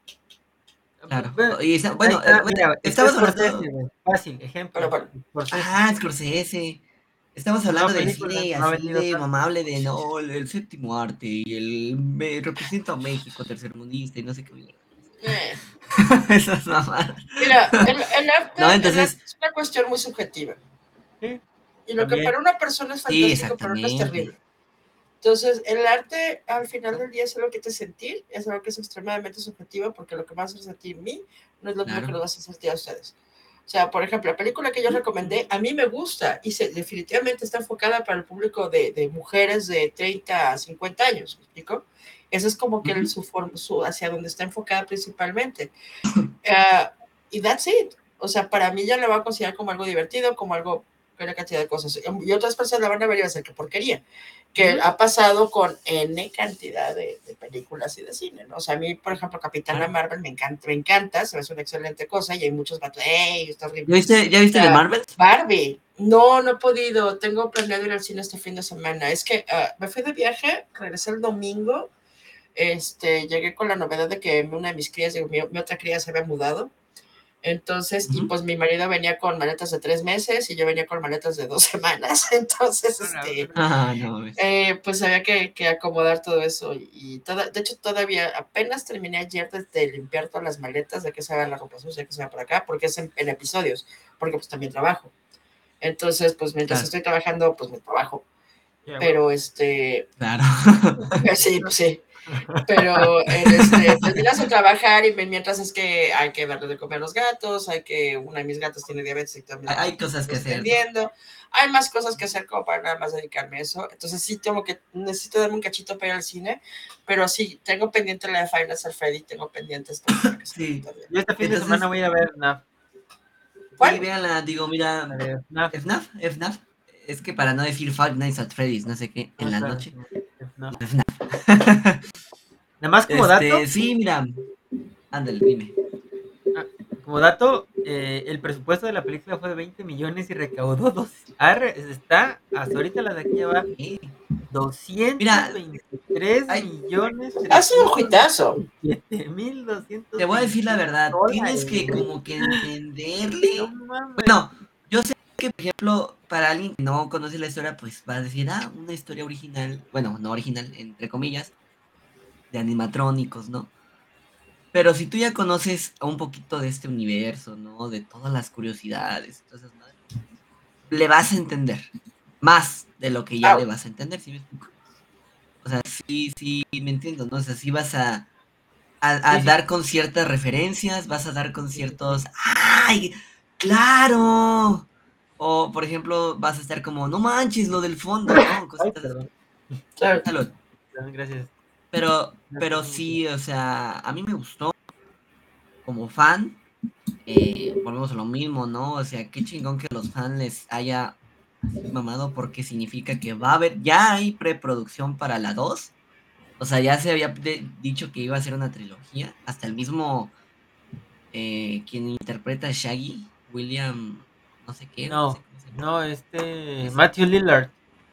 Speaker 2: claro.
Speaker 1: Bueno,
Speaker 2: Y esa-
Speaker 1: ahí
Speaker 2: bueno, eh,
Speaker 1: está,
Speaker 2: bueno,
Speaker 1: mira, está
Speaker 2: estamos hablando.
Speaker 1: Scorsese, güey. Fácil,
Speaker 3: Pero
Speaker 1: ejemplo.
Speaker 3: bueno,
Speaker 1: Scorsese.
Speaker 2: Ah, Scorsese. Estamos
Speaker 1: Su nueva
Speaker 2: hablando del
Speaker 1: película
Speaker 2: cine
Speaker 1: no ha
Speaker 2: así
Speaker 1: vendido
Speaker 2: de
Speaker 1: tanto.
Speaker 2: mamable de no, el, el séptimo arte y el me representa a México tercermundista y no sé qué mierda.
Speaker 3: eh.
Speaker 2: Esas mamadas.
Speaker 3: Mira, el, el arte,
Speaker 2: No,
Speaker 3: el arte
Speaker 2: entonces,
Speaker 3: es una cuestión muy subjetiva.
Speaker 1: Sí,
Speaker 3: Y lo que
Speaker 1: también.
Speaker 3: para una persona es
Speaker 2: sí,
Speaker 3: fantástico, para otra es
Speaker 2: exactamente.
Speaker 3: terrible. Entonces, el arte al final del día es algo que te hace sentir, es algo que es extremadamente subjetivo, porque lo que me va a hacer sentir a mí no es lo mismo que
Speaker 2: Claro.
Speaker 3: lo va a hacer sentir a ustedes. O sea, por ejemplo, la película que yo recomendé, a mí me gusta y se, definitivamente está enfocada para el público de, de mujeres de treinta a cincuenta años, ¿me explico? Ese es como que el, su, form- su, hacia donde está enfocada principalmente. Uh, y that's it. O sea, para mí ya la va a considerar como algo divertido, como algo, una cantidad de cosas. Y otras personas la van a ver y van a decir que porquería. Que uh-huh. ha pasado con N cantidad de, de películas y de cine, ¿no? O sea, a mí, por ejemplo, Capitana claro. Marvel me encanta, me encanta, se me hace una excelente cosa y hay muchos vatos, ¡ey! Está horrible.
Speaker 2: ¿Viste, ¿Ya viste uh, de Marvel?
Speaker 3: Barbie. No, no he podido. Tengo planeado ir al cine este fin de semana. Es que uh, me fui de viaje, regresé el domingo. Este, llegué con la novedad de que una de mis crías, mi, mi otra cría se había mudado. Entonces, uh-huh. y pues mi marido venía con maletas de tres meses y yo venía con maletas de dos semanas. Entonces, este,
Speaker 2: ah, no,
Speaker 3: eh, pues había que, que, acomodar todo eso. Y toda, de hecho, todavía apenas terminé ayer de, de limpiar todas las maletas, de que se haga la ropa sucia, que se haga por acá, porque es en, en episodios, porque pues también trabajo. Entonces, pues mientras claro. estoy trabajando, pues me trabajo. Yeah, Pero bueno. este.
Speaker 2: Claro.
Speaker 3: Sí, pues sí. Pero este, terminas de trabajar y mientras es que hay que darle de comer a los gatos, hay que, una de mis gatas tiene diabetes y también
Speaker 2: hay, hay cosas que hacer.
Speaker 3: ¿no? Hay más cosas que hacer como para nada más dedicarme a eso. Entonces sí tengo que, necesito darme un cachito para ir al cine, pero sí, tengo pendiente la de Five Nights at Freddy, tengo pendientes.
Speaker 2: Sí.
Speaker 1: Yo este fin Entonces, de semana voy a ver F N A F.
Speaker 2: ¿Cuál? Sí, véanla, digo, mira, F N A F, F N A F, F N A F. Es que para no decir Five Nights at Freddy's, no sé qué, en no, la claro, noche. F N A F. F N A F.
Speaker 1: Nada más como
Speaker 2: este,
Speaker 1: dato.
Speaker 2: Sí, mira. Ándale, dime.
Speaker 1: Ah, como dato, eh, el presupuesto de la película fue de veinte millones y recaudó dos. Arre, está, hasta ahorita la de aquí va ¿Eh? doscientos veintitrés
Speaker 2: hay,
Speaker 1: millones.
Speaker 3: Hace un juitazo.
Speaker 1: siete mil doscientos.
Speaker 2: Te voy a decir la verdad, dólares. Tienes que como que entenderle. No, bueno, yo sé que, por ejemplo, para alguien que no conoce la historia, pues va a decir, ah, una historia original, bueno, no original, entre comillas, de animatrónicos, ¿no? Pero si tú ya conoces un poquito de este universo, ¿no? De todas las curiosidades, entonces, ¿no? Le vas a entender más de lo que ya oh. le vas a entender, ¿sí me explico? O sea, sí, sí, me entiendo, ¿no? O sea, sí vas a, a, a sí, dar sí. con ciertas referencias, vas a dar con ciertos, ¡ay! ¡Claro! O, por ejemplo, vas a estar como, no manches, lo del fondo, ¿no? Cositas
Speaker 1: Ay,
Speaker 2: Salud. Salud.
Speaker 1: Gracias.
Speaker 2: Pero, pero sí, o sea, a mí me gustó como fan, eh, volvemos a lo mismo, ¿no? O sea, qué chingón que los fans les haya así mamado porque significa que va a haber, ya hay preproducción para la dos, o sea, ya se había de, dicho que iba a ser una trilogía, hasta el mismo, eh, quien interpreta a Shaggy, William, no sé qué.
Speaker 1: No,
Speaker 2: no, sé cómo se llama.
Speaker 1: no este, ¿Es? Matthew Lillard.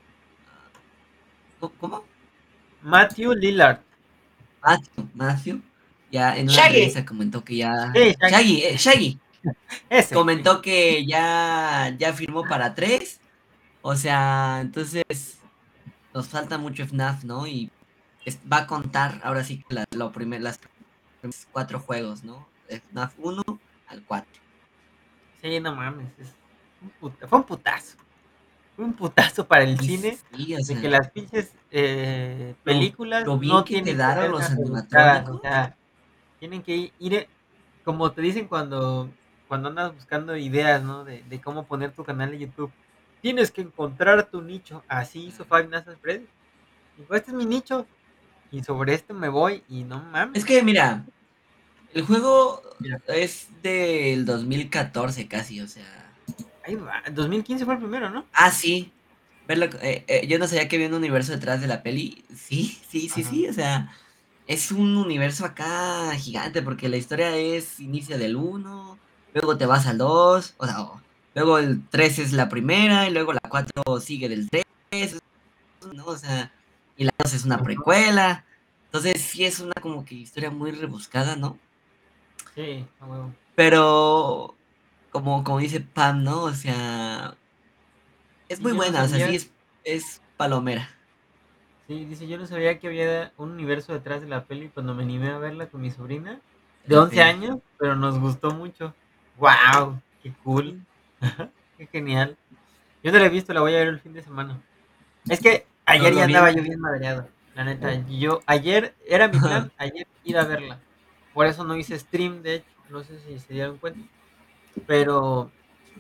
Speaker 2: ¿Cómo?
Speaker 1: Matthew Lillard.
Speaker 2: Matthew, Matthew, ya en una
Speaker 3: Shaggy.
Speaker 2: entrevista comentó que ya...
Speaker 1: Sí, Shaggy.
Speaker 2: Shaggy, eh, Shaggy.
Speaker 1: Ese.
Speaker 2: Comentó que ya, ya firmó para tres, o sea, entonces, nos falta mucho F NAF, ¿no? Y es- va a contar ahora sí que la, lo primer, las primeros cuatro juegos, ¿no? De F NAF uno al cuatro.
Speaker 1: Sí, no mames. Es un puta- fue un putazo. Fue un putazo para el
Speaker 2: Y
Speaker 1: cine
Speaker 2: sí, o
Speaker 1: de que
Speaker 2: sea,
Speaker 1: las pinches eh,
Speaker 2: lo,
Speaker 1: películas
Speaker 2: lo bien
Speaker 1: no
Speaker 2: que
Speaker 1: tienen que
Speaker 2: quedaron
Speaker 1: ser
Speaker 2: los
Speaker 1: tan rebuscadas. O
Speaker 2: animatrónicos.
Speaker 1: sea, tienen que ir, eh, como te dicen cuando, cuando andas buscando ideas, ¿no? De, de cómo poner tu canal de YouTube. Tienes que encontrar tu nicho. Así hizo
Speaker 2: Claro.
Speaker 1: Five Nights at Freddy's. Dijo, este es mi nicho. Y sobre este me voy. Y no
Speaker 2: Es
Speaker 1: mames.
Speaker 2: que, mira, el juego
Speaker 1: Mira,
Speaker 2: es del dos mil catorce casi, o sea.
Speaker 1: ahí va. dos mil quince fue el primero, ¿no?
Speaker 2: Ah, sí. Verlo, eh, eh, yo no sabía que había un universo detrás de la peli. Sí, sí, sí,
Speaker 1: Ajá.
Speaker 2: sí. O sea, es un universo acá gigante porque la historia es inicia del uno, luego te vas al dos, o sea, o- luego el tres es la primera y luego la cuatro sigue del tres, ¿no? O sea, y la dos es una
Speaker 1: Ajá.
Speaker 2: precuela. Entonces sí es una como que historia muy rebuscada, ¿no?
Speaker 1: Sí, a huevo.
Speaker 2: Pero como, como dice Pam, ¿no? O sea, es
Speaker 1: Y
Speaker 2: muy
Speaker 1: yo no
Speaker 2: buena, o sea, sí
Speaker 1: sabía.
Speaker 2: es, es palomera.
Speaker 1: Sí, dice, yo no sabía que había un universo detrás de la peli cuando me animé a verla con mi sobrina
Speaker 2: De
Speaker 1: de
Speaker 2: la
Speaker 1: once
Speaker 2: peli.
Speaker 1: años, pero nos gustó mucho. ¡Wow! ¡Qué cool!
Speaker 2: Sí.
Speaker 1: ¡Qué genial! Yo no la he visto, la voy a ver el fin de semana. Es que
Speaker 2: Lo,
Speaker 1: ayer
Speaker 2: lo
Speaker 1: ya
Speaker 2: vi en
Speaker 1: andaba
Speaker 2: la...
Speaker 1: yo bien madreado, la neta. Yo, ayer era mi plan, ayer ir a verla. Por eso no hice stream, de hecho, no sé si se dieron cuenta. Pero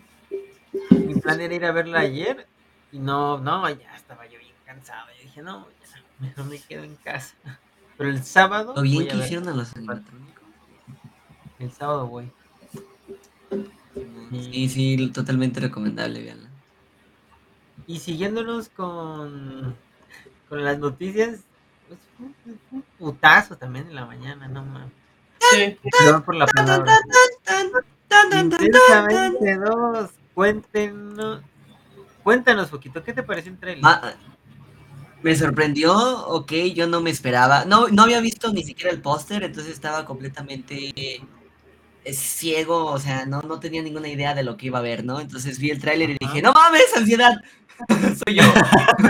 Speaker 1: mi plan era ir a verla ayer y no, no, ya estaba yo bien cansado. Y dije, no, ya, mejor me quedo en casa. Pero el
Speaker 2: Lo
Speaker 1: sábado
Speaker 2: bien
Speaker 1: voy a
Speaker 2: que
Speaker 1: verla.
Speaker 2: hicieron a los animatrónicos.
Speaker 1: El sábado voy.
Speaker 2: Simón, sí,
Speaker 1: Y,
Speaker 2: sí, totalmente recomendable, véanla.
Speaker 1: y siguiéndonos con, con las noticias, pues fue un, fue un putazo también en la mañana, no mames.
Speaker 3: Sí.
Speaker 1: Perdón por la
Speaker 2: Tan, tan,
Speaker 1: palabra.
Speaker 2: tan, tan, tan, tan, tan, tan, tan.
Speaker 1: Intensamente dos. Cuéntenos, cuéntanos poquito, ¿qué te pareció el tráiler?
Speaker 2: Ah, me sorprendió, ok, yo no me esperaba. No, no había visto ni siquiera el póster, entonces estaba completamente eh, ciego, o sea, no, no tenía ninguna idea de lo que iba a ver, ¿no? Entonces vi el tráiler y
Speaker 1: Ajá.
Speaker 2: dije, no mames, ansiedad, soy yo.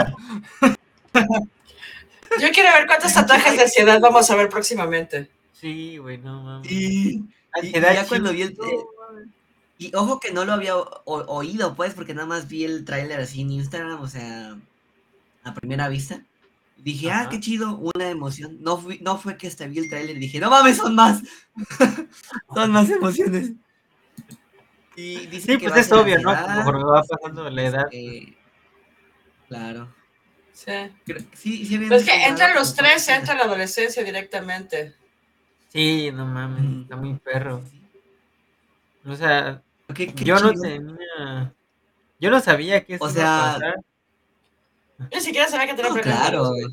Speaker 3: Yo quiero ver cuántos tatuajes de ansiedad vamos a ver próximamente.
Speaker 1: Sí, güey, no mames.
Speaker 2: Y, y, y
Speaker 1: Ansiedad
Speaker 2: ya cuando
Speaker 1: Chus.
Speaker 2: vi el...
Speaker 1: No,
Speaker 2: eh, y ojo que no lo había o- o- oído, pues, porque nada más vi el tráiler así en Instagram, o sea, a primera vista. Y dije, ah, qué
Speaker 1: ajá.
Speaker 2: chido, una emoción. No, fui, no fue que hasta vi el tráiler y dije, no mames, son más, son más emociones. Y dicen
Speaker 1: Sí,
Speaker 2: que
Speaker 1: pues
Speaker 2: va a
Speaker 1: es
Speaker 2: ser
Speaker 1: obvio, ¿no?
Speaker 2: ansiedad,
Speaker 1: Conforme va
Speaker 2: dicen,
Speaker 1: pasando la edad, pues
Speaker 2: este, claro.
Speaker 3: Sí.
Speaker 2: Creo- sí, sí habían
Speaker 3: Pues que
Speaker 2: contado
Speaker 3: entran
Speaker 2: como
Speaker 3: los
Speaker 2: cuántos
Speaker 3: tres,
Speaker 2: iban a
Speaker 3: entra
Speaker 2: ser.
Speaker 3: la adolescencia directamente.
Speaker 1: sí, no mames,
Speaker 2: Ujú.
Speaker 1: está muy
Speaker 2: Sí,
Speaker 1: perro.
Speaker 2: sí.
Speaker 1: O sea,
Speaker 2: Qué, qué
Speaker 1: yo no
Speaker 2: chido.
Speaker 1: tenía, yo no sabía que
Speaker 2: O
Speaker 1: eso iba a
Speaker 2: sea,
Speaker 1: pasar.
Speaker 3: Yo ni siquiera sabía que tenía
Speaker 2: no,
Speaker 3: planeado la dos,
Speaker 2: claro.
Speaker 3: güey.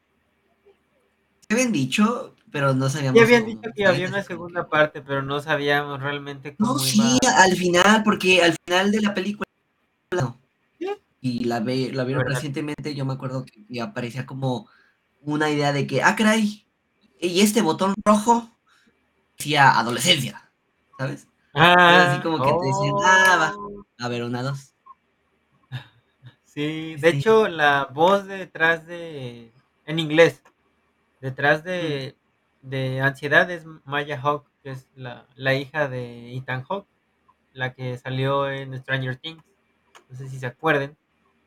Speaker 2: Se habían dicho, pero no
Speaker 1: Sí
Speaker 2: sabíamos
Speaker 1: habían
Speaker 2: como
Speaker 1: dicho que
Speaker 2: bien,
Speaker 1: había una
Speaker 2: así como que.
Speaker 1: segunda parte, pero no sabíamos realmente
Speaker 2: No,
Speaker 1: cómo
Speaker 2: sí,
Speaker 1: iba.
Speaker 2: al final, porque al final de la película, no.
Speaker 1: Sí,
Speaker 2: Y la, ve, la
Speaker 1: la
Speaker 2: vieron
Speaker 1: verdad.
Speaker 2: recientemente, yo me acuerdo que, que aparecía como una idea de que, ah, caray, y este botón rojo decía adolescencia, ¿sabes? Entonces así
Speaker 1: Ah,
Speaker 2: como que te decían, ah, va,
Speaker 1: oh,
Speaker 2: a ver, una, dos.
Speaker 1: sí, de
Speaker 2: Sí.
Speaker 1: hecho la voz detrás de, en inglés, detrás
Speaker 2: Mm.
Speaker 1: de, de Ansiedad es Maya Hawke, que es la, la hija de Ethan Hawke, la que salió en Stranger Things, no sé si se acuerden.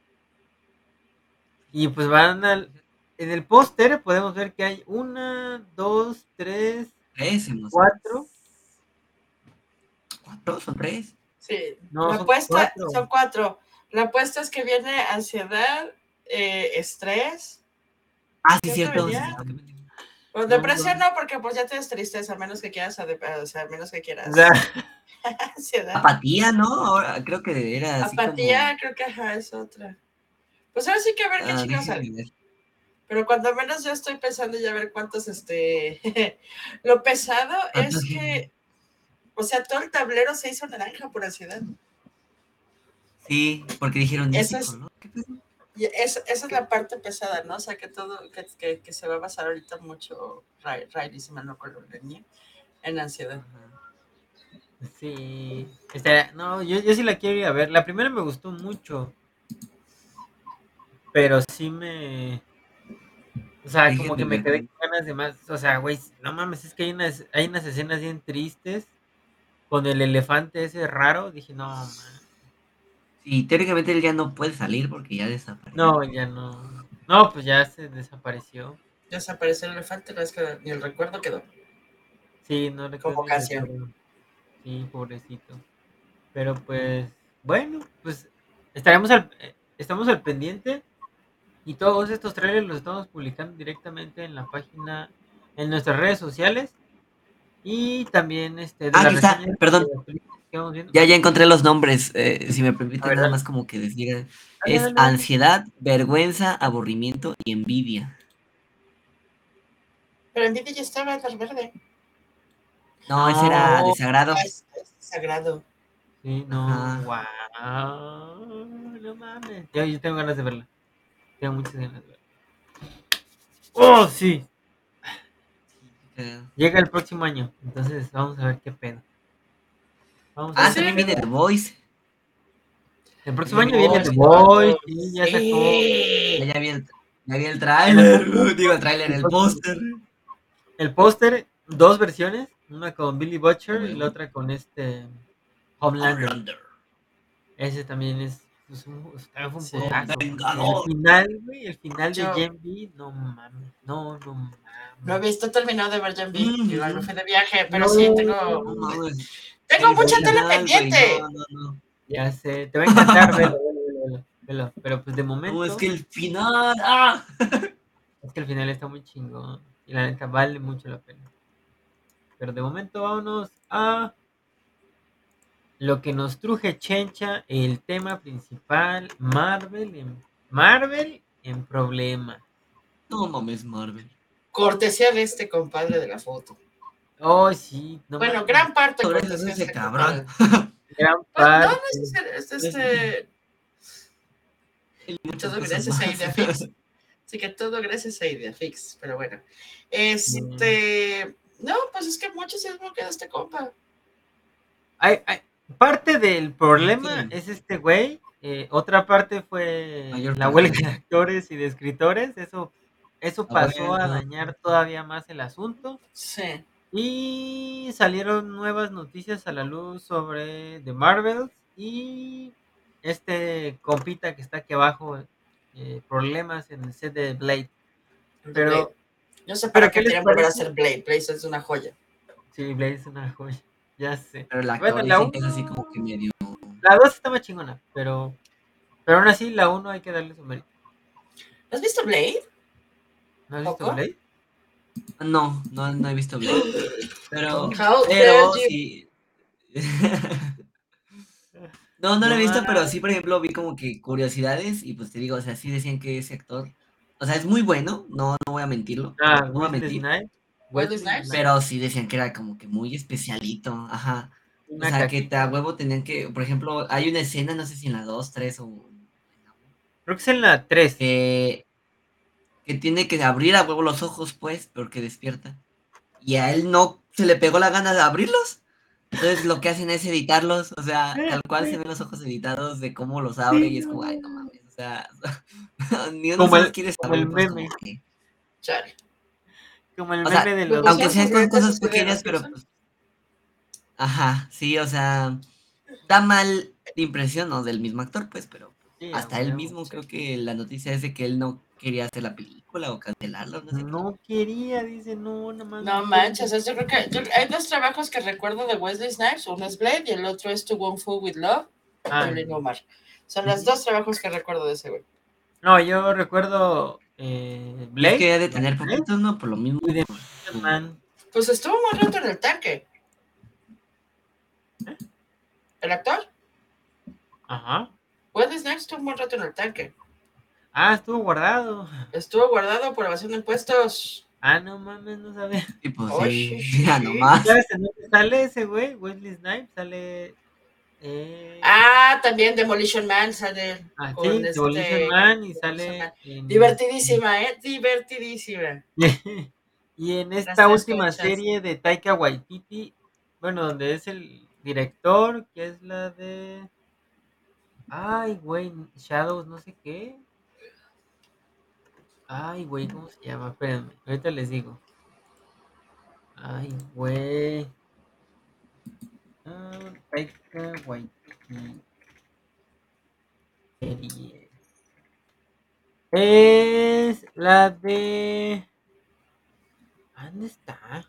Speaker 1: Y pues van al, en el póster podemos ver que hay una, dos, tres,
Speaker 2: Tres, emociones.
Speaker 1: cuatro,
Speaker 2: Cuatro, son tres.
Speaker 3: Sí.
Speaker 1: no,
Speaker 3: La
Speaker 1: son
Speaker 3: apuesta son
Speaker 1: cuatro.
Speaker 3: cuatro. La apuesta es que viene ansiedad, eh, estrés.
Speaker 2: Ah, sí,
Speaker 3: ¿Qué otro
Speaker 2: cierto, sí,
Speaker 3: venía?
Speaker 2: cierto que me...
Speaker 3: Pues
Speaker 1: No,
Speaker 3: depresión
Speaker 1: no,
Speaker 3: no, porque pues ya tienes tristeza, a menos que quieras, ade- o sea, a menos que
Speaker 1: o sea,
Speaker 3: quieras ansiedad.
Speaker 2: Apatía, ¿no? Ahora creo que era así como...
Speaker 3: Apatía, creo que ajá, es otra. Pues ahora sí que a ver qué
Speaker 2: Ah,
Speaker 3: chicos sale.
Speaker 2: déjenme ver.
Speaker 3: Pero cuando menos yo estoy pensando ya ver cuántos, este, lo pesado
Speaker 2: ¿Cuántos
Speaker 3: es
Speaker 2: géneros?
Speaker 3: que, o sea, todo el tablero se hizo naranja por ansiedad.
Speaker 2: Sí, porque dijeron, ¿y
Speaker 3: Eso
Speaker 2: ese
Speaker 3: es,
Speaker 2: color? ¿Qué pedo?
Speaker 3: y es- esa es la parte pesada, ¿no? O sea, que todo, que, que, que se va a basar ahorita mucho, Ray, Riley, si mal no recuerdo, en ansiedad.
Speaker 2: Ajá.
Speaker 1: sí, este, no, yo, yo sí la quiero ir a ver. La primera me gustó mucho. pero sí me, o sea,
Speaker 2: Dejen
Speaker 1: como
Speaker 2: de
Speaker 1: que me
Speaker 2: ver.
Speaker 1: quedé con ganas de más. O sea, güey, no mames, es que hay unas, hay unas escenas bien tristes con el elefante ese raro. Dije, no, man,
Speaker 2: Sí, teóricamente él ya no puede salir porque ya desapareció.
Speaker 1: no, ya no. No, pues ya se desapareció.
Speaker 3: Desapareció el elefante, no es que ni el recuerdo quedó.
Speaker 1: Sí, no le quedó ni el
Speaker 3: Convocación.
Speaker 1: recuerdo. Sí, pobrecito. Pero pues, bueno, pues estaremos al, eh, estamos al pendiente y todos estos trailers los estamos publicando directamente en la página, en nuestras redes sociales y también este de
Speaker 2: Ah,
Speaker 1: las
Speaker 2: aquí está,
Speaker 1: reseñas de
Speaker 2: perdón.
Speaker 1: las películas que vamos viendo.
Speaker 2: Ya, ya
Speaker 1: ¿Mande?
Speaker 2: encontré los nombres. Eh, si me
Speaker 1: A
Speaker 2: permite
Speaker 1: ver,
Speaker 2: nada
Speaker 1: dale,
Speaker 2: más como que decir.
Speaker 1: dale,
Speaker 2: Es
Speaker 1: dale, dale.
Speaker 2: ansiedad, vergüenza, aburrimiento y envidia.
Speaker 3: Pero Nvidia ya estaba en el verde.
Speaker 2: No, ese era
Speaker 1: No,
Speaker 3: Oh,
Speaker 2: desagrado.
Speaker 3: es, es sagrado.
Speaker 1: sí, no,
Speaker 2: Ajá.
Speaker 1: wow, no mames. Yo, yo tengo ganas de verla, tengo muchas ganas de verla. Oh, sí,
Speaker 2: Sí, qué cagado.
Speaker 1: llega el próximo año, entonces vamos a ver qué pedo. Vamos a
Speaker 3: Pues
Speaker 2: Ah,
Speaker 1: ver
Speaker 3: sí,
Speaker 1: qué
Speaker 2: también viene
Speaker 1: pedo.
Speaker 2: The Voice.
Speaker 1: El próximo
Speaker 2: Ya
Speaker 3: The
Speaker 1: año
Speaker 2: vi,
Speaker 1: viene
Speaker 2: ya
Speaker 1: The
Speaker 3: Voice,
Speaker 2: vi,
Speaker 1: Voice,
Speaker 3: no.
Speaker 1: sí, ya sacó.
Speaker 2: ya,
Speaker 3: Sí.
Speaker 2: ya vi el, ya vi el
Speaker 1: El,
Speaker 2: tráiler. Digo, el tráiler,
Speaker 1: el
Speaker 2: el
Speaker 1: póster,
Speaker 2: póster.
Speaker 1: el póster, dos versiones, una con Billy
Speaker 2: A
Speaker 1: Butcher y la
Speaker 2: huevo.
Speaker 1: otra con este Homelander.
Speaker 2: Homelander.
Speaker 1: Ese también es, es un, también fue un
Speaker 3: Sí.
Speaker 2: El
Speaker 1: putazo, porque el
Speaker 2: Vengador.
Speaker 1: final, güey, el final de
Speaker 3: Yo
Speaker 1: Gen V, no mames, no, no
Speaker 3: no he
Speaker 1: mames.
Speaker 3: visto terminado de ver Gen V. Igual me
Speaker 2: Ujú.
Speaker 3: fui de viaje, pero sí,
Speaker 1: No,
Speaker 3: tengo,
Speaker 2: No mames.
Speaker 3: tengo
Speaker 2: El
Speaker 3: mucha tela
Speaker 2: final, güey. No,
Speaker 3: pendiente.
Speaker 2: no, no.
Speaker 1: ya sé, te va a encantar, velo, velo, velo, velo, velo. Pero pues de
Speaker 2: No, es
Speaker 1: momento,
Speaker 2: que el final. ¡Ah!
Speaker 1: es que el final está muy chingón y la neta vale mucho la pena. Pero de momento vámonos a lo que nos truje Chencha, el tema principal, Marvel en, Marvel en problemas.
Speaker 2: No mames, Marvel.
Speaker 3: Cortesía de este compadre de la foto.
Speaker 1: Oh, sí, no
Speaker 3: Bueno,
Speaker 1: mames,
Speaker 3: gran parte
Speaker 2: Gracias a
Speaker 3: cortesía de
Speaker 2: ese
Speaker 3: este
Speaker 2: cabrón.
Speaker 3: compadre.
Speaker 1: gran
Speaker 3: Pues no
Speaker 1: parte.
Speaker 3: necesariamente,
Speaker 2: Y
Speaker 3: este,
Speaker 2: muchas
Speaker 3: todo
Speaker 2: cosas
Speaker 3: gracias a
Speaker 2: más.
Speaker 3: Ideafix. Así que todo gracias a Ideafix, pero bueno.
Speaker 1: Mm,
Speaker 3: Este, no, pues es que mucho se desbloquea de este compa.
Speaker 1: hay- hay- parte del
Speaker 2: Es
Speaker 1: problema
Speaker 2: que
Speaker 1: es este güey, eh, otra parte fue
Speaker 2: mayor
Speaker 1: la
Speaker 2: parte
Speaker 1: huelga
Speaker 2: de
Speaker 1: de actores y de escritores, eso, eso
Speaker 2: la
Speaker 1: pasó a
Speaker 2: huelga.
Speaker 1: dañar todavía más el asunto.
Speaker 3: Sí.
Speaker 1: Y salieron nuevas noticias a la luz sobre The Marvels y este compita que está aquí abajo, eh, problemas en el set de Blade.
Speaker 3: De Blade.
Speaker 1: Pero,
Speaker 3: No sé para
Speaker 1: pero
Speaker 3: qué
Speaker 1: ¿qué les
Speaker 3: quieren volver a
Speaker 1: parece?
Speaker 3: hacer Blade. Blade es una joya.
Speaker 1: Sí, Blade es una joya, ya sé.
Speaker 2: Pero el
Speaker 1: Bueno,
Speaker 2: actor
Speaker 1: la
Speaker 2: dicen que es así como que
Speaker 1: uno,
Speaker 2: medio.
Speaker 1: la dos estaba chingona, pero, pero aún así la uno hay que darle su mérito.
Speaker 3: ¿Has visto Blade,
Speaker 1: ¿No has visto
Speaker 3: Joco?
Speaker 1: Blade?
Speaker 2: No, no, no he visto Blade. Pero,
Speaker 3: How dare
Speaker 2: pero
Speaker 3: you.
Speaker 2: sí. No, no lo he
Speaker 1: No
Speaker 2: visto, pero
Speaker 1: más.
Speaker 2: sí, por ejemplo, vi como que curiosidades y pues te digo, o sea, sí decían que ese actor, o sea, es muy bueno, no, no voy a mentirlo,
Speaker 1: Ah,
Speaker 2: no voy a
Speaker 1: Wesley
Speaker 2: mentir,
Speaker 1: Snipes.
Speaker 3: Wesley
Speaker 1: Wesley
Speaker 3: Snipes.
Speaker 1: Snipes.
Speaker 2: pero sí decían que era como que muy especialito, ajá. O
Speaker 1: Una
Speaker 2: sea, que te a
Speaker 1: caquita.
Speaker 2: huevo tenían que, por ejemplo, hay una escena, no sé si en la dos tres o en la uno,
Speaker 1: Creo que es en la tres.
Speaker 2: que, que tiene que abrir a huevo los ojos, pues, porque despierta. Y a él no se le pegó la gana de abrirlos. Entonces lo que hacen es editarlos, o sea, tal cual se ven los ojos editados de cómo los abre
Speaker 1: Sí,
Speaker 2: y es
Speaker 1: no,
Speaker 2: como, ay,
Speaker 1: no,
Speaker 2: no
Speaker 1: no.
Speaker 2: mames, o sea, ni uno
Speaker 1: Como
Speaker 2: se los
Speaker 1: el,
Speaker 2: quieres
Speaker 1: como el
Speaker 2: abrir, pues como
Speaker 1: meme,
Speaker 2: que,
Speaker 3: Chale.
Speaker 1: como el
Speaker 2: o
Speaker 1: meme
Speaker 2: sea,
Speaker 1: de
Speaker 3: Lo
Speaker 1: los,
Speaker 2: aunque
Speaker 3: pusieron
Speaker 2: sean
Speaker 3: por
Speaker 2: con
Speaker 3: grande
Speaker 2: cosas
Speaker 3: ese de los
Speaker 2: pequeñas, pero
Speaker 3: Simpson.
Speaker 2: pues, ajá, sí, o sea, da mal impresión, ¿no? Del mismo actor, pues, pero pues,
Speaker 1: sí, a
Speaker 2: hasta él
Speaker 1: huevo.
Speaker 2: mismo
Speaker 3: Sí.
Speaker 2: creo que la noticia es de que él no quería hacer la película o cancelarla o no sé qué.
Speaker 1: No quería, dice, no, nada más
Speaker 3: No
Speaker 1: no quiero.
Speaker 3: manches, yo creo que yo- hay dos trabajos que recuerdo de Wesley Snipes, uno es Blade y el otro es To Wong Fu with Love,
Speaker 1: Ah,
Speaker 3: Julian
Speaker 1: no.
Speaker 3: Omar. Son los
Speaker 1: Ujú.
Speaker 3: dos trabajos que recuerdo de ese güey.
Speaker 1: No, yo recuerdo eh,
Speaker 2: Y es que
Speaker 1: Blade,
Speaker 2: debe de
Speaker 1: la de
Speaker 2: tener
Speaker 1: Blade,
Speaker 2: poquitos, ¿no? Por lo mismo,
Speaker 1: y de
Speaker 2: por
Speaker 1: Mission
Speaker 2: su...
Speaker 1: Man.
Speaker 3: Pues estuvo un rato en el tanque.
Speaker 1: ¿Eh?
Speaker 3: ¿El actor?
Speaker 1: Ajá.
Speaker 3: Wesley Snipes estuvo un buen rato en el tanque.
Speaker 1: Ah, estuvo guardado.
Speaker 3: Estuvo guardado por evasión de impuestos.
Speaker 1: Ah, no mames, no sabía.
Speaker 2: Sí, pues
Speaker 3: Oh, sí,
Speaker 2: sí,
Speaker 3: sí,
Speaker 2: ya
Speaker 3: sí.
Speaker 2: nomás.
Speaker 1: ¿Sabes en dónde sale ese güey? Wesley Snipes sale. Eh...
Speaker 3: Ah, también Demolition Man sale
Speaker 1: Ah,
Speaker 3: con
Speaker 1: sí, Demolition
Speaker 3: este.
Speaker 1: Man y
Speaker 3: Demolition Man.
Speaker 1: sale en.
Speaker 3: Divertidísima, ¿eh? Divertidísima.
Speaker 1: Y en
Speaker 3: Las
Speaker 1: esta
Speaker 3: tres
Speaker 1: última
Speaker 3: conchas.
Speaker 1: serie de Taika Waititi, bueno, donde es el director, que es la de. Ay, güey, Shadows, no sé qué. Ay, güey, ¿cómo se llama? Espérenme, ahorita les digo. Ay, güey. Ah, Taika Waititi serie. Es la de... ¿Dónde está?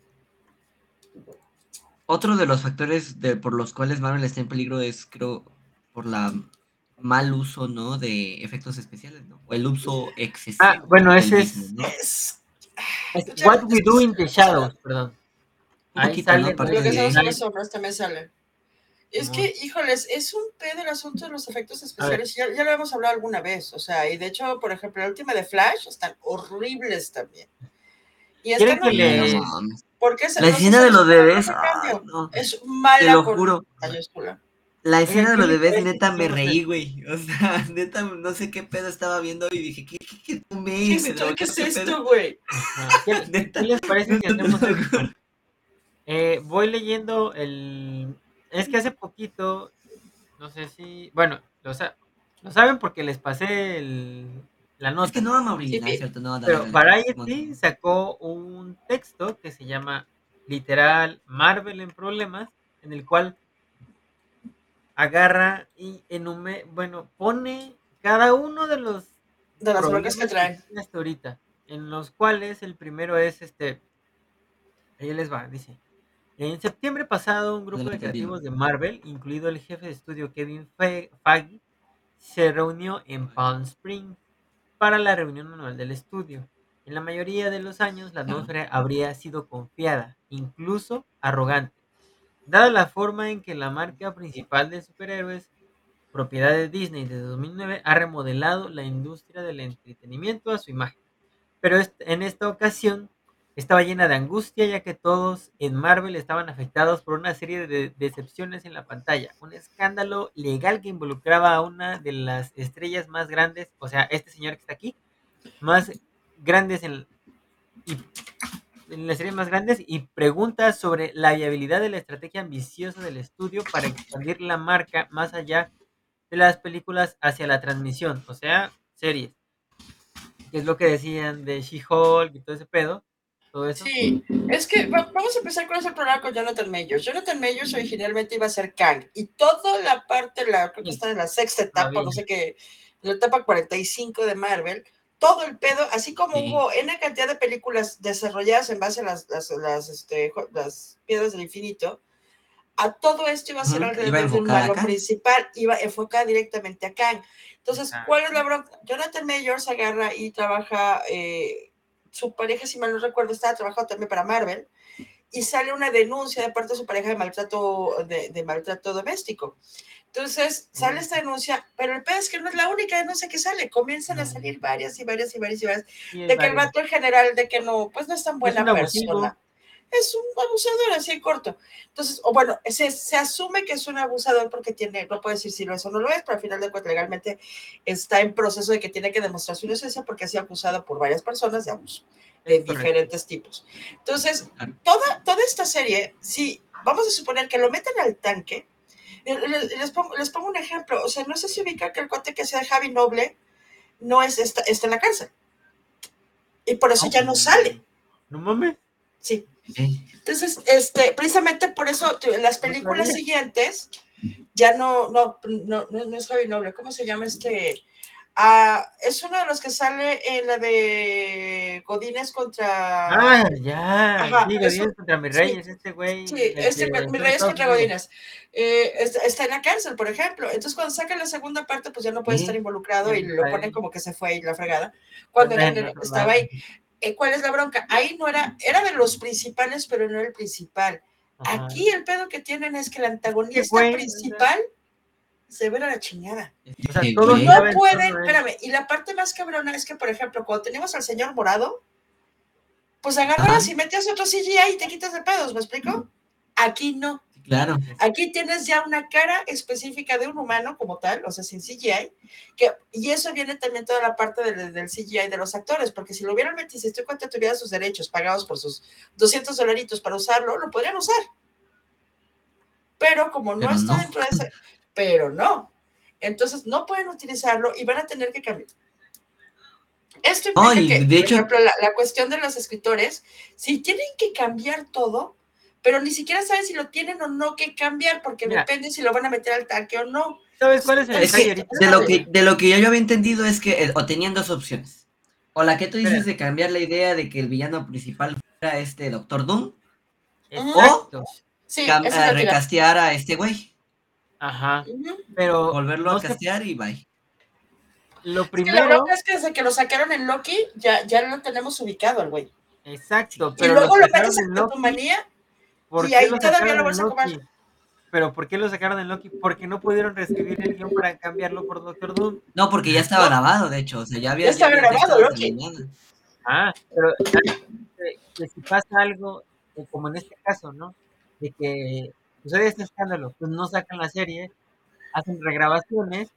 Speaker 2: Otro de los factores de, por los cuales Marvel está en peligro es, creo, por la mal uso, ¿no? De efectos especiales, ¿no? O el uso
Speaker 1: Ah,
Speaker 2: excesivo
Speaker 1: bueno,
Speaker 2: del
Speaker 1: ese
Speaker 2: mismo,
Speaker 1: es,
Speaker 2: ¿no?
Speaker 3: Es,
Speaker 1: es
Speaker 3: pues ya,
Speaker 1: What
Speaker 3: es
Speaker 1: We
Speaker 3: que
Speaker 1: Do
Speaker 3: es-
Speaker 1: in the
Speaker 3: o sea,
Speaker 1: Shadows, perdón.
Speaker 2: Un
Speaker 1: Ahí
Speaker 2: poquito, ¿no?
Speaker 1: sale
Speaker 3: lo
Speaker 2: Parte
Speaker 3: que
Speaker 1: Wesley
Speaker 3: hacemos en
Speaker 2: de...
Speaker 3: las
Speaker 1: Snipes.
Speaker 3: sombras también sale. Es
Speaker 1: Simón.
Speaker 3: que, híjoles, es un pedo el asunto de los efectos
Speaker 1: A ver,
Speaker 3: especiales. Ya, ya lo hemos hablado alguna vez. O sea, y de hecho, por ejemplo, la última de Flash están horribles también. Y esta
Speaker 1: ¿quieren que
Speaker 3: no,
Speaker 2: Sí, no
Speaker 1: le...
Speaker 2: mames.
Speaker 3: porque se,
Speaker 2: La
Speaker 3: no sé,
Speaker 2: escena
Speaker 3: se
Speaker 2: de
Speaker 3: les
Speaker 2: los
Speaker 3: ocurre un
Speaker 2: bebés,
Speaker 3: mejor
Speaker 2: ay,
Speaker 3: cambio.
Speaker 2: no,
Speaker 3: Es
Speaker 2: te
Speaker 3: mala
Speaker 2: lo
Speaker 3: con
Speaker 2: juro.
Speaker 3: mayúscula.
Speaker 2: La
Speaker 1: Oigan,
Speaker 2: escena de
Speaker 1: ¿qué
Speaker 2: los
Speaker 1: les
Speaker 2: bebés,
Speaker 1: parece si
Speaker 2: neta, me
Speaker 1: hacemos
Speaker 2: reí,
Speaker 1: esto?
Speaker 2: güey. O sea, neta, no sé qué pedo estaba viendo y dije, ¿qué, qué, qué
Speaker 3: ¿Qué
Speaker 2: tomé?
Speaker 3: es,
Speaker 2: ¿Me
Speaker 3: esto? ¿Qué
Speaker 2: drogué o
Speaker 3: es
Speaker 2: qué pedo?
Speaker 3: esto, güey?
Speaker 1: Ajá. ¿Qué, qué
Speaker 2: Neta,
Speaker 1: les parece
Speaker 2: no
Speaker 1: si
Speaker 2: te lo
Speaker 1: hacemos esto?
Speaker 2: juro.
Speaker 1: Eh, voy leyendo el... Es que hace poquito, no sé si... Bueno, lo, sa- lo saben porque les pasé el- la
Speaker 2: Es que
Speaker 1: nota.
Speaker 2: no, Mauri,
Speaker 3: Sí,
Speaker 2: no es
Speaker 3: pi-
Speaker 2: cierto, no, dale,
Speaker 1: Pero
Speaker 2: dale. Simón,
Speaker 1: Variety
Speaker 2: Simón.
Speaker 1: sacó un texto que se llama literal Marvel en problemas, en el cual agarra y enume, bueno, pone cada uno de los
Speaker 3: de las broncas que
Speaker 1: problemas que
Speaker 3: traen.
Speaker 1: tiene hasta ahorita, en los cuales el primero es este, ahí les va, dice, en septiembre pasado un grupo de
Speaker 2: Adelante, dilo.
Speaker 1: creativos de Marvel, incluido el jefe de estudio Kevin Fe- Feige, se reunió en Palm Springs para la reunión anual del estudio. En la mayoría de los años, la
Speaker 2: Claro.
Speaker 1: atmósfera habría sido confiada, incluso arrogante, dada la forma en que la marca principal de superhéroes, propiedad de Disney desde dos mil nueve, ha remodelado la industria del entretenimiento a su imagen. Pero est- en esta ocasión estaba llena de angustia, ya que todos en Marvel estaban afectados por una serie de decepciones en la pantalla, un escándalo legal que involucraba a una de las estrellas más grandes, o sea, este señor que está aquí, más grandes en, y, en las series más grandes, y preguntas sobre la viabilidad de la estrategia ambiciosa del estudio para expandir la marca más allá de las películas hacia la transmisión, o sea, series, que es lo que decían de She-Hulk y todo ese pedo, todo eso.
Speaker 3: Sí, es que va- vamos a empezar con ese programa con Jonathan Majors. Jonathan Majors originalmente iba a ser Kang y toda la parte, la, creo que
Speaker 1: Sí,
Speaker 3: está en la sexta etapa, no
Speaker 1: todavía.
Speaker 3: sé qué, la etapa cuarenta y cinco de Marvel, todo el pedo, así como
Speaker 2: Sí.
Speaker 3: hubo una cantidad de películas desarrolladas en base a las, las, las, este, jo- las piedras del infinito, a todo esto iba a ser
Speaker 2: Ujú, iba
Speaker 3: alrededor de un
Speaker 2: enfocada
Speaker 3: malo
Speaker 2: acá.
Speaker 3: principal, iba enfocada directamente a Kang. Entonces, ¿cuál es
Speaker 1: Exacto.
Speaker 3: la bronca? Jonathan Majors agarra y trabaja, eh, su pareja, si mal no recuerdo, estaba trabajando también para Marvel, y sale una denuncia de parte de su pareja de maltrato, de, de maltrato doméstico. Entonces sale
Speaker 1: Mm,
Speaker 3: esta denuncia, pero el peor es que no es la única denuncia que sale, comienzan a
Speaker 1: no,
Speaker 3: salir varias y varias y varias y varias,
Speaker 1: sí, hay
Speaker 3: de que el
Speaker 1: varios.
Speaker 3: vato en general, de que no, pues no es tan
Speaker 1: Es un
Speaker 3: buena
Speaker 1: abusivo.
Speaker 3: persona, es un abusador así en corto. Entonces, o bueno, se, se asume que es un abusador porque tiene, no puede decir si lo es o no lo es, pero al final de cuentas legalmente está en proceso de que tiene que demostrar su inocencia porque ha sido acusado por varias personas de abuso de
Speaker 1: Es correcto.
Speaker 3: diferentes tipos. Entonces,
Speaker 2: Claro.
Speaker 3: toda, toda esta serie, si vamos a suponer que lo meten al tanque, les, les, pongo, les pongo un ejemplo, o sea, no sé si ubica que el cuate que sea de Javi Noble no es, está, está en la cárcel, y por eso
Speaker 1: No,
Speaker 3: ya no sale,
Speaker 1: no mames,
Speaker 3: sí.
Speaker 2: Sí.
Speaker 3: Entonces, este, precisamente por eso las
Speaker 1: no
Speaker 3: películas
Speaker 1: sabía.
Speaker 3: siguientes ya no, no, no, no, no es Javi Noble, ¿cómo se llama este? Ah, es uno de los que sale en la de Godínez contra...
Speaker 1: Ah, ya.
Speaker 3: Ajá,
Speaker 1: Digo,
Speaker 3: es un...
Speaker 1: Dios contra mis
Speaker 3: Sí,
Speaker 1: reyes, este güey,
Speaker 3: sí,
Speaker 1: el
Speaker 3: este,
Speaker 1: que
Speaker 3: mi
Speaker 1: está en
Speaker 3: Reyes
Speaker 1: Estados
Speaker 3: contra
Speaker 1: Unidos.
Speaker 3: Godínez. Eh, está, está en la cárcel, por ejemplo. Entonces, cuando sacan la segunda parte, pues ya no puede estar
Speaker 2: Sí.
Speaker 3: involucrado
Speaker 1: Ya
Speaker 3: y
Speaker 1: no
Speaker 3: lo
Speaker 1: está
Speaker 3: ponen
Speaker 1: ahí.
Speaker 3: como que se fue y la fregada. Cuando
Speaker 1: Anda
Speaker 3: en
Speaker 1: en
Speaker 3: el-
Speaker 1: otro
Speaker 3: estaba
Speaker 1: lado.
Speaker 3: ahí. Eh, ¿Cuál es la bronca? Ahí no era, era de los principales, pero no era el principal.
Speaker 1: Ajá.
Speaker 3: Aquí el pedo que tienen es que el
Speaker 1: Este
Speaker 3: antagonista
Speaker 1: güey, o sea,
Speaker 3: principal se ve a la chingada.
Speaker 1: o sea,
Speaker 2: Este
Speaker 1: todo
Speaker 3: Y
Speaker 2: güey.
Speaker 3: no
Speaker 1: giraba en
Speaker 3: pueden,
Speaker 1: torno a él.
Speaker 3: espérame, y la parte más cabrona es que, por ejemplo, cuando tenemos al señor morado, pues agarrabas
Speaker 2: Ajá.
Speaker 3: y metías otro C G I y te quitas de pedos, ¿me explico? Aquí no.
Speaker 2: Sí, claro.
Speaker 3: Aquí tienes ya una cara específica de un humano como tal, o sea, sin C G I, que, y eso viene también toda la parte del, del C G I de los actores, porque si lo hubieran metido, si este cuenta tuviera sus derechos pagados por sus doscientos dolaritos para usarlo, lo podrían usar. Pero como no
Speaker 2: Pero
Speaker 3: está
Speaker 2: no.
Speaker 3: dentro de ese, pero no. Entonces no pueden utilizarlo y van a tener que cambiar. Esto
Speaker 2: No,
Speaker 3: implica
Speaker 2: y
Speaker 3: que,
Speaker 2: de
Speaker 3: por
Speaker 2: hecho,
Speaker 3: ejemplo, la, la cuestión de los escritores, si tienen que cambiar todo, pero ni siquiera saben si lo tienen o no que cambiar, porque
Speaker 1: Mira,
Speaker 3: depende si lo van a meter al tanque o no.
Speaker 1: ¿sabes cuál es el
Speaker 2: es
Speaker 1: detalle
Speaker 2: que
Speaker 1: ahorita?
Speaker 2: de lo
Speaker 3: Sabe.
Speaker 2: que, de lo que yo, yo había entendido es que, eh, o tenían dos opciones. O la que tú dices
Speaker 1: Espera,
Speaker 2: de cambiar la idea de que el villano principal fuera este Doctor Doom,
Speaker 3: Ujú.
Speaker 2: o
Speaker 1: exacto.
Speaker 3: Sí,
Speaker 2: cam-
Speaker 3: esa es
Speaker 2: eh,
Speaker 3: la tira.
Speaker 2: recastear a este güey,
Speaker 1: Ajá.
Speaker 3: Ujú.
Speaker 1: Pero
Speaker 2: volverlo
Speaker 1: no
Speaker 2: a
Speaker 1: sé,
Speaker 2: castear y bye.
Speaker 1: lo
Speaker 3: Es que la bronca
Speaker 1: primero,
Speaker 3: es que desde que lo sacaron en Loki, ya, ya lo tenemos ubicado al güey.
Speaker 2: Sí.
Speaker 1: exacto,
Speaker 3: Y
Speaker 1: pero lo
Speaker 3: luego lo
Speaker 1: sacaron
Speaker 3: metes a
Speaker 1: en Loki.
Speaker 3: Quantumania
Speaker 1: ¿Por
Speaker 3: y
Speaker 1: qué
Speaker 3: ahí
Speaker 1: lo
Speaker 3: todavía
Speaker 1: sacaron
Speaker 3: lo
Speaker 1: en
Speaker 3: vas a comer.
Speaker 1: Loki? Pero ¿por qué lo sacaron en Loki? Porque no pudieron reescribir el guión para cambiarlo por Doctor Doom.
Speaker 2: No, porque ya estaba
Speaker 3: No,
Speaker 2: grabado, de hecho, o sea, ya
Speaker 3: ya
Speaker 2: había, ya
Speaker 3: estaba
Speaker 2: había, ya
Speaker 3: grabado
Speaker 2: estaba
Speaker 3: Loki.
Speaker 2: terminada.
Speaker 1: Ah, pero que, que si pasa algo, eh, como en este caso, ¿no? De que sucede este escándalo, pues no sacan la serie, hacen regrabaciones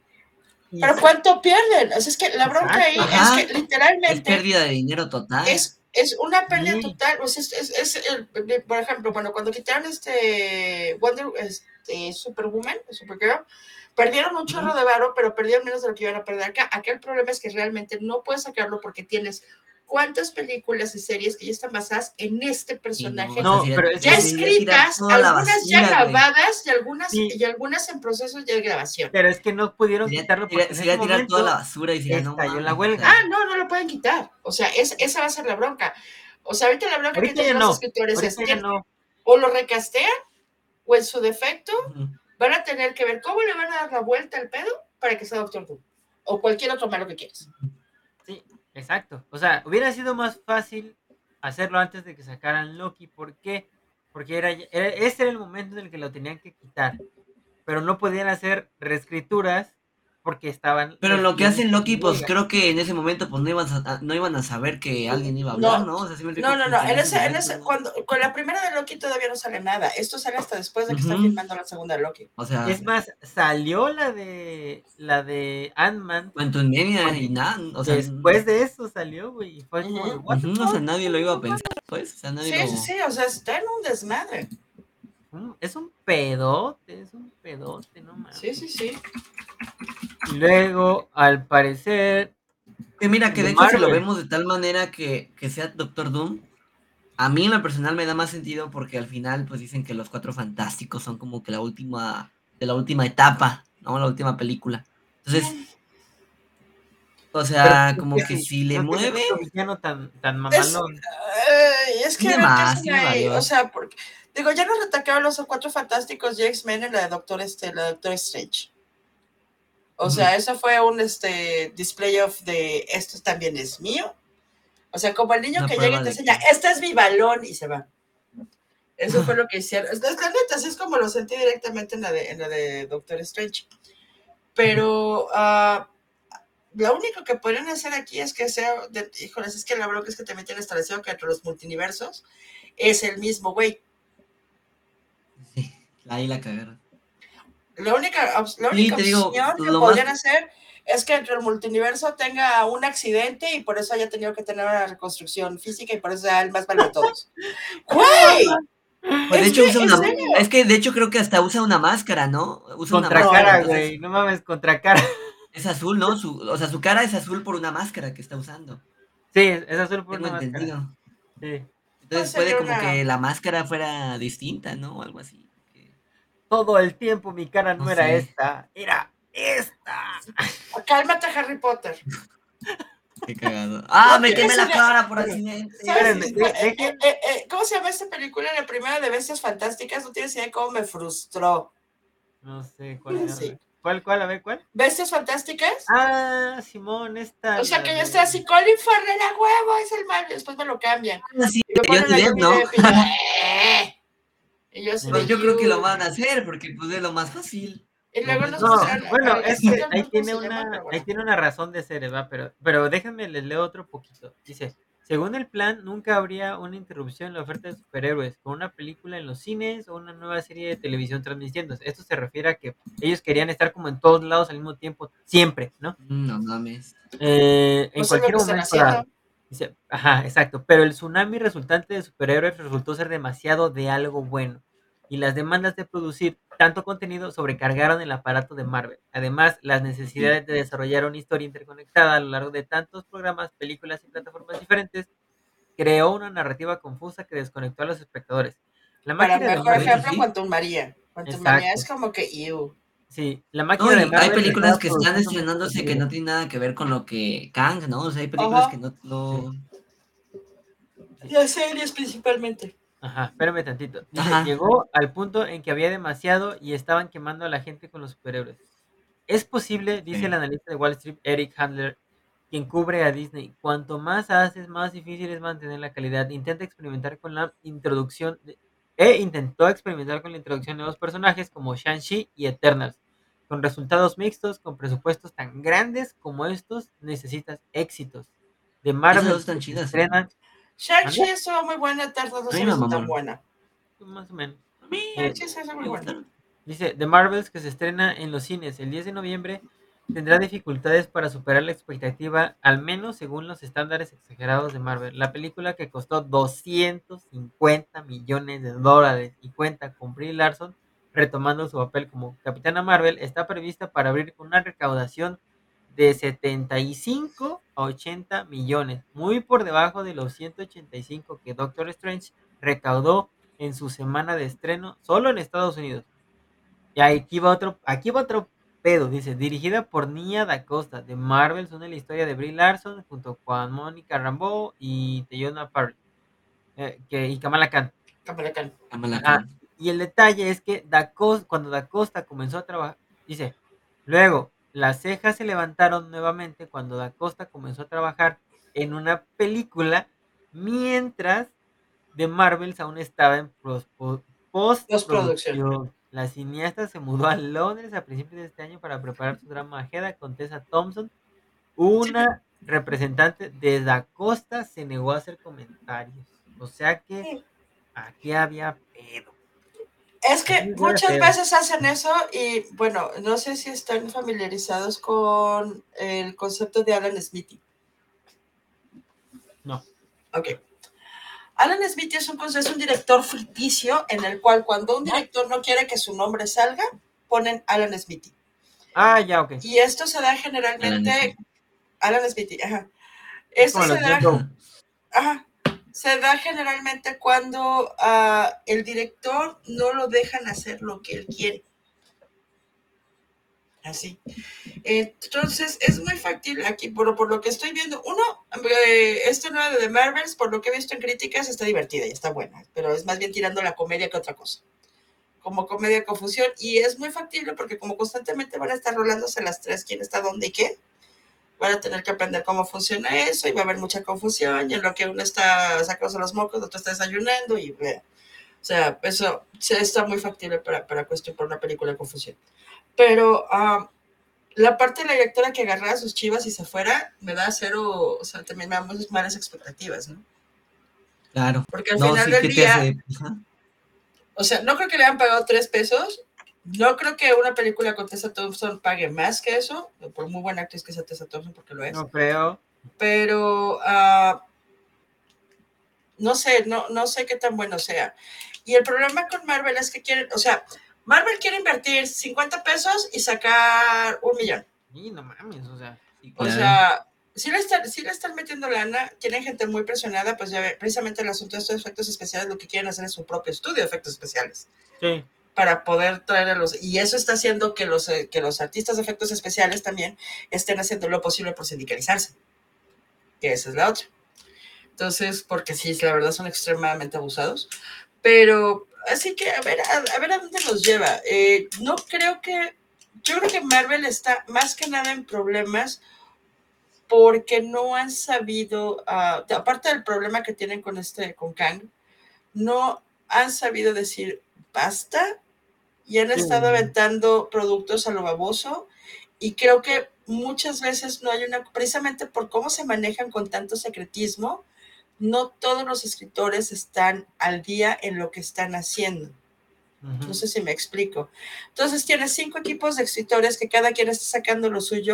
Speaker 1: y
Speaker 3: Pero
Speaker 1: sí,
Speaker 3: ¿cuánto pierden? O sea, es que la bronca ahí
Speaker 1: exacto,
Speaker 3: es que
Speaker 2: Ajá, es
Speaker 3: literalmente
Speaker 2: pérdida de dinero total.
Speaker 3: es, es una pérdida
Speaker 1: sí,
Speaker 3: total. O sea, es, es, es el- de- por ejemplo, bueno, cuando quitaron este Wonder, este, Superwoman, Supergirl, perdieron un chorro
Speaker 1: ujú.
Speaker 3: de varo, pero perdieron menos de lo que iban a perder acá. Acá el problema es que realmente no puedes sacarlo porque tienes cuántas películas y series que ya están basadas en este
Speaker 2: Y no, o
Speaker 3: personaje
Speaker 2: sea,
Speaker 1: No,
Speaker 2: sería,
Speaker 1: pero es
Speaker 3: ya
Speaker 2: se-
Speaker 1: que
Speaker 2: sería tirar
Speaker 3: escritas,
Speaker 2: toda la
Speaker 3: algunas ya
Speaker 2: basura, güey.
Speaker 3: grabadas y algunas,
Speaker 1: sí,
Speaker 3: y algunas en procesos de grabación.
Speaker 1: pero es que no pudieron
Speaker 2: Sería,
Speaker 1: quitarlo
Speaker 2: sería,
Speaker 1: porque en ese
Speaker 2: sería tirar toda la
Speaker 1: momento
Speaker 2: basura y sería, no
Speaker 1: estalló la
Speaker 2: mames, o
Speaker 1: huelga.
Speaker 3: Ah,
Speaker 2: sea,
Speaker 3: no, no lo pueden quitar. O sea, es, esa va a ser la bronca. O sea, ahorita la bronca que
Speaker 1: Ahorita ya
Speaker 3: tienen los
Speaker 1: no,
Speaker 3: escritores es,
Speaker 1: ahorita ya
Speaker 3: tienen-
Speaker 1: no.
Speaker 3: o lo recastean, o en su defecto,
Speaker 2: ujú.
Speaker 3: van a tener que ver cómo le van a dar la vuelta al pedo para que sea Doctor Doom. O cualquier otro malo que quieras.
Speaker 1: Sí, exacto. O sea, hubiera sido más fácil hacerlo antes de que sacaran Loki. ¿Por qué? Porque era, ya- era- ese era el momento en el que lo tenían que quitar. Pero no podían hacer reescrituras porque estaban
Speaker 2: Pero
Speaker 1: los
Speaker 2: lo que hacen
Speaker 1: guionistas
Speaker 2: Loki,
Speaker 1: en
Speaker 2: pues
Speaker 1: huelga.
Speaker 2: creo que en ese momento pues no iban a, no iban a saber que alguien iba a hablar,
Speaker 3: No,
Speaker 2: ¿no? O sea, sí me
Speaker 3: no,
Speaker 2: explico,
Speaker 3: no,
Speaker 2: como
Speaker 3: no.
Speaker 2: que en
Speaker 3: En
Speaker 2: ese
Speaker 3: ese, en
Speaker 2: momento
Speaker 3: ese,
Speaker 2: no.
Speaker 3: cuando, con la primera de Loki todavía no sale nada. Esto sale hasta después de que están
Speaker 2: Ujú.
Speaker 3: filmando la segunda de Loki.
Speaker 2: O sea,
Speaker 1: Es más, salió la de la de Ant-Man.
Speaker 2: Quantum Media y
Speaker 1: Porque
Speaker 2: nada, o sea,
Speaker 1: después de eso salió, güey. Y fue como de,
Speaker 3: Ujú.
Speaker 1: ¿what the
Speaker 2: ujú, o sea,
Speaker 1: fuck?
Speaker 2: nadie lo iba a pensar, pues, o sea, nadie
Speaker 3: Sí, sí,
Speaker 2: lo...
Speaker 3: sí. O sea, está en un desmadre.
Speaker 1: Mm, Es un pedote, es un pedote, no
Speaker 3: Sí,
Speaker 1: mames.
Speaker 3: sí, sí.
Speaker 1: Y luego, al parecer,
Speaker 2: Que mira, que
Speaker 1: de
Speaker 2: de hecho si lo
Speaker 1: Marvel.
Speaker 2: vemos de tal manera que, que sea Doctor Doom, a mí en lo personal me da más sentido porque al final pues dicen que los Cuatro Fantásticos son como que la última, de la última etapa, ¿no? La última película. Entonces, o
Speaker 1: Pero
Speaker 2: sea,
Speaker 1: es
Speaker 2: como
Speaker 1: que
Speaker 2: que
Speaker 1: sí,
Speaker 2: si le
Speaker 1: no tienen
Speaker 2: mueven,
Speaker 1: otro villano tan, tan
Speaker 3: Es,
Speaker 1: mamalón.
Speaker 3: ay, es que a
Speaker 2: tiene
Speaker 3: ver qué
Speaker 2: más,
Speaker 3: hacen
Speaker 2: tiene
Speaker 3: ahí. O
Speaker 2: varios.
Speaker 3: sea, porque, digo, ya nos atacaron los cuatro fantásticos y X-Men en la de Doctor, este, la de Doctor Strange. O
Speaker 2: Ujú.
Speaker 3: sea, eso fue un este, display of de esto también es mío. O sea, como el niño
Speaker 2: Una
Speaker 3: que llega y
Speaker 2: prueba
Speaker 3: te
Speaker 2: de
Speaker 3: enseña,
Speaker 2: que...
Speaker 3: este es mi balón y se va. Eso fue lo que hicieron. Es, es la neta, así es como lo sentí directamente en la de, en la de Doctor Strange. Pero uh, lo único que podrían hacer aquí es que sea, de, híjoles, es que la bronca es que también tiene establecido que entre los multiversos es el mismo güey.
Speaker 2: Sí, ahí la cagaron.
Speaker 3: La única, la
Speaker 2: Sí,
Speaker 3: única
Speaker 2: te digo,
Speaker 3: opción que
Speaker 2: lo más...
Speaker 3: podrían hacer es que entre el multiverso tenga un accidente y por eso haya tenido que tener una reconstrucción física y por eso sea el más malo de todos. ¡Güey!
Speaker 2: Pues de
Speaker 3: Es que,
Speaker 2: hecho usa
Speaker 3: en
Speaker 2: una...
Speaker 3: serio.
Speaker 2: Es que de hecho creo que hasta usa una máscara, ¿no? Usa una
Speaker 1: Contra
Speaker 3: No,
Speaker 2: máscara,
Speaker 1: cara,
Speaker 3: no.
Speaker 2: entonces
Speaker 1: güey. No mames, contra cara.
Speaker 2: es azul, ¿no? Su, o sea, su cara es azul por una máscara que está usando.
Speaker 1: Sí, es azul por
Speaker 2: Tengo
Speaker 1: una máscara.
Speaker 2: entendido.
Speaker 1: Sí.
Speaker 3: No
Speaker 2: Entonces puede
Speaker 3: sería
Speaker 2: como
Speaker 3: una.
Speaker 2: que la máscara fuera distinta, ¿no? O algo así. Que-
Speaker 1: Todo el tiempo mi cara
Speaker 2: no
Speaker 1: no era
Speaker 2: sé.
Speaker 1: esta, era esta.
Speaker 3: Cálmate, Harry Potter.
Speaker 2: Qué cagado. ¡Ah!
Speaker 3: No
Speaker 2: Me
Speaker 3: tienes
Speaker 2: quemé la
Speaker 3: idea.
Speaker 2: cara por
Speaker 1: Espérenme,
Speaker 2: accidente.
Speaker 3: ¿Sabes?
Speaker 1: espérenme,
Speaker 3: Eh,
Speaker 1: de-
Speaker 3: eh,
Speaker 1: dejen.
Speaker 3: eh, eh, ¿Cómo se llama esta película? La primera de Bestias Fantásticas. No tienes idea de cómo me frustró.
Speaker 1: No sé cuál
Speaker 3: Sí.
Speaker 1: mierda. ¿Cuál, cuál? A ver, ¿cuál?
Speaker 3: ¿Bestias Fantásticas?
Speaker 1: Ah, Simón, esta,
Speaker 3: O sea,
Speaker 1: la
Speaker 3: que yo estoy
Speaker 1: de.
Speaker 3: así, Colin Farrell a huevo, es el mal. Y después me lo cambian.
Speaker 2: Ah, sí,
Speaker 3: Y me
Speaker 2: de
Speaker 3: ponen
Speaker 2: Johnny
Speaker 3: a
Speaker 2: Depp,
Speaker 3: Johnny
Speaker 2: ¿no?
Speaker 3: Depp y yo, ¡eh! Y yo así
Speaker 2: Pues
Speaker 3: de
Speaker 1: No,
Speaker 2: yo creo que lo van a
Speaker 3: you.
Speaker 2: hacer porque pues es lo más fácil.
Speaker 3: Y
Speaker 2: Lo
Speaker 3: luego
Speaker 2: ves
Speaker 3: nos
Speaker 2: dos
Speaker 1: no,
Speaker 3: pusieron,
Speaker 2: veces.
Speaker 1: bueno,
Speaker 3: ay,
Speaker 1: es
Speaker 3: es que
Speaker 1: que
Speaker 3: no me
Speaker 1: ahí
Speaker 3: acuerdo cómo
Speaker 1: tiene
Speaker 3: se llama,
Speaker 1: una,
Speaker 3: pero
Speaker 1: ahí
Speaker 3: bueno.
Speaker 1: tiene una razón de ser, ¿va? Pero, pero déjenme les leo otro poquito. Dice, según el plan, nunca habría una interrupción en la oferta de superhéroes, con una película en los cines o una nueva serie de televisión transmitiéndose. Esto se refiere a que ellos querían estar como en todos lados al mismo tiempo, siempre, ¿no?
Speaker 2: No mames.
Speaker 1: Eh, en
Speaker 3: Pues es lo
Speaker 1: cualquier
Speaker 3: que están
Speaker 1: momento
Speaker 3: haciendo.
Speaker 1: dado. Dice, ajá, exacto. Pero el tsunami resultante de superhéroes resultó ser demasiado de algo bueno. y las demandas de producir tanto contenido sobrecargaron el aparato de Marvel. Además, las necesidades de desarrollar una historia interconectada a lo largo de tantos programas, películas y plataformas diferentes creó una narrativa confusa que desconectó a los espectadores. La
Speaker 3: Para
Speaker 1: máquina de
Speaker 3: mejor
Speaker 2: De hecho,
Speaker 1: Marvel,
Speaker 3: ejemplo,
Speaker 2: sí.
Speaker 3: Quantum María. Quantum María es
Speaker 1: exacto,
Speaker 3: como que, ew.
Speaker 1: sí, la
Speaker 2: No,
Speaker 1: máquina de
Speaker 2: y hay
Speaker 1: Marvel
Speaker 2: películas
Speaker 1: estaba
Speaker 2: que están
Speaker 1: produciendo mucho
Speaker 2: estrenándose que
Speaker 1: contenido.
Speaker 2: no tienen nada que ver con lo que Kang, ¿no? O sea, hay películas que
Speaker 3: Ajá,
Speaker 2: no,
Speaker 1: Sí,
Speaker 2: no...
Speaker 1: sí.
Speaker 3: las series principalmente.
Speaker 1: Ajá, espérame tantito. Dice,
Speaker 2: Ajá,
Speaker 1: llegó al punto en que había demasiado y estaban quemando a la gente con los superhéroes. Es posible, dice el
Speaker 2: sí.
Speaker 1: analista de Wall Street, Eric Handler, quien cubre a Disney, cuanto más haces, más difícil es mantener la calidad. Intenta experimentar con la introducción, de- e intentó experimentar con la introducción de nuevos personajes como Shang-Chi y Eternals. Con resultados mixtos, con presupuestos tan grandes como estos, necesitas éxitos. De
Speaker 2: Esas dos
Speaker 1: Marvel
Speaker 2: están
Speaker 1: que se
Speaker 2: chidas, ¿eh?
Speaker 1: estrenan,
Speaker 3: Shang-Chi
Speaker 1: ¿mande?
Speaker 3: estuvo muy buena, Eternos no
Speaker 2: A
Speaker 3: se
Speaker 2: mí
Speaker 3: ha
Speaker 2: me
Speaker 3: visto tan
Speaker 2: mamaron.
Speaker 3: buena.
Speaker 1: Más o menos.
Speaker 2: A mí
Speaker 1: Eh,
Speaker 3: Shang-Chi se hace muy
Speaker 2: me
Speaker 3: buena.
Speaker 2: gustaron.
Speaker 1: Dice, The Marvels, que se estrena en los cines el diez de noviembre, tendrá dificultades para superar la expectativa, al menos según los estándares exagerados de Marvel. La película, que costó doscientos cincuenta millones de dólares y cuenta con Brie Larson retomando su papel como Capitana Marvel, está prevista para abrir con una recaudación de setenta y cinco a ochenta millones, muy por debajo de los ciento ochenta y cinco que Doctor Strange recaudó en su semana de estreno solo en Estados Unidos. Y aquí va otro, aquí va otro pedo, dice, dirigida por Nia Da Costa, de Marvel, son la historia de Brie Larson junto con Mónica Rambeau y Teyona Parry, eh, que, y Kamala Khan.
Speaker 3: Kamala Khan.
Speaker 2: Kamala
Speaker 1: Ajá.
Speaker 2: Khan.
Speaker 1: Y el detalle es que Da Costa, cuando Da Costa comenzó a trabajar, dice, luego las cejas se levantaron nuevamente cuando Da Costa comenzó a trabajar en una película, mientras de Marvels aún estaba en prospo-
Speaker 3: Postproducción.
Speaker 1: postproducción. La cineasta se mudó a Londres a principios de este año para preparar su drama Ajeda con Tessa Thompson.
Speaker 3: Sí, pero-
Speaker 1: Una representante de Da Costa se negó a hacer comentarios. O sea que aquí había pedo.
Speaker 3: Es
Speaker 1: Aquí
Speaker 3: que
Speaker 1: había
Speaker 3: muchas
Speaker 1: pedo.
Speaker 3: veces hacen eso y bueno, no sé si están familiarizados con el concepto de Alan Smithy.
Speaker 1: No.
Speaker 3: Ok. Alan Smithy es un, es un director ficticio en el cual cuando un director no quiere que su nombre salga, ponen Alan Smithy.
Speaker 1: Ah, ya, ok.
Speaker 3: Y esto se da
Speaker 2: Alan
Speaker 3: generalmente,
Speaker 2: Smith.
Speaker 3: Alan Smithy, ajá.
Speaker 1: Es
Speaker 3: Esto
Speaker 1: como
Speaker 3: se
Speaker 1: los John
Speaker 3: da,
Speaker 1: Doe.
Speaker 3: ajá, se da generalmente cuando uh, el director no lo dejan hacer lo que él quiere. Así. Entonces, es muy factible aquí, por, por lo que estoy viendo. Uno, eh, este nuevo de The Marvels, por lo que he visto en críticas, está divertida y está buena, pero es más bien tirando la comedia que otra cosa. Como comedia confusión, y es muy factible porque como constantemente van a estar rolándose las tres, quién está dónde y qué, van a tener que aprender cómo funciona eso y va a haber mucha confusión, y en lo que uno está sacándose los mocos, otro está desayunando, y eh, o sea, eso está muy factible para, para cuestión, para una película de confusión. Pero um, la parte de la directora que agarrara sus chivas y se fuera, me da cero, o sea, también me da muy malas expectativas, ¿no?
Speaker 2: Claro.
Speaker 3: Porque al
Speaker 2: No,
Speaker 3: final
Speaker 2: sí
Speaker 3: del
Speaker 2: que te
Speaker 3: día,
Speaker 2: hace. Ajá.
Speaker 3: o sea, no creo que le hayan pagado tres pesos. No creo que una película con Tessa Thompson pague más que eso, por muy buena actriz que sea Tessa Thompson, porque lo es.
Speaker 1: No creo.
Speaker 3: Pero uh, no sé, no, no sé qué tan bueno sea. Y el problema con Marvel es que quieren, o sea, Marvel quiere invertir cincuenta pesos y sacar un millón.
Speaker 1: Y no mames, o sea.
Speaker 2: Sí,
Speaker 3: O
Speaker 2: claro.
Speaker 3: sea, si le, están, si le están metiendo lana, tienen gente muy presionada, pues ya ve, precisamente el asunto de estos efectos especiales, lo que quieren hacer es su propio estudio de efectos especiales.
Speaker 1: Sí.
Speaker 3: Para poder traer a los... Y eso está haciendo que los, que los artistas de efectos especiales también estén haciendo lo posible por sindicalizarse. Que esa es la otra. Entonces, porque sí, la verdad son extremadamente abusados. Pero, así que a ver a, a, ver a dónde nos lleva. Eh, no creo que... Yo creo que Marvel está más que nada en problemas porque no han sabido, uh, aparte del problema que tienen con este, con Kang, no han sabido decir basta y han
Speaker 1: Sí.
Speaker 3: estado aventando productos a lo baboso, y creo que muchas veces no hay una, precisamente por cómo se manejan con tanto secretismo, no todos los escritores están al día en lo que están haciendo. Uh-huh. No sé si me explico. Entonces tienes cinco equipos de escritores que cada quien está sacando lo suyo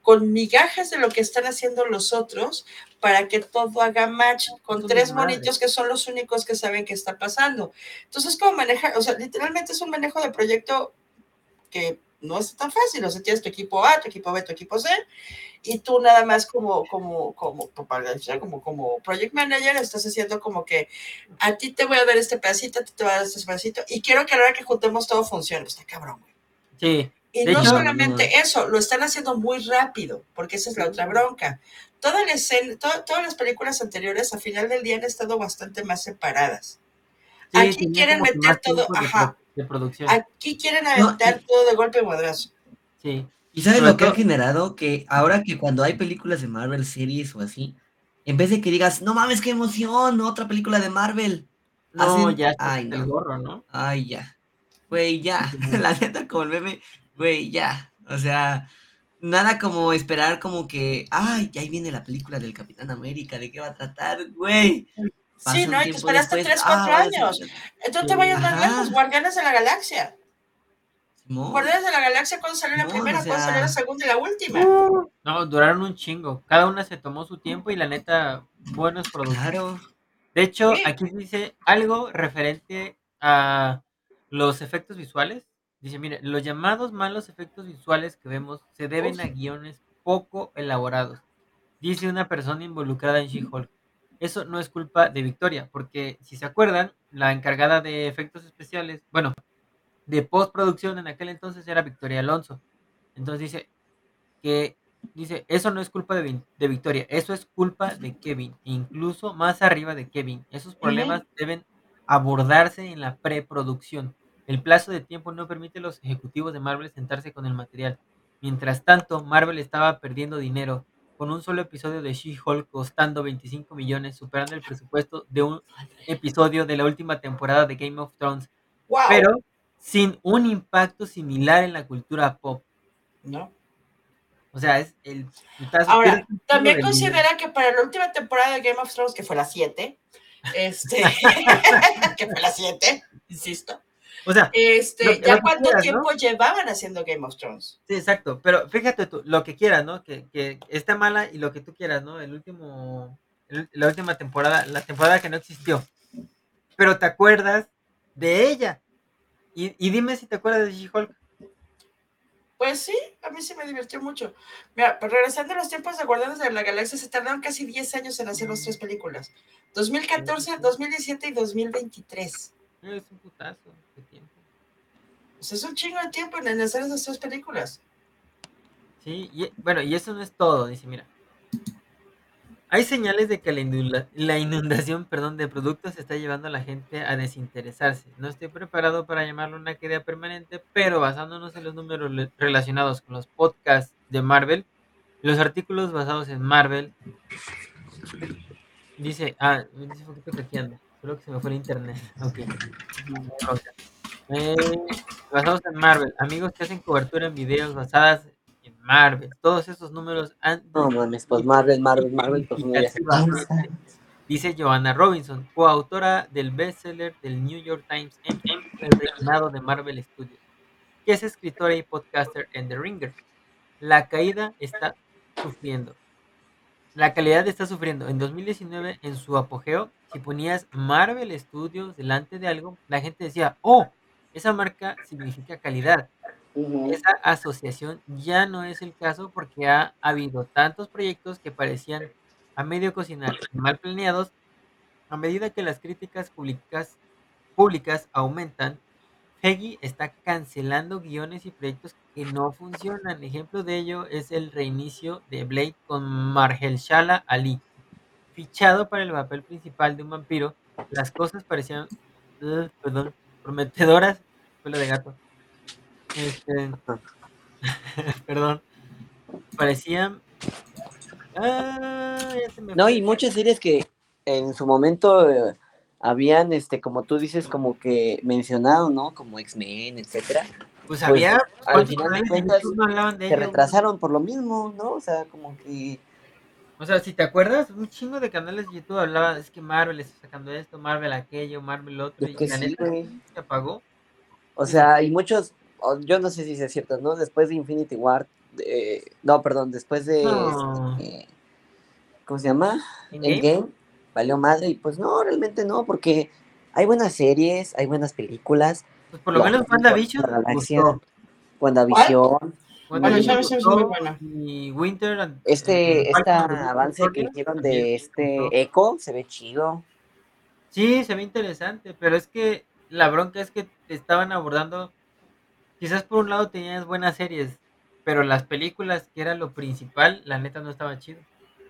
Speaker 3: con migajas de lo que están haciendo los otros para que todo haga match con
Speaker 1: Es un
Speaker 3: tres
Speaker 1: desmadre.
Speaker 3: monitos que son los únicos que saben qué está pasando. Entonces, como manejar, o sea, literalmente es un manejo de proyecto que no es tan fácil. O sea, tienes tu equipo A, tu equipo B, tu equipo C, y tú nada más como, como, como, como, como project manager estás haciendo como que a ti te voy a dar este pedacito, a ti te voy a dar este pedacito, y quiero que a la hora que juntemos todo funcione. Está cabrón, güey.
Speaker 1: Sí.
Speaker 3: Y
Speaker 1: De
Speaker 3: no
Speaker 1: hecho,
Speaker 3: solamente
Speaker 2: no.
Speaker 3: eso, lo están haciendo muy rápido, porque esa es la otra bronca. Toda la escena, to- todas las películas anteriores, a final del día, han estado bastante más separadas.
Speaker 1: sí,
Speaker 3: Aquí
Speaker 1: tenía
Speaker 3: quieren
Speaker 1: como que más
Speaker 3: meter todo,
Speaker 1: tiempo de,
Speaker 3: ajá,
Speaker 1: pro- de producción.
Speaker 3: aquí quieren
Speaker 2: No,
Speaker 3: aventar
Speaker 2: y,
Speaker 3: todo de golpe y madrazo.
Speaker 1: Sí.
Speaker 2: ¿y sabes
Speaker 1: Sobre
Speaker 2: lo que ha
Speaker 1: todo,
Speaker 2: generado? Que ahora que cuando hay películas de Marvel, series o así, en vez de que digas, no mames, qué emoción, otra película de Marvel,
Speaker 1: no,
Speaker 2: hacen,
Speaker 1: ya está
Speaker 2: ay,
Speaker 1: el
Speaker 2: no,
Speaker 1: gorro, ¿no?
Speaker 2: ay, ya, güey, ya, la neta como el meme, güey, ya, o sea, nada como esperar como que, ay, ya ahí viene la película del Capitán América, ¿de qué va a tratar? Güey,
Speaker 3: Sí,
Speaker 2: pasa
Speaker 3: ¿no?
Speaker 2: un
Speaker 3: Y te
Speaker 2: tiempo
Speaker 3: esperaste
Speaker 2: después,
Speaker 3: tres,
Speaker 2: ah,
Speaker 3: cuatro
Speaker 2: van a hacer
Speaker 3: años.
Speaker 2: otra,
Speaker 3: Entonces te
Speaker 1: Sí.
Speaker 3: vayas más lejos,
Speaker 2: ajá,
Speaker 3: Guardianes de la Galaxia.
Speaker 2: Simón,
Speaker 3: Guardianes de la Galaxia, ¿cuándo salió la
Speaker 2: Simón, o
Speaker 3: primera? ¿Cuándo salió la
Speaker 2: sea,
Speaker 3: segunda y la última?
Speaker 1: Uh, no, duraron un chingo. Cada una se tomó su tiempo y la neta, buenos productos.
Speaker 2: claro,
Speaker 1: De hecho,
Speaker 3: Sí.
Speaker 1: aquí dice algo referente a los efectos visuales. Dice, mire, los llamados malos efectos visuales que vemos se deben
Speaker 3: Uf.
Speaker 1: a guiones poco elaborados, dice una persona involucrada en She-Hulk. Eso no es culpa de Victoria, porque si se acuerdan, la encargada de efectos especiales, bueno, de postproducción en aquel entonces era Victoria Alonso. Entonces dice que dice, eso no es culpa de, Vin- de Victoria, eso es culpa de Kevin, e incluso más arriba de Kevin. Esos problemas
Speaker 3: Ujú.
Speaker 1: deben abordarse en la preproducción. El plazo de tiempo no permite a los ejecutivos de Marvel sentarse con el material. Mientras tanto, Marvel estaba perdiendo dinero con un solo episodio de She-Hulk costando veinticinco millones, superando el presupuesto de un episodio de la última temporada de Game of Thrones,
Speaker 3: Wow.
Speaker 1: pero sin un impacto similar en la cultura pop.
Speaker 3: ¿No?
Speaker 1: O sea, es el putazo, pierdes
Speaker 3: Ahora,
Speaker 1: un chingo
Speaker 3: también
Speaker 1: del dinero.
Speaker 3: considera que para la última temporada de Game of Thrones, que fue la siete, este, que fue la siete, insisto,
Speaker 1: O sea, lo,
Speaker 3: este,
Speaker 1: que- lo
Speaker 3: ya
Speaker 1: que
Speaker 3: cuánto
Speaker 1: quieras, ¿no?
Speaker 3: tiempo llevaban haciendo Game of Thrones.
Speaker 1: Sí, exacto. Pero fíjate tú, lo que quieras, ¿no? Que, que esté mala y lo que tú quieras, ¿no? El último, el- la última temporada, la temporada que no existió. Pero te acuerdas de ella. Y, y dime si te acuerdas de She-Hulk.
Speaker 3: Pues sí, a mí sí me divirtió mucho. Mira, pero regresando a los tiempos de Guardianes de la Galaxia, se tardaron casi diez años en hacer las tres películas. dos mil catorce, dos mil diecisiete y dos mil veintitrés.
Speaker 1: Es un putazo de tiempo.
Speaker 3: O sea, es un chingo de tiempo en hacer esas tres películas.
Speaker 1: Sí, y bueno, y eso no es todo. Dice, mira, hay señales de que la, inunda- la inundación, perdón, de productos está llevando a la gente a desinteresarse. No estoy preparado para llamarlo una queda permanente, pero basándonos en los números le- relacionados con los podcasts de Marvel, los artículos basados en Marvel, dice, ah, dice un poquito craqueando, creo que se me fue el internet. Ok, no hay bronca. Eh, basados en Marvel, amigos que hacen cobertura en videos basadas en Marvel, todos esos números han
Speaker 2: no mames, pues
Speaker 1: disminuido
Speaker 2: Marvel, Marvel, Marvel, pues uno ya se
Speaker 1: significativamente,
Speaker 2: cansa.
Speaker 1: dice Joanna Robinson, coautora del bestseller del New York Times M C U, El reinado de Marvel Studios, que es escritora y podcaster en The Ringer. La caída está sufriendo. La calidad está sufriendo. En dos mil diecinueve, en su apogeo, si ponías Marvel Studios delante de algo, la gente decía, oh, esa marca significa calidad.
Speaker 2: Ujú.
Speaker 1: Esa asociación ya no es el caso porque ha habido tantos proyectos que parecían a medio cocinar y mal planeados. A medida que las críticas públicas, públicas aumentan, Feige está cancelando guiones y proyectos que no funcionan. Ejemplo de ello es el reinicio de Blade con Mahershala Ali, fichado para el papel principal de un vampiro. Las cosas parecían, uh, perdón, prometedoras, pelo de gato. Este, perdón, parecían, ah, ya se me
Speaker 2: No,
Speaker 1: fue.
Speaker 2: y muchas series que en su momento eh, habían, este, como tú dices, como que mencionado, ¿no? Como X-Men, etcétera.
Speaker 1: Pues
Speaker 2: Pues
Speaker 1: había,
Speaker 2: al
Speaker 1: ¿cuántos
Speaker 2: final de
Speaker 1: canales de
Speaker 2: cuentas
Speaker 1: YouTube no hablaban de
Speaker 2: se
Speaker 1: ello, güey?
Speaker 2: retrasaron por lo mismo, ¿no? O sea, como que,
Speaker 1: O sea, si te acuerdas, un chingo de canales de YouTube hablaba, es que Marvel está sacando esto, Marvel aquello, Marvel otro,
Speaker 2: es
Speaker 1: y
Speaker 2: que
Speaker 1: la
Speaker 2: sí,
Speaker 1: neta
Speaker 2: güey.
Speaker 1: sí se apagó.
Speaker 2: O
Speaker 1: Sí, se apagó.
Speaker 2: sea, y muchos, o yo no sé si es cierto, ¿no? Después de Infinity War,
Speaker 4: de- no, perdón, después de,
Speaker 1: No.
Speaker 4: eh, ¿cómo se llama?
Speaker 1: ¿Endgame?
Speaker 4: Endgame, valió madre, y pues no, realmente no, porque hay buenas series, hay buenas películas,
Speaker 1: Pues por lo
Speaker 4: la,
Speaker 1: menos
Speaker 4: la
Speaker 1: WandaVision me
Speaker 4: Galaxia,
Speaker 1: gustó.
Speaker 4: WandaVision,
Speaker 3: Bueno,
Speaker 1: WandaVision
Speaker 3: esa
Speaker 1: me
Speaker 4: y
Speaker 3: versión es muy
Speaker 1: gustó
Speaker 3: buena.
Speaker 1: y Winter and eh,
Speaker 4: este, este
Speaker 1: Falcon and the Winter
Speaker 4: avance que
Speaker 1: Soldier
Speaker 4: hicieron
Speaker 1: también
Speaker 4: de
Speaker 1: me gustó.
Speaker 4: este Echo se ve chido.
Speaker 1: Sí, se ve interesante, pero es que la bronca es que te estaban abordando, quizás por un lado tenías buenas series, pero las películas, que era lo principal, la neta no estaba chido.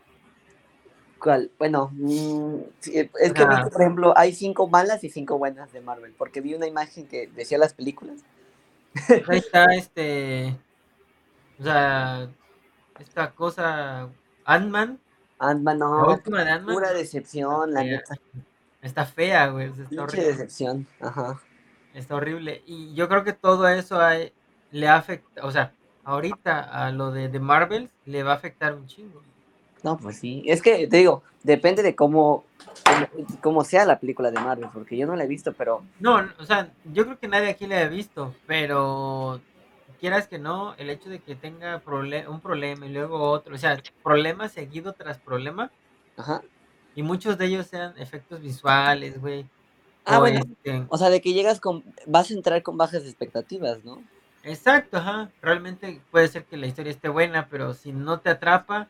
Speaker 4: ¿Cuál? Bueno, mm, sí, eh, es
Speaker 1: O
Speaker 4: que vi
Speaker 1: sea,
Speaker 4: que, por ejemplo, hay cinco malas y cinco buenas de Marvel, porque vi una imagen que decía las películas.
Speaker 1: pues ahí está este, o sea, esta cosa, Ant-Man,
Speaker 4: Ant-Man,
Speaker 1: la
Speaker 4: no,
Speaker 1: última de Ant-Man,
Speaker 4: pura
Speaker 1: no, está
Speaker 4: decepción, la
Speaker 1: fea,
Speaker 4: neta.
Speaker 1: está fea, güey, o sea, está
Speaker 4: Pinche
Speaker 1: horrible.
Speaker 4: decepción, ajá.
Speaker 1: Está horrible. Y yo creo que todo eso a e- le afecta, o sea, ahorita a lo de, de Marvel le va a afectar un chingo.
Speaker 4: No, pues sí. Es que te digo, depende de cómo, cómo, cómo sea la película de Marvel, porque yo no la he visto, pero
Speaker 1: No, n- o sea, yo creo que nadie aquí le ha visto, pero quieras que no, el hecho de que tenga prole- un problema y luego otro, o sea, problema seguido tras problema,
Speaker 4: ajá.
Speaker 1: y muchos de ellos sean efectos visuales, güey,
Speaker 4: Ah,
Speaker 1: o
Speaker 4: bueno.
Speaker 1: este,
Speaker 4: O sea, de que llegas con, vas a entrar con bajas expectativas, ¿no?
Speaker 1: exacto, ajá, realmente puede ser que la historia esté buena, pero si no te atrapa,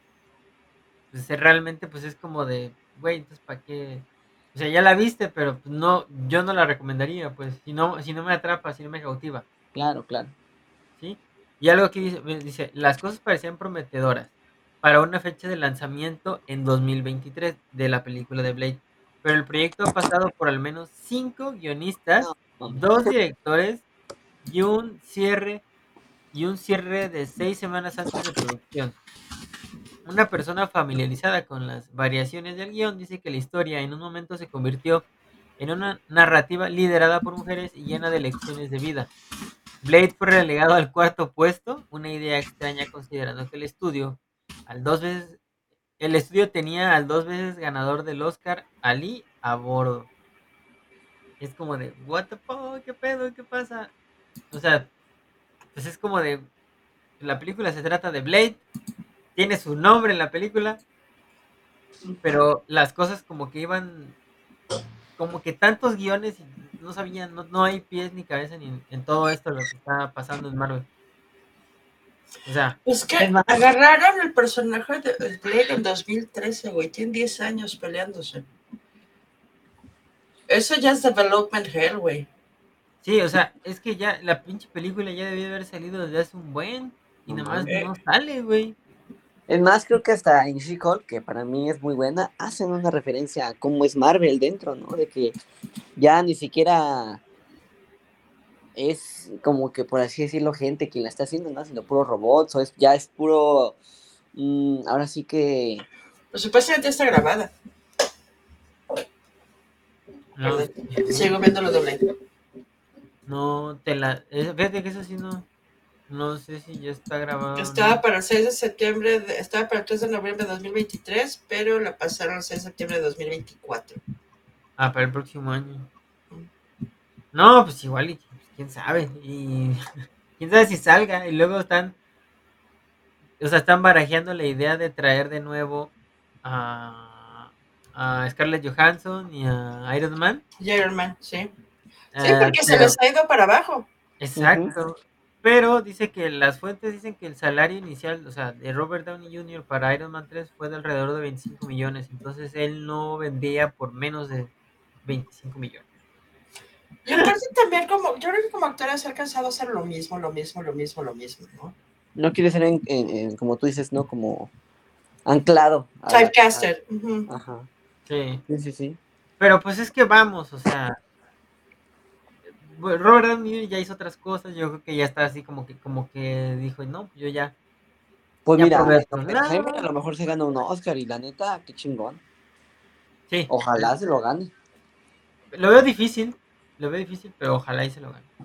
Speaker 1: pues eh, realmente pues es como de, güey, entonces ¿para qué? O sea, ya la viste, pero pues, no, yo no la recomendaría, pues, si no, si no me atrapa, si no me cautiva,
Speaker 4: Claro, claro.
Speaker 1: ¿sí? Y algo que dice, me dice, las cosas parecían prometedoras para una fecha de lanzamiento en dos mil veintitrés de la película de Blade, pero el proyecto ha pasado por al menos cinco
Speaker 4: No,
Speaker 1: guionistas,
Speaker 4: mames.
Speaker 1: dos directores y un cierre, y un cierre de seis semanas antes de producción. Una persona familiarizada con las variaciones del guión dice que la historia en un momento se convirtió en una narrativa liderada por mujeres y llena de lecciones de vida. Blade fue relegado al cuarto puesto, una idea extraña considerando que el estudio, al dos veces, el estudio tenía al dos veces ganador del Oscar, Ali, a bordo. Es como de, what the fuck, qué pedo, qué pasa. O sea, pues es como de, la película se trata de Blade, tiene su nombre en la película, pero las cosas como que iban como que tantos guiones y no sabían, no, no hay pies ni cabeza ni en, en todo esto lo que está pasando en Marvel. O sea,
Speaker 3: Es que
Speaker 4: Es más,
Speaker 3: agarraron el personaje de de Blade en dos mil trece, güey. Tiene diez años peleándose. Eso ya es development hell, güey.
Speaker 1: sí, o sea, es que ya la pinche película ya debió haber salido desde hace un buen y
Speaker 4: no
Speaker 1: nada más
Speaker 4: mames.
Speaker 3: Eh,
Speaker 1: no sale, güey.
Speaker 4: Es más, creo que hasta en She-Hulk, que para mí es muy buena, hacen una referencia a cómo es Marvel dentro, ¿no? De que ya ni siquiera es como que, por así decirlo, gente quien la está haciendo, ¿no? Sino puro robots, o es, ya es puro, mm, ahora sí que,
Speaker 3: pues supuestamente está grabada.
Speaker 1: No,
Speaker 3: Perdón.
Speaker 1: sí,
Speaker 3: Sigo viendo lo de Blade.
Speaker 1: no te la. eh, Fíjate que eso sí no. No sé si ya está grabado o
Speaker 3: Estaba
Speaker 1: no.
Speaker 3: para el seis de septiembre, de- estaba para el tres de noviembre de dos mil veintitrés, pero la pasaron al seis de septiembre de dos mil veinticuatro.
Speaker 1: Ah, para el próximo año. No, pues igual, y pues, quién sabe. Y quién sabe si salga. Y luego están o sea, están barajeando la idea de traer de nuevo a, a Scarlett Johansson y a Iron Man.
Speaker 3: Iron Man, sí. Sí,
Speaker 1: eh,
Speaker 3: porque se
Speaker 1: pero,
Speaker 3: les ha ido para abajo.
Speaker 4: ujú.
Speaker 1: exacto. Pero dice que las fuentes dicen que el salario inicial, o sea, de Robert Downey junior para Iron Man tres fue de alrededor de veinticinco millones. Entonces él no vendría por menos de veinticinco millones.
Speaker 3: Y aparte también como, yo creo que como actores se ha alcanzado a hacer lo mismo, lo mismo, lo mismo, lo mismo, ¿no?
Speaker 4: No quiere ser, en, en- en, como tú dices, ¿no? Como anclado a la...
Speaker 3: Typecaster. Ujú.
Speaker 4: a- ajá,
Speaker 1: Sí.
Speaker 4: sí, sí, sí.
Speaker 1: Pero pues es que vamos, o sea, bueno, Robert Downey junior ya hizo otras cosas. Yo creo que ya está así como que, como que dijo, no, yo ya.
Speaker 4: Pues
Speaker 1: Ya
Speaker 4: mira,
Speaker 1: probé
Speaker 4: en
Speaker 1: otros
Speaker 4: Oppenheimer a
Speaker 1: lados.
Speaker 4: lo mejor se gana un Oscar y la neta, qué chingón.
Speaker 1: Sí,
Speaker 4: Ojalá se lo gane.
Speaker 1: lo veo difícil, lo veo difícil, pero ojalá y se lo gane.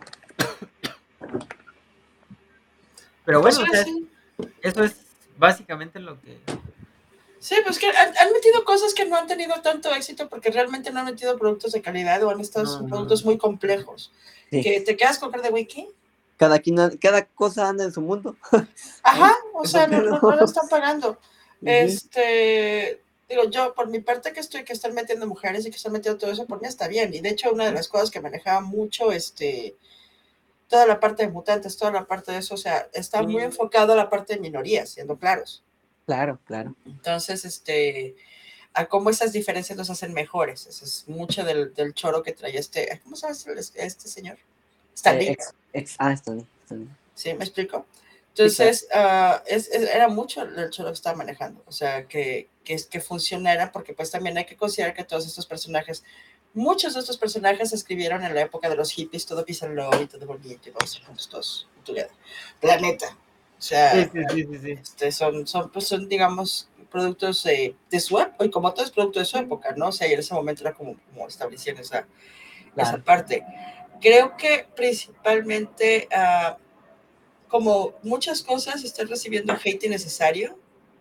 Speaker 1: Pero
Speaker 3: Pues
Speaker 1: bueno, o
Speaker 3: ahora
Speaker 1: sea,
Speaker 3: sí.
Speaker 1: eso es básicamente lo que...
Speaker 3: Sí, pues que han, han metido cosas que no han tenido tanto éxito porque realmente no han metido productos de calidad o han estado
Speaker 1: No,
Speaker 3: productos
Speaker 1: no.
Speaker 3: muy complejos.
Speaker 4: Sí.
Speaker 3: Que te quedas con cara de, güey, ¿qué?
Speaker 4: cada quien, cada cosa anda en su mundo.
Speaker 3: Ajá, o
Speaker 4: Eso
Speaker 3: sea, no,
Speaker 4: pedo.
Speaker 3: no, no lo están pagando.
Speaker 4: Sí.
Speaker 3: Este, digo, yo por mi parte que estoy, que están metiendo mujeres y que están metiendo todo eso, por mí está bien. Y de hecho, una de las cosas que manejaba mucho, este, toda la parte de mutantes, toda la parte de eso, o sea, está muy
Speaker 4: Sí.
Speaker 3: enfocado a la parte de minorías, siendo claros.
Speaker 4: Claro, claro.
Speaker 3: Entonces, este, a cómo esas diferencias nos hacen mejores. Eso es mucho del, del choro que traía este, ¿cómo se llama este, este señor? Stan
Speaker 4: Eh,
Speaker 3: Lee.
Speaker 4: ex, ex, ah, está bien, está bien.
Speaker 3: ¿Sí? ¿Me explico?
Speaker 4: Sí, claro.
Speaker 3: Entonces, uh, es, es, era mucho el choro que estaba manejando. O sea, que, que, que funcionara, porque pues también hay que considerar que todos estos personajes, muchos de estos personajes se escribieron en la época de los hippies, todo peace and love y todo bonito, y vamos juntos todos, together. Planeta. O sea,
Speaker 1: Sí, sí, sí, sí, sí.
Speaker 3: este, son, son, pues son, digamos, productos eh, de su época, y como todo es producto de su época, ¿no? O sea, y en ese momento era como, como establecían esa,
Speaker 4: Claro.
Speaker 3: esa parte. Creo que principalmente, uh, como muchas cosas, están recibiendo hate innecesario,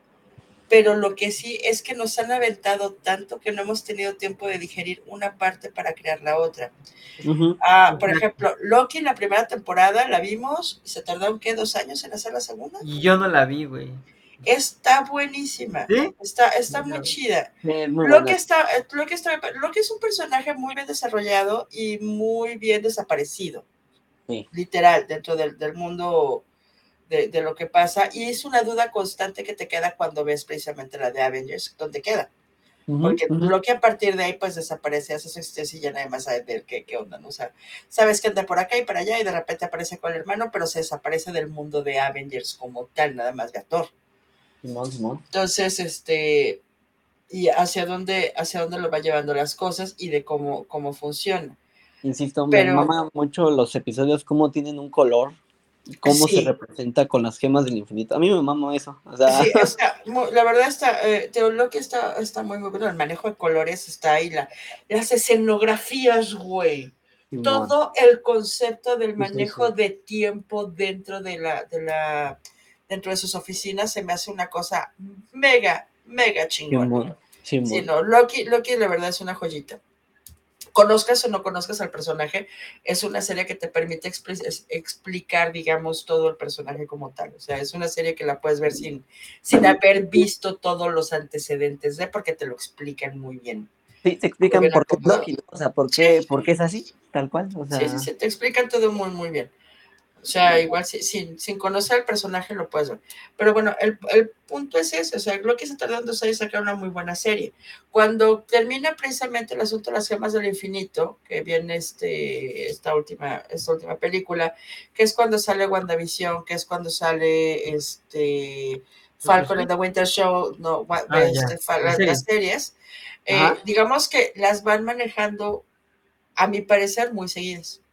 Speaker 3: pero lo que sí es que nos han aventado tanto que no hemos tenido tiempo de digerir una parte para crear la otra.
Speaker 4: Uh-huh.
Speaker 3: Uh, por ejemplo, Loki, la primera temporada la vimos y se tardaron, ¿qué? ¿Dos años en hacer la segunda?
Speaker 1: Y yo no la vi, güey.
Speaker 3: Está buenísima.
Speaker 1: ¿Sí?
Speaker 3: Está, está
Speaker 1: Sí,
Speaker 3: muy
Speaker 1: no.
Speaker 3: chida.
Speaker 4: Sí, es muy
Speaker 3: Loki
Speaker 4: buena.
Speaker 3: está, Loki está, Loki es un personaje muy bien desarrollado y muy bien desaparecido.
Speaker 4: Sí.
Speaker 3: Literal, dentro del, del mundo de, de lo que pasa. Y es una duda constante que te queda cuando ves precisamente la de Avengers, ¿dónde queda?
Speaker 4: Uh-huh,
Speaker 3: Porque
Speaker 4: uh-huh.
Speaker 3: Loki a partir de ahí pues desaparece, hace su existencia y ya nadie más sabe de qué, qué onda, ¿no? O sea, sabes que anda por acá y para allá y de repente aparece con el hermano, pero se desaparece del mundo de Avengers como tal, nada más de Thor.
Speaker 4: Simón, Simón.
Speaker 3: Entonces, este, y hacia dónde, hacia dónde lo va llevando las cosas y de cómo, cómo funciona.
Speaker 4: Insisto, me
Speaker 3: Pero,
Speaker 4: mama mucho los episodios, cómo tienen un color, cómo
Speaker 3: sí,
Speaker 4: se representa con las gemas del infinito. A mí me mama eso. O sea,
Speaker 3: sí, está, la verdad está, eh, Teoloquia está, está muy, muy bueno, el manejo de colores está ahí, la, las escenografías, güey.
Speaker 4: Simón.
Speaker 3: Todo el concepto del
Speaker 4: Sí, sí,
Speaker 3: manejo
Speaker 4: sí.
Speaker 3: de tiempo dentro de la, de la, dentro de sus oficinas se me hace una cosa mega, mega chingona.
Speaker 4: Simón, Simón.
Speaker 3: Sí, no, Loki, Loki la verdad es una joyita. Conozcas o no conozcas al personaje, es una serie que te permite expl- explicar, digamos, todo el personaje como tal. O sea, es una serie que la puedes ver sin, sin haber visto todos los antecedentes de, porque te lo explican muy bien.
Speaker 4: Sí, te
Speaker 3: Muy
Speaker 4: explican
Speaker 3: bien
Speaker 4: por qué es
Speaker 3: acomodado.
Speaker 4: Loki, ¿no? O sea, por qué, por qué es así, tal cual. O sea,
Speaker 3: Sí, sí, sí, te explican todo muy, muy bien. O sea, igual si, sin, sin conocer al personaje lo puedes ver. Pero bueno, el, el punto es ese. O sea, Loki se tardó dos años en sacar una muy buena serie. Cuando termina precisamente el asunto de las gemas del infinito, que viene este, esta, última, esta última película, que es cuando sale WandaVision, que es cuando sale este Falcon and the Winter Show, no,
Speaker 1: Ah,
Speaker 3: este,
Speaker 1: ya. La
Speaker 3: las,
Speaker 1: serie.
Speaker 3: las series, eh, digamos que las van manejando, a mi parecer, muy seguidas.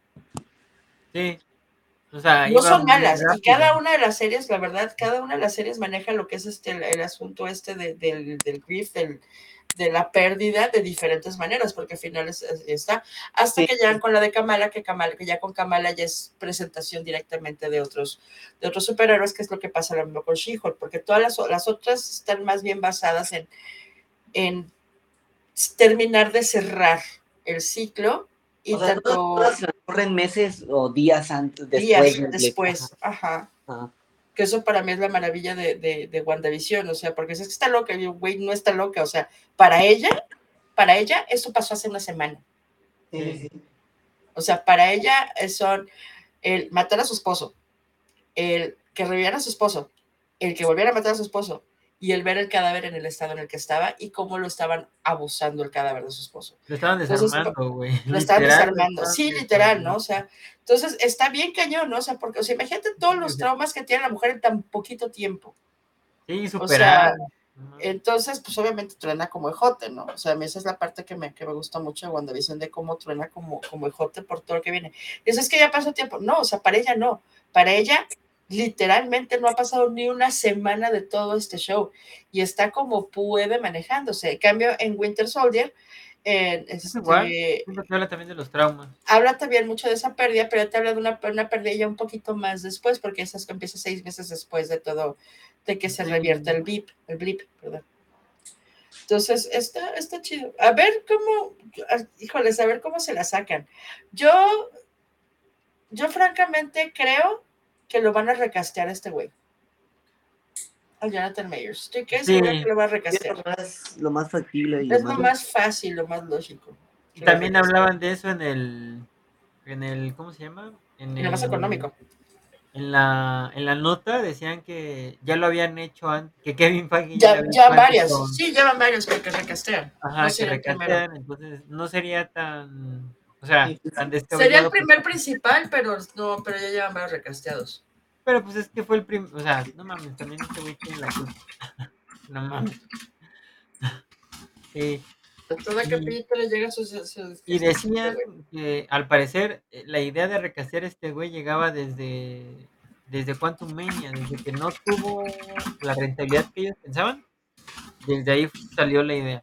Speaker 1: Sí. O sea,
Speaker 3: No
Speaker 1: iba
Speaker 3: son
Speaker 1: muy
Speaker 3: malas, y
Speaker 1: rápido.
Speaker 3: cada una de las series, la verdad, cada una de las series maneja lo que es este el, el asunto este de, del, del grief, del, de la pérdida de diferentes maneras, porque al final es, es, está, hasta
Speaker 4: sí.
Speaker 3: que llegan con la de Kamala, que Kamala, que ya con Kamala ya es presentación directamente de otros, de otros superhéroes, que es lo que pasa lo mismo con She-Hulk, porque todas las, las otras están más bien basadas en, en terminar de cerrar el ciclo. Y
Speaker 4: O sea,
Speaker 3: tanto
Speaker 4: todas transcurren meses o días antes,
Speaker 3: días
Speaker 4: después.
Speaker 3: después, ajá.
Speaker 4: Ajá.
Speaker 3: Que eso para mí es la maravilla de, de, de WandaVision, o sea, porque es que está loca, y güey, no está loca, o sea, para ella, para ella, eso pasó hace una semana.
Speaker 4: Sí.
Speaker 3: O sea, para ella son el matar a su esposo, el que revivieran a su esposo, el que volviera a matar a su esposo, y el ver el cadáver en el estado en el que estaba y cómo lo estaban abusando el cadáver de su esposo.
Speaker 1: Lo estaban
Speaker 3: Entonces,
Speaker 1: desarmando, güey.
Speaker 3: lo estaban
Speaker 1: Literal, lo
Speaker 3: desarmando.
Speaker 1: estaban
Speaker 3: Sí, literal,
Speaker 1: desarmando.
Speaker 3: ¿no? O sea, entonces está bien cañón, ¿no? O sea, porque, o sea, imagínate todos los traumas que tiene la mujer en tan poquito tiempo.
Speaker 1: Sí,
Speaker 3: O
Speaker 1: superar.
Speaker 3: sea, entonces, pues obviamente truena como ejote, ¿no? O sea, a mí esa es la parte que me, que me gusta mucho de WandaVision, de cómo truena como, como ejote por todo lo que viene. Y eso es que ya pasó tiempo. No, o sea, para ella no. Para ella, literalmente no ha pasado ni una semana de todo este show. Y está como puede manejándose. En cambio, en Winter Soldier, eh,
Speaker 1: Es
Speaker 3: este,
Speaker 1: igual. Siempre te habla también de los traumas.
Speaker 3: habla también mucho de esa pérdida, pero te habla de una, una pérdida ya un poquito más después, porque esas que empieza seis meses después de todo, de que se
Speaker 1: Sí.
Speaker 3: revierte el blip, el blip, perdón. Entonces, está, está chido. A ver cómo, híjoles, a ver cómo se la sacan. Yo yo francamente creo que lo van a recastear a este güey. A Jonathan Mayers. Estoy que segura que
Speaker 1: Sí,
Speaker 3: lo va a
Speaker 4: Es lo
Speaker 3: recastear.
Speaker 4: más, lo más factible y lo
Speaker 3: Es lo
Speaker 4: más...
Speaker 3: más fácil, lo más lógico.
Speaker 1: y
Speaker 3: Que lo
Speaker 1: también
Speaker 3: recasteen.
Speaker 1: hablaban de eso en el, en el, ¿cómo se llama? En
Speaker 3: Y lo más
Speaker 1: el,
Speaker 3: económico.
Speaker 1: en la, en la nota decían que ya lo habían hecho antes, que Kevin Feige ya lo
Speaker 3: Ya,
Speaker 1: había
Speaker 3: ya
Speaker 1: hecho antes
Speaker 3: varias.
Speaker 1: con,
Speaker 3: Sí, llevan varios que, que recastean. No
Speaker 1: ajá, que
Speaker 3: sería el primero.
Speaker 1: recastean, entonces no sería tan, o sea,
Speaker 4: Sí, sí,
Speaker 1: tan
Speaker 4: sí.
Speaker 3: Sería el
Speaker 1: descabellado, pues,
Speaker 3: primer principal, pero no, pero ya llevan varios recasteados.
Speaker 1: pero pues es que fue el primer, o sea, no mames, también este güey tiene la culpa, no mames, sí,
Speaker 3: A todo
Speaker 1: y,
Speaker 3: capítulo llega su, su, su
Speaker 1: y
Speaker 3: gestecito,
Speaker 1: decían
Speaker 3: güey.
Speaker 1: que al parecer eh, la idea de recastear a este güey llegaba desde, desde Quantum Mania, desde que no tuvo la rentabilidad que ellos pensaban, desde ahí salió la idea.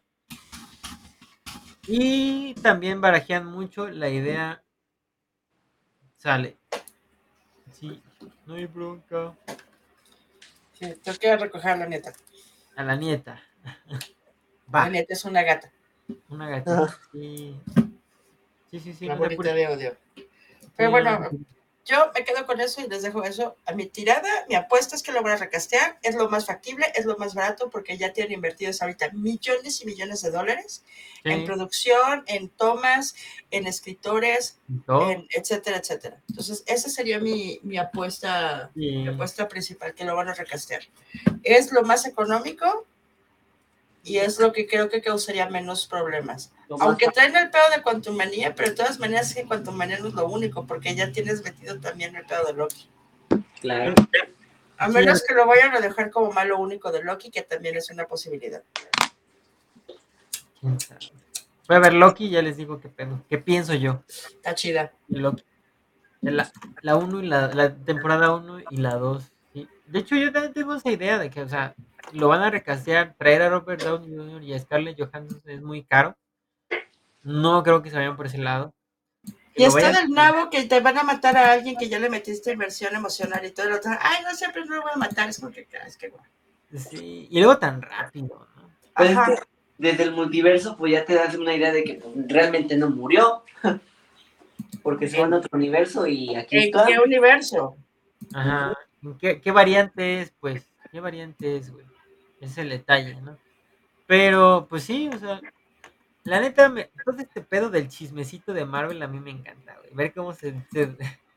Speaker 1: Y también barajean mucho la idea, sale, sí, no hay bronca,
Speaker 3: Sí, tengo que recoger a la neta.
Speaker 1: a la nieta,
Speaker 3: La
Speaker 1: va,
Speaker 3: neta es una gata.
Speaker 1: una gatita,
Speaker 4: Ajá.
Speaker 1: sí, sí, sí, sí,
Speaker 3: La
Speaker 1: no se
Speaker 3: bolita
Speaker 1: apure,
Speaker 3: de odio. Pero
Speaker 1: sí, no, no
Speaker 3: bueno,
Speaker 1: se apure.
Speaker 3: yo me quedo con eso y les dejo eso. A mi tirada, mi apuesta es que lo van a recastear. Es lo más factible, es lo más barato porque ya tienen invertidos ahorita millones y millones de dólares en
Speaker 1: Sí,
Speaker 3: producción, en tomas, en escritores,
Speaker 1: y todo,
Speaker 3: en etcétera, etcétera. Entonces, esa sería mi, mi apuesta, mi
Speaker 1: y,
Speaker 3: apuesta principal, que lo van a recastear. Es lo más económico y es lo que creo que causaría menos problemas.
Speaker 4: Lo más
Speaker 3: Aunque
Speaker 4: fácil.
Speaker 3: traen el pedo de Quantumania, pero de todas maneras es que Quantumania no es lo único, porque ya tienes metido también el pedo de Loki.
Speaker 4: Claro.
Speaker 3: A
Speaker 1: sí,
Speaker 3: menos que lo vayan a dejar como malo único de Loki, que también es una posibilidad.
Speaker 1: quién sabe. Voy a ver Loki y ya les digo qué pedo, qué pienso yo
Speaker 3: Está chida.
Speaker 1: de Loki. De la, la uno y la, la temporada uno y la dos. Sí. De hecho, yo también tengo esa idea de que, o sea, lo van a recastear, traer a Robert Downey junior y a Scarlett Johansson es muy caro. No creo que se vayan por ese lado. Que
Speaker 3: Y
Speaker 1: lo
Speaker 3: está
Speaker 1: vayan.
Speaker 3: del nabo que te van a matar a alguien que ya le metiste inversión emocional y todo el otro. Ay, no, siempre no lo voy a matar. Es porque, es que, bueno.
Speaker 1: Sí, y luego tan rápido, ¿no?
Speaker 4: Pues es que
Speaker 3: Ajá.
Speaker 4: desde el multiverso, pues ya te das una idea de que pues, realmente no murió, porque se va a
Speaker 3: ¿En,
Speaker 4: otro universo y aquí
Speaker 3: en
Speaker 4: está.
Speaker 3: qué universo?
Speaker 1: Ajá. ¿Qué, qué variante es? Pues, ¿qué variante es, güey? Ese es el detalle, ¿no? Pero, pues sí, o sea, la neta, me, todo este pedo del chismecito de Marvel a mí me encanta, güey. Ver cómo se, se,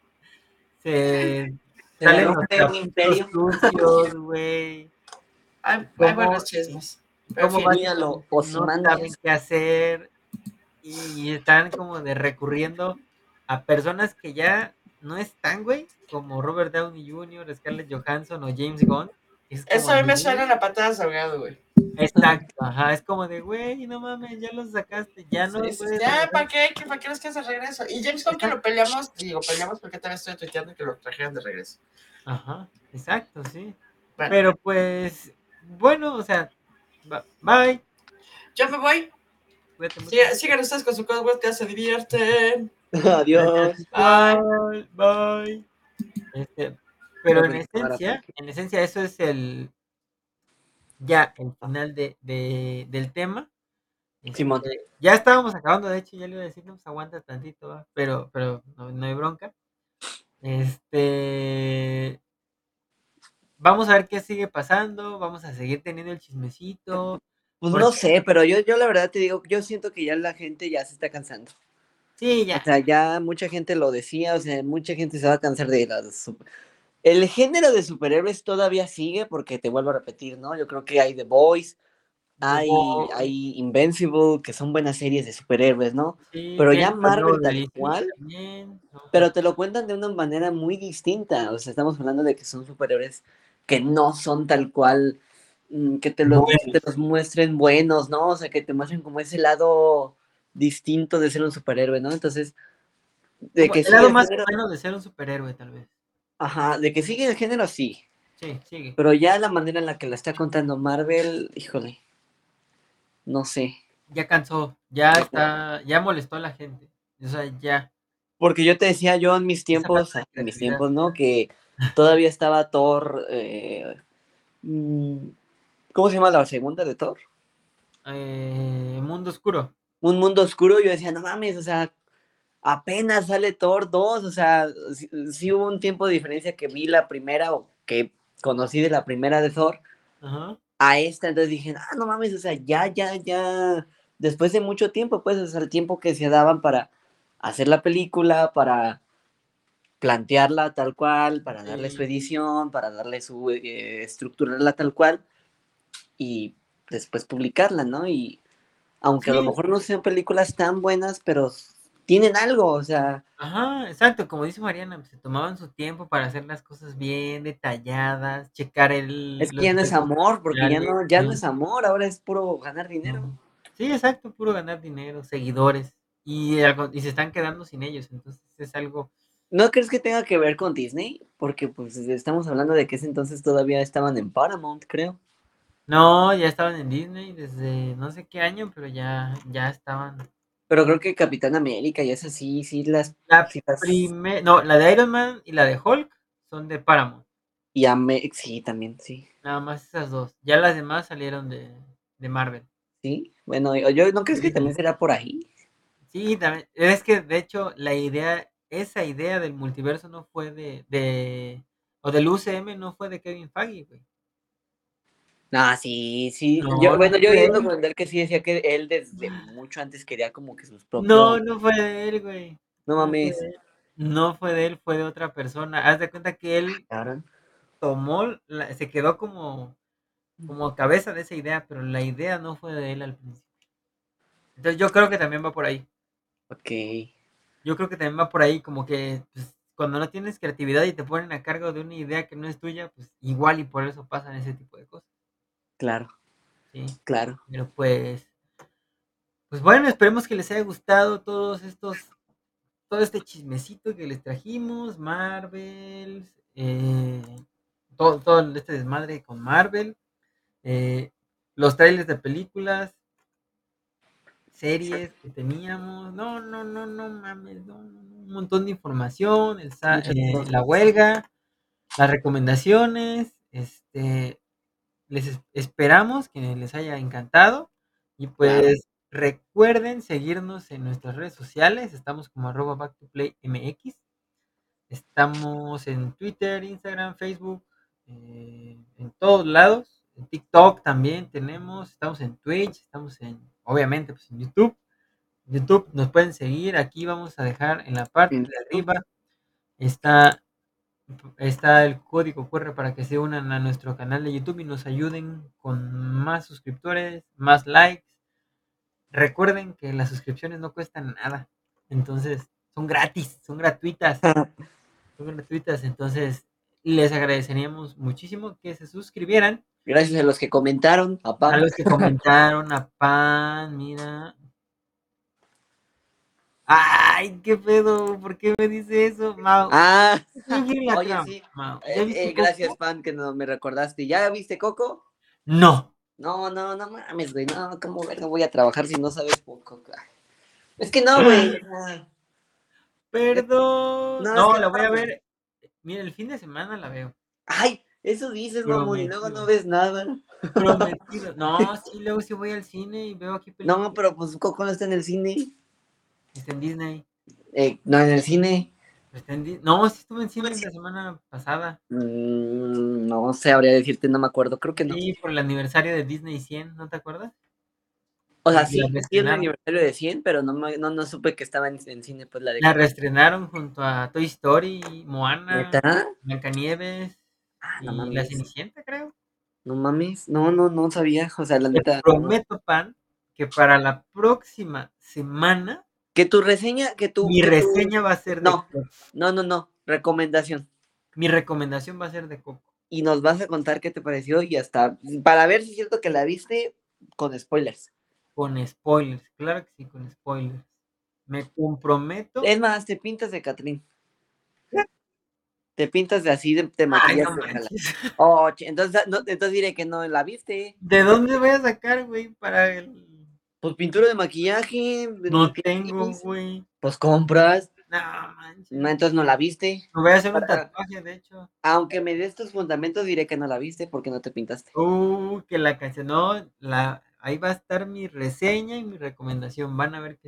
Speaker 1: se
Speaker 4: Se
Speaker 1: salen los
Speaker 4: derrumbe un
Speaker 1: trapitos
Speaker 4: imperio
Speaker 1: sucios, güey.
Speaker 3: Hay,
Speaker 1: Y
Speaker 3: hay buenos
Speaker 1: cómo,
Speaker 3: chismes.
Speaker 1: y
Speaker 3: Pero en
Speaker 1: cómo
Speaker 3: fin.
Speaker 4: muy a lo
Speaker 1: básicamente no saben
Speaker 4: Ozymandias.
Speaker 1: qué hacer y están como de recurriendo a personas que ya no están, güey, como Robert Downey junior, Scarlett Johansson o James Gunn. Es como
Speaker 3: Eso a mí
Speaker 1: de,
Speaker 3: me suena
Speaker 1: güey,
Speaker 3: a patadas ahogado, güey.
Speaker 1: exacto, ajá, es como de, güey, no mames, ya los sacaste, ya
Speaker 3: Sí,
Speaker 1: no
Speaker 3: sí,
Speaker 1: puedes
Speaker 3: ya,
Speaker 1: regresar.
Speaker 3: ¿para qué? ¿Para qué los quieres de regreso? Y James Gunn que lo
Speaker 1: Exacto,
Speaker 3: peleamos, digo, peleamos porque también estoy tuiteando que lo trajeron de regreso.
Speaker 1: ajá, exacto, sí.
Speaker 3: Bueno,
Speaker 1: Pero pues, bueno, o sea, ba- bye,
Speaker 3: yo me voy.
Speaker 1: cuídate mucho.
Speaker 3: Sigan, sigan ustedes con su podcast, se divierten.
Speaker 4: Adiós.
Speaker 3: Bye.
Speaker 1: Igual, bye. Este,
Speaker 4: Voy
Speaker 1: pero
Speaker 4: a
Speaker 1: en
Speaker 4: pedir para
Speaker 1: esencia, en esencia eso es el, ya, el final de, de- del tema.
Speaker 4: Simón.
Speaker 1: Este, ya estábamos acabando, de hecho, ya le iba a decir, no, pues aguanta tantito, ¿va? Pero, pero no, no hay bronca. Este, vamos a ver qué sigue pasando, vamos a seguir teniendo el chismecito,
Speaker 4: Pues no
Speaker 1: porque
Speaker 4: sé, pero yo, yo la verdad te digo, yo siento que ya la gente ya se está cansando.
Speaker 1: sí,
Speaker 4: O
Speaker 1: ya,
Speaker 4: sea, ya mucha gente lo decía, o sea, mucha gente se va a cansar de las... sup- El género de superhéroes todavía sigue, porque te vuelvo a repetir, ¿no? Yo creo que hay The Boys,
Speaker 1: The
Speaker 4: hay,
Speaker 1: Boys,
Speaker 4: hay Invincible, que son buenas series de superhéroes, ¿no?
Speaker 1: sí,
Speaker 4: Pero ya
Speaker 1: Deadpool, nuevo
Speaker 4: Marvel
Speaker 1: de
Speaker 4: tal
Speaker 1: D C
Speaker 4: cual,
Speaker 1: también, vamos a-
Speaker 4: pero te lo cuentan de una manera muy distinta. O sea, estamos hablando de que son superhéroes que no son tal cual, mm, que te los,
Speaker 1: bueno,
Speaker 4: te los muestren buenos, ¿no? O sea, que te muestren como ese lado distinto de ser un superhéroe, ¿no? Entonces, de
Speaker 1: como
Speaker 4: que
Speaker 1: el
Speaker 4: sigue
Speaker 1: lado
Speaker 4: el
Speaker 1: más
Speaker 4: género,
Speaker 1: bueno de ser un superhéroe, tal vez.
Speaker 4: ajá, de que sigue el género, sí.
Speaker 1: Sí, sigue.
Speaker 4: Pero ya la manera en la que la está contando Marvel, híjole, no sé.
Speaker 1: Ya cansó, ya está, ya molestó a la gente. O sea, ya,
Speaker 4: Porque yo te decía yo en mis
Speaker 1: esa falta
Speaker 4: tiempos,
Speaker 1: de
Speaker 4: en mis
Speaker 1: creatividad.
Speaker 4: tiempos, ¿no? Que todavía estaba Thor, eh, mm, ¿cómo se llama la segunda de Thor?
Speaker 1: Eh, Mundo Oscuro.
Speaker 4: Un mundo oscuro, yo decía, no mames, o sea, apenas sale Thor dos, o sea, sí, sí hubo un tiempo de diferencia que vi la primera o que conocí de la primera de Thor
Speaker 1: Ajá.
Speaker 4: a esta, entonces dije, ah, no mames, o sea, ya, ya, ya, después de mucho tiempo, pues, o sea, el tiempo que se daban para hacer la película, para plantearla tal cual, para darle su
Speaker 1: Sí,
Speaker 4: edición, para darle su, eh, estructurarla tal cual, y después publicarla, ¿no? Y aunque a lo
Speaker 1: sí,
Speaker 4: mejor no sean películas tan buenas, pero tienen algo, o sea,
Speaker 1: ajá, exacto, como dice Mariana, pues, se tomaban su tiempo para hacer las cosas bien detalladas, checar el,
Speaker 4: es que
Speaker 1: los
Speaker 4: ya no es
Speaker 1: efectos
Speaker 4: amor, porque ya
Speaker 1: especiales,
Speaker 4: no, ya no
Speaker 1: sí,
Speaker 4: es amor, ahora es puro ganar dinero.
Speaker 1: no. Sí, exacto, puro ganar dinero, seguidores, y, algo- y se están quedando sin ellos, entonces es algo,
Speaker 4: ¿No crees que tenga que ver con Disney? Porque pues estamos hablando de que ese entonces todavía estaban en Paramount, creo.
Speaker 1: no, ya estaban en Disney desde no sé qué año, pero ya, ya estaban.
Speaker 4: Pero creo que Capitán América y esas sí, sí las,
Speaker 1: La
Speaker 4: sí las,
Speaker 1: primera, no, la de Iron Man y la de Hulk son de Paramount,
Speaker 4: y Ame- sí, también, sí.
Speaker 1: nada más esas dos, ya las demás salieron de, de Marvel.
Speaker 4: Sí, bueno, yo, yo- ¿no
Speaker 1: De
Speaker 4: crees que
Speaker 1: Disney.
Speaker 4: también será por ahí?
Speaker 1: Sí, también. Es que de hecho la idea, esa idea del multiverso no fue de, de o del U C M no fue de Kevin Feige, güey.
Speaker 4: Ah, sí, sí. Yo,
Speaker 1: No, no
Speaker 4: bueno, yo
Speaker 1: fue de
Speaker 4: oyendo
Speaker 1: él.
Speaker 4: con él que sí decía que él desde mucho antes quería como que sus
Speaker 1: No,
Speaker 4: propios.
Speaker 1: no fue de él, güey.
Speaker 4: No
Speaker 1: No fue
Speaker 4: mames.
Speaker 1: de él. No fue de él, fue de otra persona. Haz de cuenta que él
Speaker 4: Cabrón.
Speaker 1: tomó, la- se quedó como, como cabeza de esa idea, pero la idea no fue de él al principio. Entonces yo creo que también va por ahí.
Speaker 4: Ok,
Speaker 1: Yo creo que también va por ahí, como que pues, cuando no tienes creatividad y te ponen a cargo de una idea que no es tuya, pues igual y por eso pasan ese tipo de cosas,
Speaker 4: claro,
Speaker 1: ¿sí?
Speaker 4: claro.
Speaker 1: Pero pues, pues bueno, esperemos que les haya gustado todos estos, todo este chismecito que les trajimos, Marvel, eh, todo, todo este desmadre con Marvel, eh, los trailers de películas, series que teníamos, no, no, no, no mames, no, no, no, un montón de información, el, sa-
Speaker 4: Muchas
Speaker 1: eh,
Speaker 4: cosas.
Speaker 1: la huelga, las recomendaciones, este, les es- esperamos que les haya encantado y
Speaker 4: Claro.
Speaker 1: pues recuerden seguirnos en nuestras redes sociales, estamos como arroba back to play mx, estamos en Twitter, Instagram, Facebook, eh, en todos lados, en TikTok también tenemos, estamos en Twitch, estamos en, obviamente, pues en YouTube. YouTube nos pueden seguir, aquí vamos a dejar en la parte
Speaker 4: En
Speaker 1: de
Speaker 4: YouTube.
Speaker 1: arriba está está el código Q R para que se unan a nuestro canal de YouTube y nos ayuden con más suscriptores, más likes. Recuerden que las suscripciones no cuestan nada, entonces son gratis, son gratuitas, son gratuitas, entonces les agradeceríamos muchísimo que se suscribieran.
Speaker 4: Gracias a los que comentaron,
Speaker 1: A
Speaker 4: papá.
Speaker 1: los que comentaron, a Pan, mira. Ay, qué pedo, ¿por qué me dice eso, Mau?
Speaker 4: Ah,
Speaker 1: Sigue la
Speaker 4: oye,
Speaker 1: trama,
Speaker 4: sí.
Speaker 1: Mau. ¿Ya
Speaker 4: Eh,
Speaker 1: viste
Speaker 4: eh, gracias,
Speaker 1: Coco?
Speaker 4: Pan, que no me recordaste. ¿Ya viste Coco?
Speaker 1: No.
Speaker 4: No, no, no mames, güey. No, ¿cómo verga voy a trabajar si no sabes poco? Es que no, güey. O sea, es-
Speaker 1: Perdón.
Speaker 4: no, es
Speaker 1: No,
Speaker 4: que
Speaker 1: la voy a
Speaker 4: no, güey.
Speaker 1: ver. Mira, el fin de semana la veo.
Speaker 4: Ay, eso dices, mamón, y luego no
Speaker 1: Prometido.
Speaker 4: ves nada.
Speaker 1: Prometido. No, sí, luego sí voy al cine y veo aquí
Speaker 4: No,
Speaker 1: películas.
Speaker 4: pero pues Coco no está en el cine.
Speaker 1: Está en Disney.
Speaker 4: Eh, no, en el cine.
Speaker 1: Está en Di- No, sí estuve en cine la semana pasada.
Speaker 4: Mm, no sé, habría decirte, no me acuerdo, creo que no.
Speaker 1: Sí, por el aniversario de Disney cien, ¿no te acuerdas?
Speaker 4: O sea,
Speaker 1: Porque la
Speaker 4: sí, sí, un
Speaker 1: reestrenaron.
Speaker 4: aniversario de cien, pero no, me- no, no supe que estaba en, en cine, pues la de
Speaker 1: La
Speaker 4: Coco.
Speaker 1: reestrenaron junto a Toy Story,
Speaker 4: ¿Neta?
Speaker 1: Moana, Blancanieves
Speaker 4: Ah, no
Speaker 1: y La
Speaker 4: mames.
Speaker 1: Cenicienta, creo.
Speaker 4: No mames. No, no, no sabía. O sea, la
Speaker 1: Te
Speaker 4: neta, no.
Speaker 1: prometo, Pan, que para la próxima semana
Speaker 4: Que tu reseña, que tu,
Speaker 1: mi
Speaker 4: que tu.
Speaker 1: reseña va a ser de
Speaker 4: No,
Speaker 1: Coco.
Speaker 4: no, no, no. Recomendación.
Speaker 1: Mi recomendación va a ser de Coco.
Speaker 4: Y nos vas a contar qué te pareció y hasta para ver si es cierto que la viste con spoilers.
Speaker 1: Con spoilers. Claro que sí, con spoilers. Me comprometo.
Speaker 4: Es más, te pintas de Catrín. Te pintas de así, de, te
Speaker 1: Ay,
Speaker 4: maquillas
Speaker 1: no
Speaker 4: de gala.
Speaker 1: manches.
Speaker 4: Oh, ch- entonces, no, entonces diré que no la viste.
Speaker 1: ¿De dónde voy a sacar, güey, para el...
Speaker 4: Pues pintura de maquillaje, de
Speaker 1: No tengo,
Speaker 4: piercings,
Speaker 1: güey.
Speaker 4: pues compras.
Speaker 1: No
Speaker 4: No,
Speaker 1: manches.
Speaker 4: entonces no la viste.
Speaker 1: Me voy a hacer un
Speaker 4: Para-
Speaker 1: tatuaje, de hecho.
Speaker 4: aunque me des tus fundamentos, diré que no la viste porque no te pintaste.
Speaker 1: Uh, que la canción. No, la... ahí va a estar mi reseña y mi recomendación. Van a ver que sí.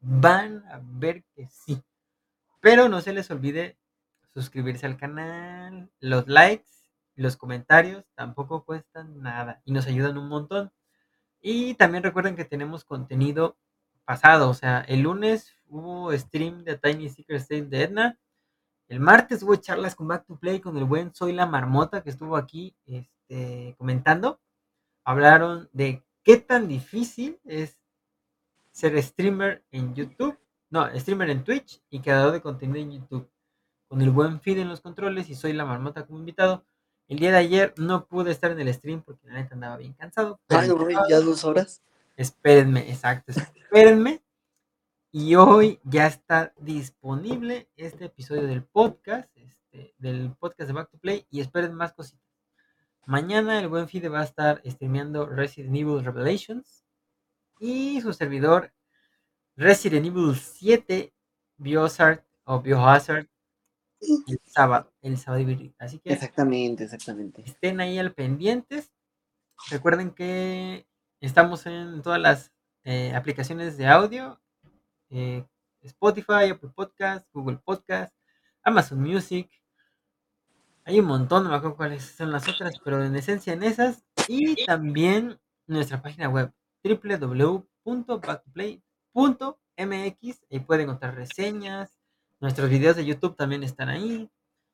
Speaker 1: van a ver que sí. Pero no se les olvide suscribirse al canal, los likes, los comentarios tampoco cuestan nada y nos ayudan un montón. Y también recuerden que tenemos contenido pasado, o sea, el lunes hubo stream de Tiny Secret State de Edna. El martes hubo charlas con Back to Play con el buen Soy la Marmota que estuvo aquí este, comentando. Hablaron de qué tan difícil es ser streamer en YouTube, no, streamer en Twitch y creador de contenido en YouTube. Con el buen feed en los controles y Soy la Marmota como invitado. El día de ayer no pude estar en el stream porque la neta andaba bien cansado.
Speaker 4: Ay, no, güey, ya dos horas.
Speaker 1: Espérenme, exacto, espérenme. Y hoy ya está disponible este episodio del podcast, este, del podcast de Back to Play. Y esperen más cositas. Mañana el buen Fide va a estar streameando Resident Evil Revelations. Y su servidor Resident Evil siete Biohazard o Biohazard el sábado. El sábado. Así que
Speaker 4: Exactamente, exactamente.
Speaker 1: estén ahí al pendientes. Recuerden que estamos en todas las eh, aplicaciones de audio. Eh, Spotify, Apple Podcast, Google Podcast, Amazon Music. Hay un montón, no me acuerdo cuáles son las otras, pero en esencia en esas. Y también nuestra página web w w w punto back to play punto m x. Ahí pueden encontrar reseñas. Nuestros videos de YouTube también están ahí.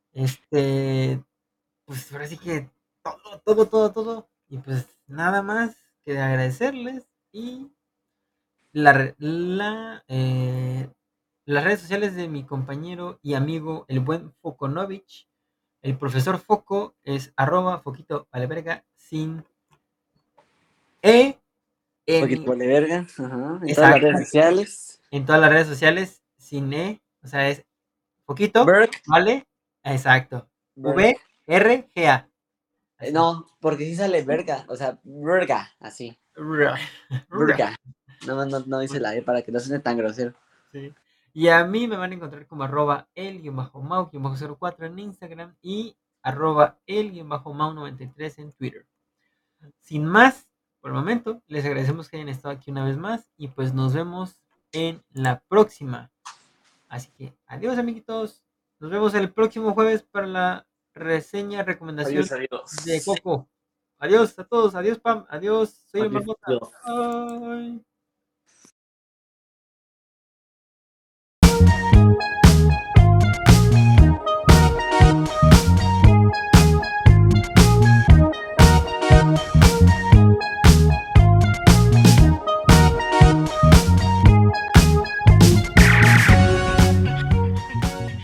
Speaker 1: Este, pues ahora sí que todo, todo, todo, todo. Y pues nada más que agradecerles y la, la, eh, las redes sociales de mi compañero y amigo, el buen Fokonovich. El profesor Foco es arroba Foquito Valeverga sin E. En,
Speaker 4: Poquito vale verga. Ajá. En todas
Speaker 1: exacto,
Speaker 4: las redes sociales.
Speaker 1: en todas las redes sociales sin E. O sea, es Foquito,
Speaker 4: Berg.
Speaker 1: ¿vale? Exacto.
Speaker 4: Berg.
Speaker 1: V R G A.
Speaker 4: Eh, No, porque sí sale verga. O sea, verga, así. Verga. No, no, no dice la E para que no suene tan grosero.
Speaker 1: Sí. Y a mí me van a encontrar como arroba el-mau cero cuatro en Instagram y arroba el-mau noventa y tres en Twitter. Sin más, por el momento, les agradecemos que hayan estado aquí una vez más y pues nos vemos en la próxima. Así que adiós, amiguitos. Nos vemos el próximo jueves para la reseña, recomendación
Speaker 4: Adiós, adiós.
Speaker 1: de Coco. Adiós a todos. Adiós, Pam. Adiós. Soy el
Speaker 4: Adiós,
Speaker 1: Marmota.
Speaker 4: adiós.
Speaker 1: Bye.